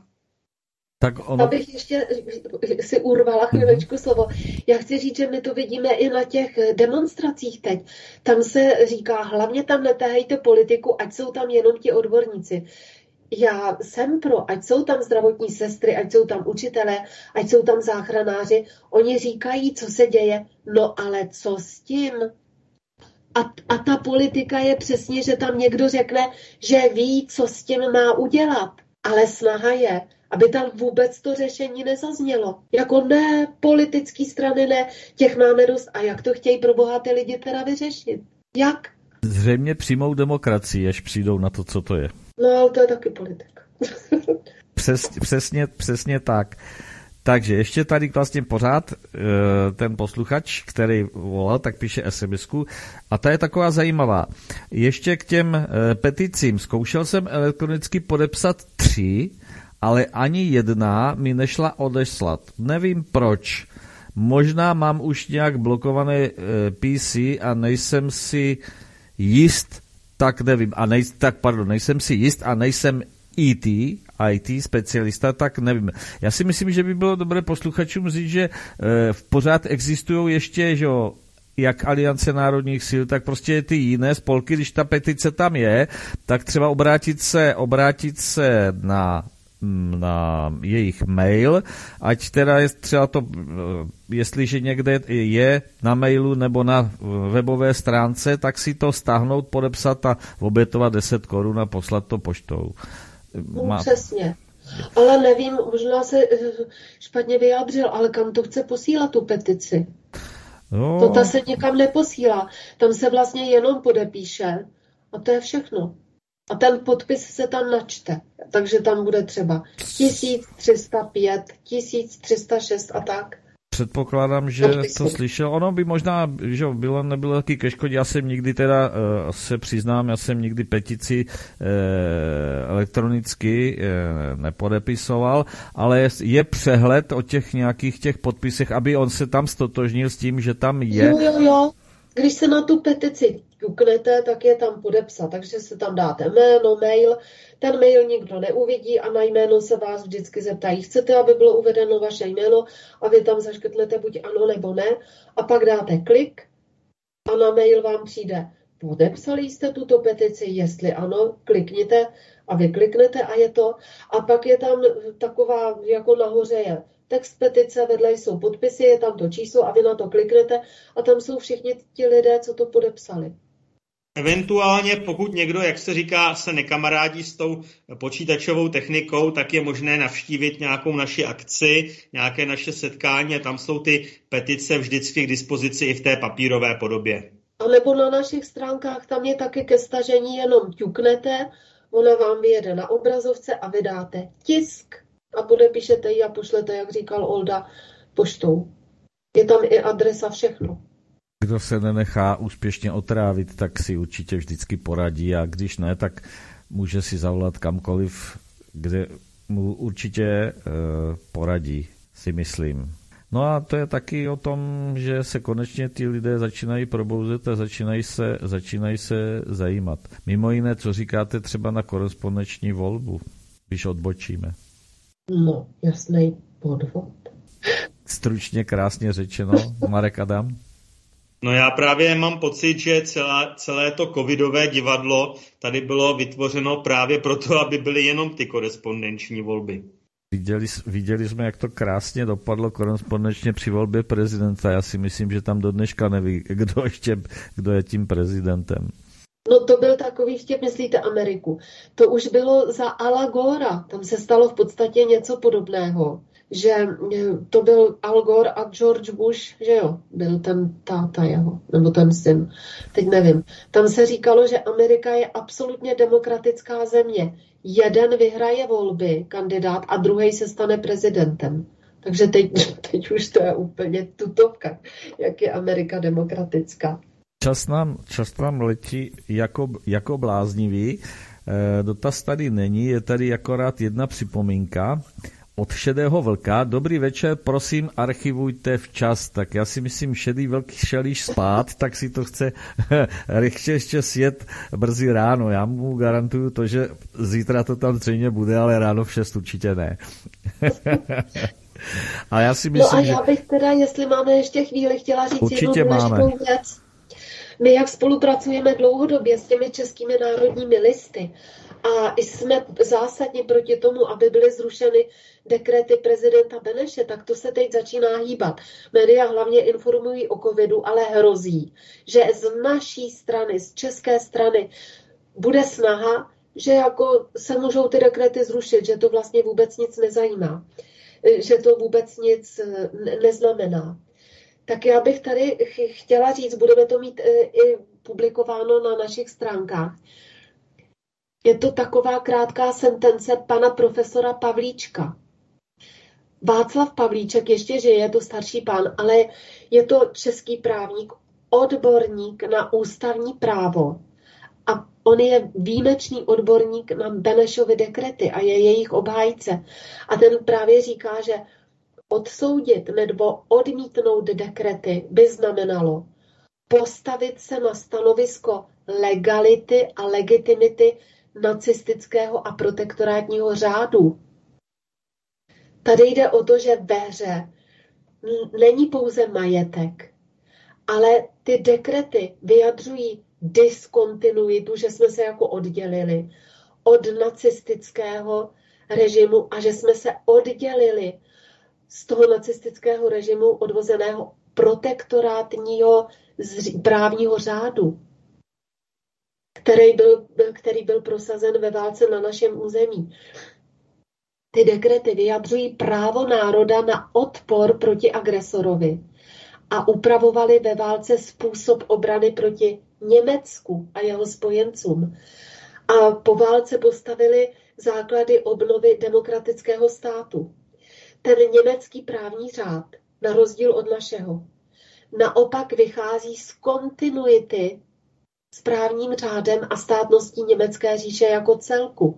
Tak ono... Abych ještě si urvala chvílečku slovo. Já chci říct, že my to vidíme i na těch demonstracích teď. Tam se říká, hlavně tam netahejte politiku, ať jsou tam jenom ti odborníci. Já jsem pro, ať jsou tam zdravotní sestry, ať jsou tam učitelé, ať jsou tam záchranáři. Oni říkají, co se děje, no ale co s tím? A, a ta politika je přesně, že tam někdo řekne, že ví, co s tím má udělat. Ale snaha je, aby tam vůbec to řešení nezaznělo. Jako ne, politické strany ne, těch máme dost. A jak to chtějí pro boha ty lidi teda vyřešit? Jak? Zřejmě přijmou demokracii, až přijdou na to, co to je. No, ale to je taky politika. Přes, přesně, přesně tak. Takže ještě tady vlastně pořád ten posluchač, který volal, tak píše es em esku a ta je taková zajímavá. Ještě k těm peticím. Zkoušel jsem elektronicky podepsat tři ale ani jedna mi nešla odeslat. Nevím proč. Možná mám už nějak blokované e, P C a nejsem si jist, tak nevím, a nej, tak pardon, nejsem si jist a nejsem í té, í té specialista, tak nevím. Já si myslím, že by bylo dobré posluchačům říct, že e, v pořád existují ještě, že jo, jak Aliance národních sil, tak prostě ty jiné spolky, když ta petice tam je, tak třeba obrátit se, obrátit se na na jejich mail, ať teda je třeba to, jestliže někde je na mailu nebo na webové stránce, tak si to stáhnout, podepsat a obětovat deset korun a poslat to poštou. Má... Přesně. Ale nevím, možná se špatně vyjádřil, ale kam to chce posílat tu petici? No. To ta se nikam neposílá. Tam se vlastně jenom podepíše a to je všechno. A ten podpis se tam načte, takže tam bude třeba tisíc tři sta pět, tisíc tři sta šest a tak. Předpokládám, že podpisy. To slyšel. Ono by možná, že bylo, nebylo taky ke škodě. Já jsem nikdy teda, uh, se přiznám, já jsem nikdy petici uh, elektronicky uh, nepodepisoval, ale je, je přehled o těch nějakých těch podpisech, aby on se tam stotožnil s tím, že tam je. Jo, jo, jo. Když se na tu petici ťuknete, tak je tam podepsat, takže se tam dáte jméno, mail, ten mail nikdo neuvidí a na jméno se vás vždycky zeptají, chcete, aby bylo uvedeno vaše jméno a vy tam zaškrtnete buď ano nebo ne a pak dáte klik a na mail vám přijde, podepsali jste tuto petici, jestli ano, klikněte a vy kliknete a je to a pak je tam taková, jako nahoře je text petice, vedle jsou podpisy, je tam to číslo a vy na to kliknete a tam jsou všichni ti lidé, co to podepsali. Eventuálně, pokud někdo, jak se říká, se nekamarádí s tou počítačovou technikou, tak je možné navštívit nějakou naši akci, nějaké naše setkání a tam jsou ty petice vždycky k dispozici i v té papírové podobě. A nebo na našich stránkách, tam je taky ke stažení, jenom ťuknete, ona vám vyjede na obrazovce a vydáte tisk a podepíšete ji a pošlete, jak říkal Olda, poštou. Je tam i adresa, všechno. Kdo se nenechá úspěšně otrávit, tak si určitě vždycky poradí a když ne, tak může si zavolat kamkoliv, kde mu určitě e, poradí, si myslím. No a to je taky o tom, že se konečně ty lidé začínají probouzet a začínají se, začínají se zajímat. Mimo jiné, co říkáte třeba na korespondenční volbu, když odbočíme? No, jasný podvod. Stručně, krásně řečeno, Marek Adam. No já právě mám pocit, že celá, celé to covidové divadlo tady bylo vytvořeno právě proto, aby byly jenom ty korespondenční volby. Viděli, viděli jsme, jak to krásně dopadlo korespondenčně při volbě prezidenta. Já si myslím, že tam do dneška neví, kdo ještě, kdo je tím prezidentem. No to byl takový vtip, myslíte Ameriku. To už bylo za Ala Gora. Tam se stalo v podstatě něco podobného. Že to byl Al Gore a George Bush, že jo, byl ten táta jeho, nebo ten syn, teď nevím. Tam se říkalo, že Amerika je absolutně demokratická země. Jeden vyhraje volby, kandidát, a druhý se stane prezidentem. Takže teď, teď už to je úplně tutovka, jak je Amerika demokratická. Čas nám, čas nám letí jako, jako bláznivý. E, dotaz tady není, je tady akorát jedna připomínka. Od Šedého vlka. Dobrý večer, prosím, archivujte včas. Tak já si myslím, Šedý vlk šel již spát, tak si to chce rychle ještě sjet brzy ráno. Já mu garantuju to, že zítra to tam zřejmě bude, ale ráno v šest určitě ne. A já si myslím, no a já bych teda, jestli máme ještě chvíli, chtěla říct určitě jednu důležitou věc. My jak spolupracujeme dlouhodobě s těmi českými národními listy a jsme zásadně proti tomu, aby byly zrušeny dekrety prezidenta Beneše, tak to se teď začíná hýbat. Média hlavně informují o covidu, ale hrozí, že z naší strany, z české strany, bude snaha, že jako se můžou ty dekrety zrušit, že to vlastně vůbec nic nezajímá, že to vůbec nic neznamená. Tak já bych tady chtěla říct, budeme to mít i publikováno na našich stránkách. Je to taková krátká sentence pana profesora Pavlíčka. Václav Pavlíček ještě žije, je to starší pán, ale je to český právník, odborník na ústavní právo. A On je výjimečný odborník na Benešovy dekrety a je jejich obhájce. A ten právě říká, že odsoudit nebo odmítnout dekrety by znamenalo postavit se na stanovisko legality a legitimity nacistického a protektorátního řádu. Tady jde o to, že ve hře není pouze majetek, ale ty dekrety vyjadřují diskontinuitu, že jsme se jako oddělili od nacistického režimu a že jsme se oddělili z toho nacistického režimu odvozeného protektorátního právního řádu, který byl, který byl prosazen ve válce na našem území. Ty dekrety vyjadřují právo národa na odpor proti agresorovi a upravovali ve válce způsob obrany proti Německu a jeho spojencům. A po válce postavili základy obnovy demokratického státu. Ten německý právní řád, na rozdíl od našeho, naopak vychází z kontinuity s právním řádem a státností německé říše jako celku.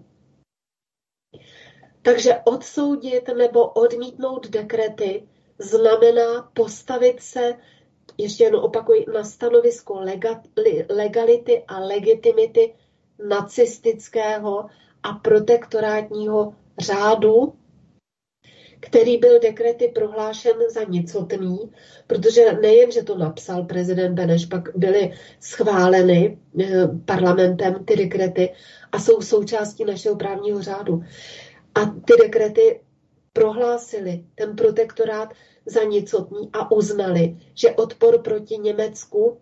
Takže odsoudit nebo odmítnout dekrety znamená postavit se, ještě jednou opakuji, na stanovisko legality a legitimity nacistického a protektorátního řádu, který byl dekrety prohlášen za nicotný, protože nejen, že to napsal prezident Beneš, pak byly schváleny parlamentem ty dekrety a jsou součástí našeho právního řádu. A ty dekrety prohlásili ten protektorát za nicotný a uznali, že odpor proti Německu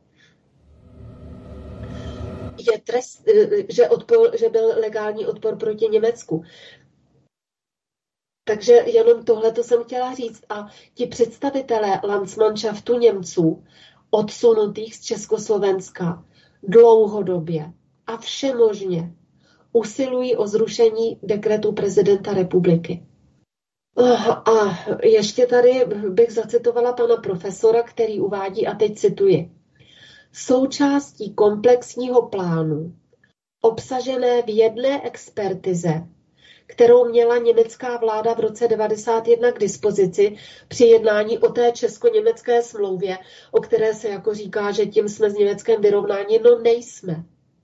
je trest, že, odpor, že byl legální odpor proti Německu. Takže jenom tohle to jsem chtěla říct. A ti představitelé Landsmannschaftu Němců, odsunutých z Československa, dlouhodobě a všemožně usilují o zrušení dekretu prezidenta republiky. A ještě tady bych zacitovala pana profesora, který uvádí, a teď cituji. Součástí komplexního plánu, obsažené v jedné expertize, kterou měla německá vláda v roce devadesát jedna k dispozici při jednání o té česko-německé smlouvě, o které se jako říká, že tím jsme s Německem vyrovnáni, no nejsme.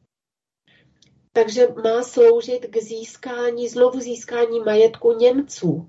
Takže má sloužit k získání, znovu získání majetku Němců.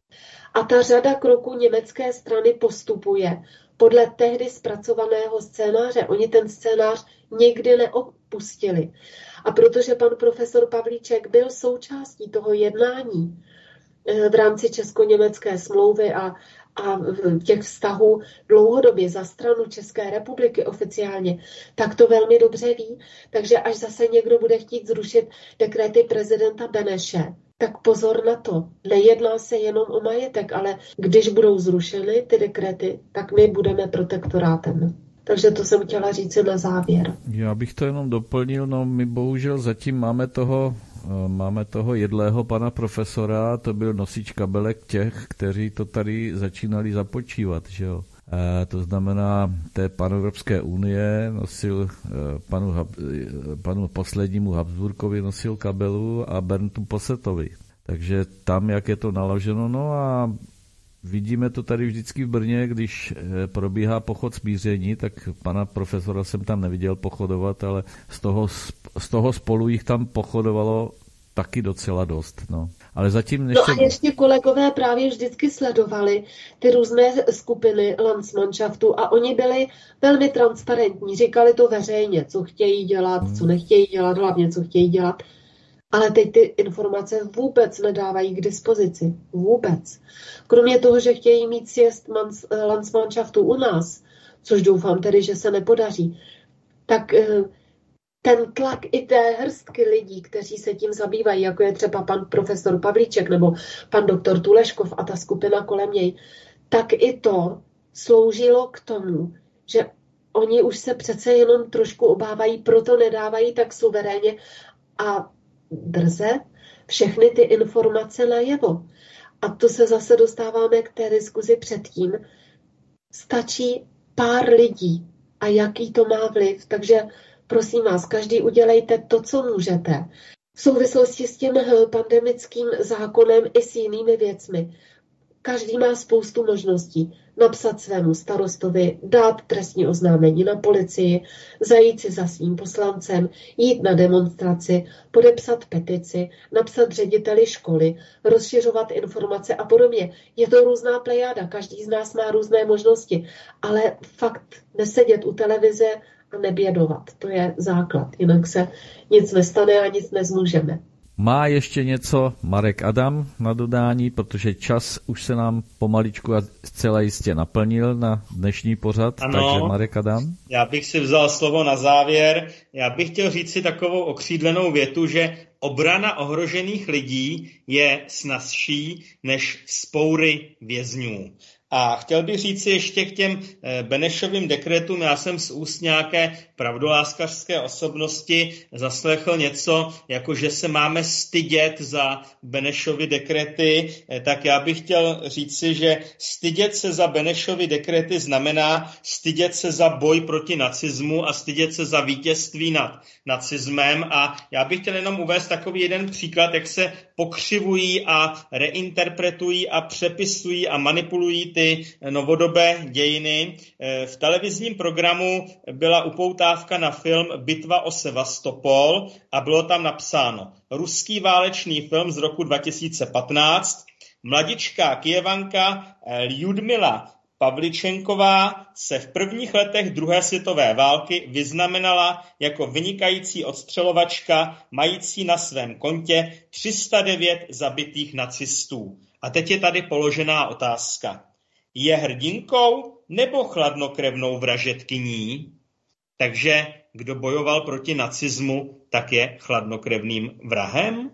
A ta řada kroků německé strany postupuje podle tehdy zpracovaného scénáře. Oni ten scénář nikdy neopustili. A protože pan profesor Pavlíček byl součástí toho jednání v rámci česko-německé smlouvy a, a těch vztahů dlouhodobě za stranu České republiky oficiálně, tak to velmi dobře ví. Takže až zase někdo bude chtít zrušit dekrety prezidenta Beneše, tak pozor na to. Nejedná se jenom o majetek, ale když budou zrušeny ty dekrety, tak my budeme protektorátem. Takže to jsem chtěla říct na závěr. Já bych to jenom doplnil, no my bohužel zatím máme toho, máme toho jedlého pana profesora, to byl nosič kabelek těch, kteří to tady začínali započívat, že jo. E, to znamená, té panevropské unie nosil e, panu, panu poslednímu Habsburkovi nosil kabelu a Berntu Possetovi. Takže tam, jak je to naloženo, no a vidíme to tady vždycky v Brně, když probíhá pochod smíření, tak pana profesora jsem tam neviděl pochodovat, ale z toho, z toho spolu jich tam pochodovalo taky docela dost. No. Ale zatím než no a ještě kolegové právě vždycky sledovali ty různé skupiny Landsmannschaftu a oni byli velmi transparentní, říkali to veřejně, co chtějí dělat, hmm. co nechtějí dělat, hlavně co chtějí dělat. Ale teď ty informace vůbec nedávají k dispozici. Vůbec. Kromě toho, že chtějí mít sjezd Landsmannschaftu u nás, což doufám tedy, že se nepodaří, tak ten tlak i té hrstky lidí, kteří se tím zabývají, jako je třeba pan profesor Pavlíček nebo pan doktor Tuleškov a ta skupina kolem něj, tak i to sloužilo k tomu, že oni už se přece jenom trošku obávají, proto nedávají tak suverénně a drze všechny ty informace najevo. A to se zase dostáváme k té diskuzi předtím. Stačí pár lidí a jaký to má vliv. Takže Prosím vás, každý udělejte to, co můžete. V souvislosti s tím pandemickým zákonem i s jinými věcmi. Každý má spoustu možností. Napsat svému starostovi, dát trestní oznámení na policii, zajít si za svým poslancem, jít na demonstraci, podepsat petici, napsat řediteli školy, rozšiřovat informace a podobně. Je to různá plejáda, každý z nás má různé možnosti, ale fakt nesedět u televize a nebědovat, to je základ, jinak se nic nestane a nic nezmůžeme. Má ještě něco Marek Adam na dodání, protože čas už se nám pomaličku a zcela jistě naplnil na dnešní pořad, ano, takže Marek Adam. Já bych si vzal slovo na závěr. Já bych chtěl říct si takovou okřídlenou větu, že obrana ohrožených lidí je snazší než vzpoury vězňů. A chtěl bych říct si ještě k těm Benešovým dekretům, já jsem z úst nějaké pravdoláskařské osobnosti zaslechl něco, jako že se máme stydět za Benešovy dekrety, tak já bych chtěl říct si, že stydět se za Benešovy dekrety znamená stydět se za boj proti nacismu a stydět se za vítězství nad nacismem. A já bych chtěl jenom uvést takový jeden příklad, jak se pokřivují a reinterpretují a přepisují a manipulují ty novodobé dějiny. V televizním programu byla upoutávka na film Bitva o Sevastopol a bylo tam napsáno: ruský válečný film z roku dva tisíce patnáct. Mladičká Kyjevanka Ljudmila Pavličenková se v prvních letech druhé světové války vyznamenala jako vynikající odstřelovačka mající na svém kontě tři sta devět zabitých nacistů. A teď je tady položená otázka. Je hrdinkou nebo chladnokrevnou vražedkyní? Takže kdo bojoval proti nacismu, tak je chladnokrevným vrahem?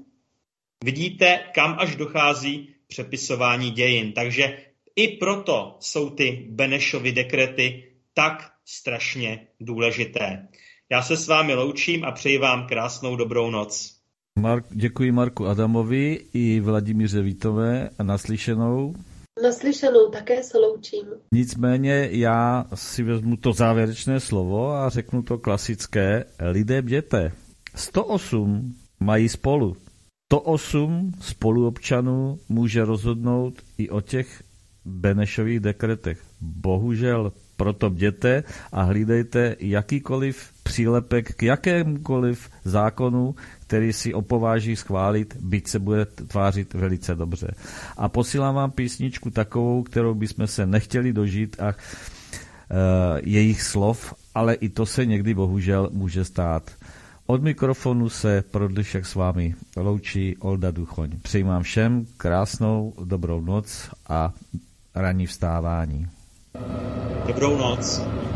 Vidíte, kam až dochází přepisování dějin. Takže i proto jsou ty Benešovy dekrety tak strašně důležité. Já se s vámi loučím a přeji vám krásnou dobrou noc. Mark, děkuji Marku Adamovi i Vladimíře Vítové a naslyšenou. Naslyšenou také se loučím. Nicméně já si vezmu to závěrečné slovo a řeknu to klasické. Lidé bděte. sto osm mají spolu. sto osm spoluobčanů může rozhodnout i o těch Benešových dekretech. Bohužel proto bděte a hlídejte jakýkoliv přílepek k jakémukoliv zákonu, který si opováží schválit, byť se bude tvářit velice dobře. A posílám vám písničku takovou, kterou bychom se nechtěli dožít a e, jejich slov, ale i to se někdy bohužel může stát. Od mikrofonu se pro dnešek s vámi loučí Olda Duchoň. Přeji vám všem krásnou dobrou noc a ranní vstávání. Dobrou noc.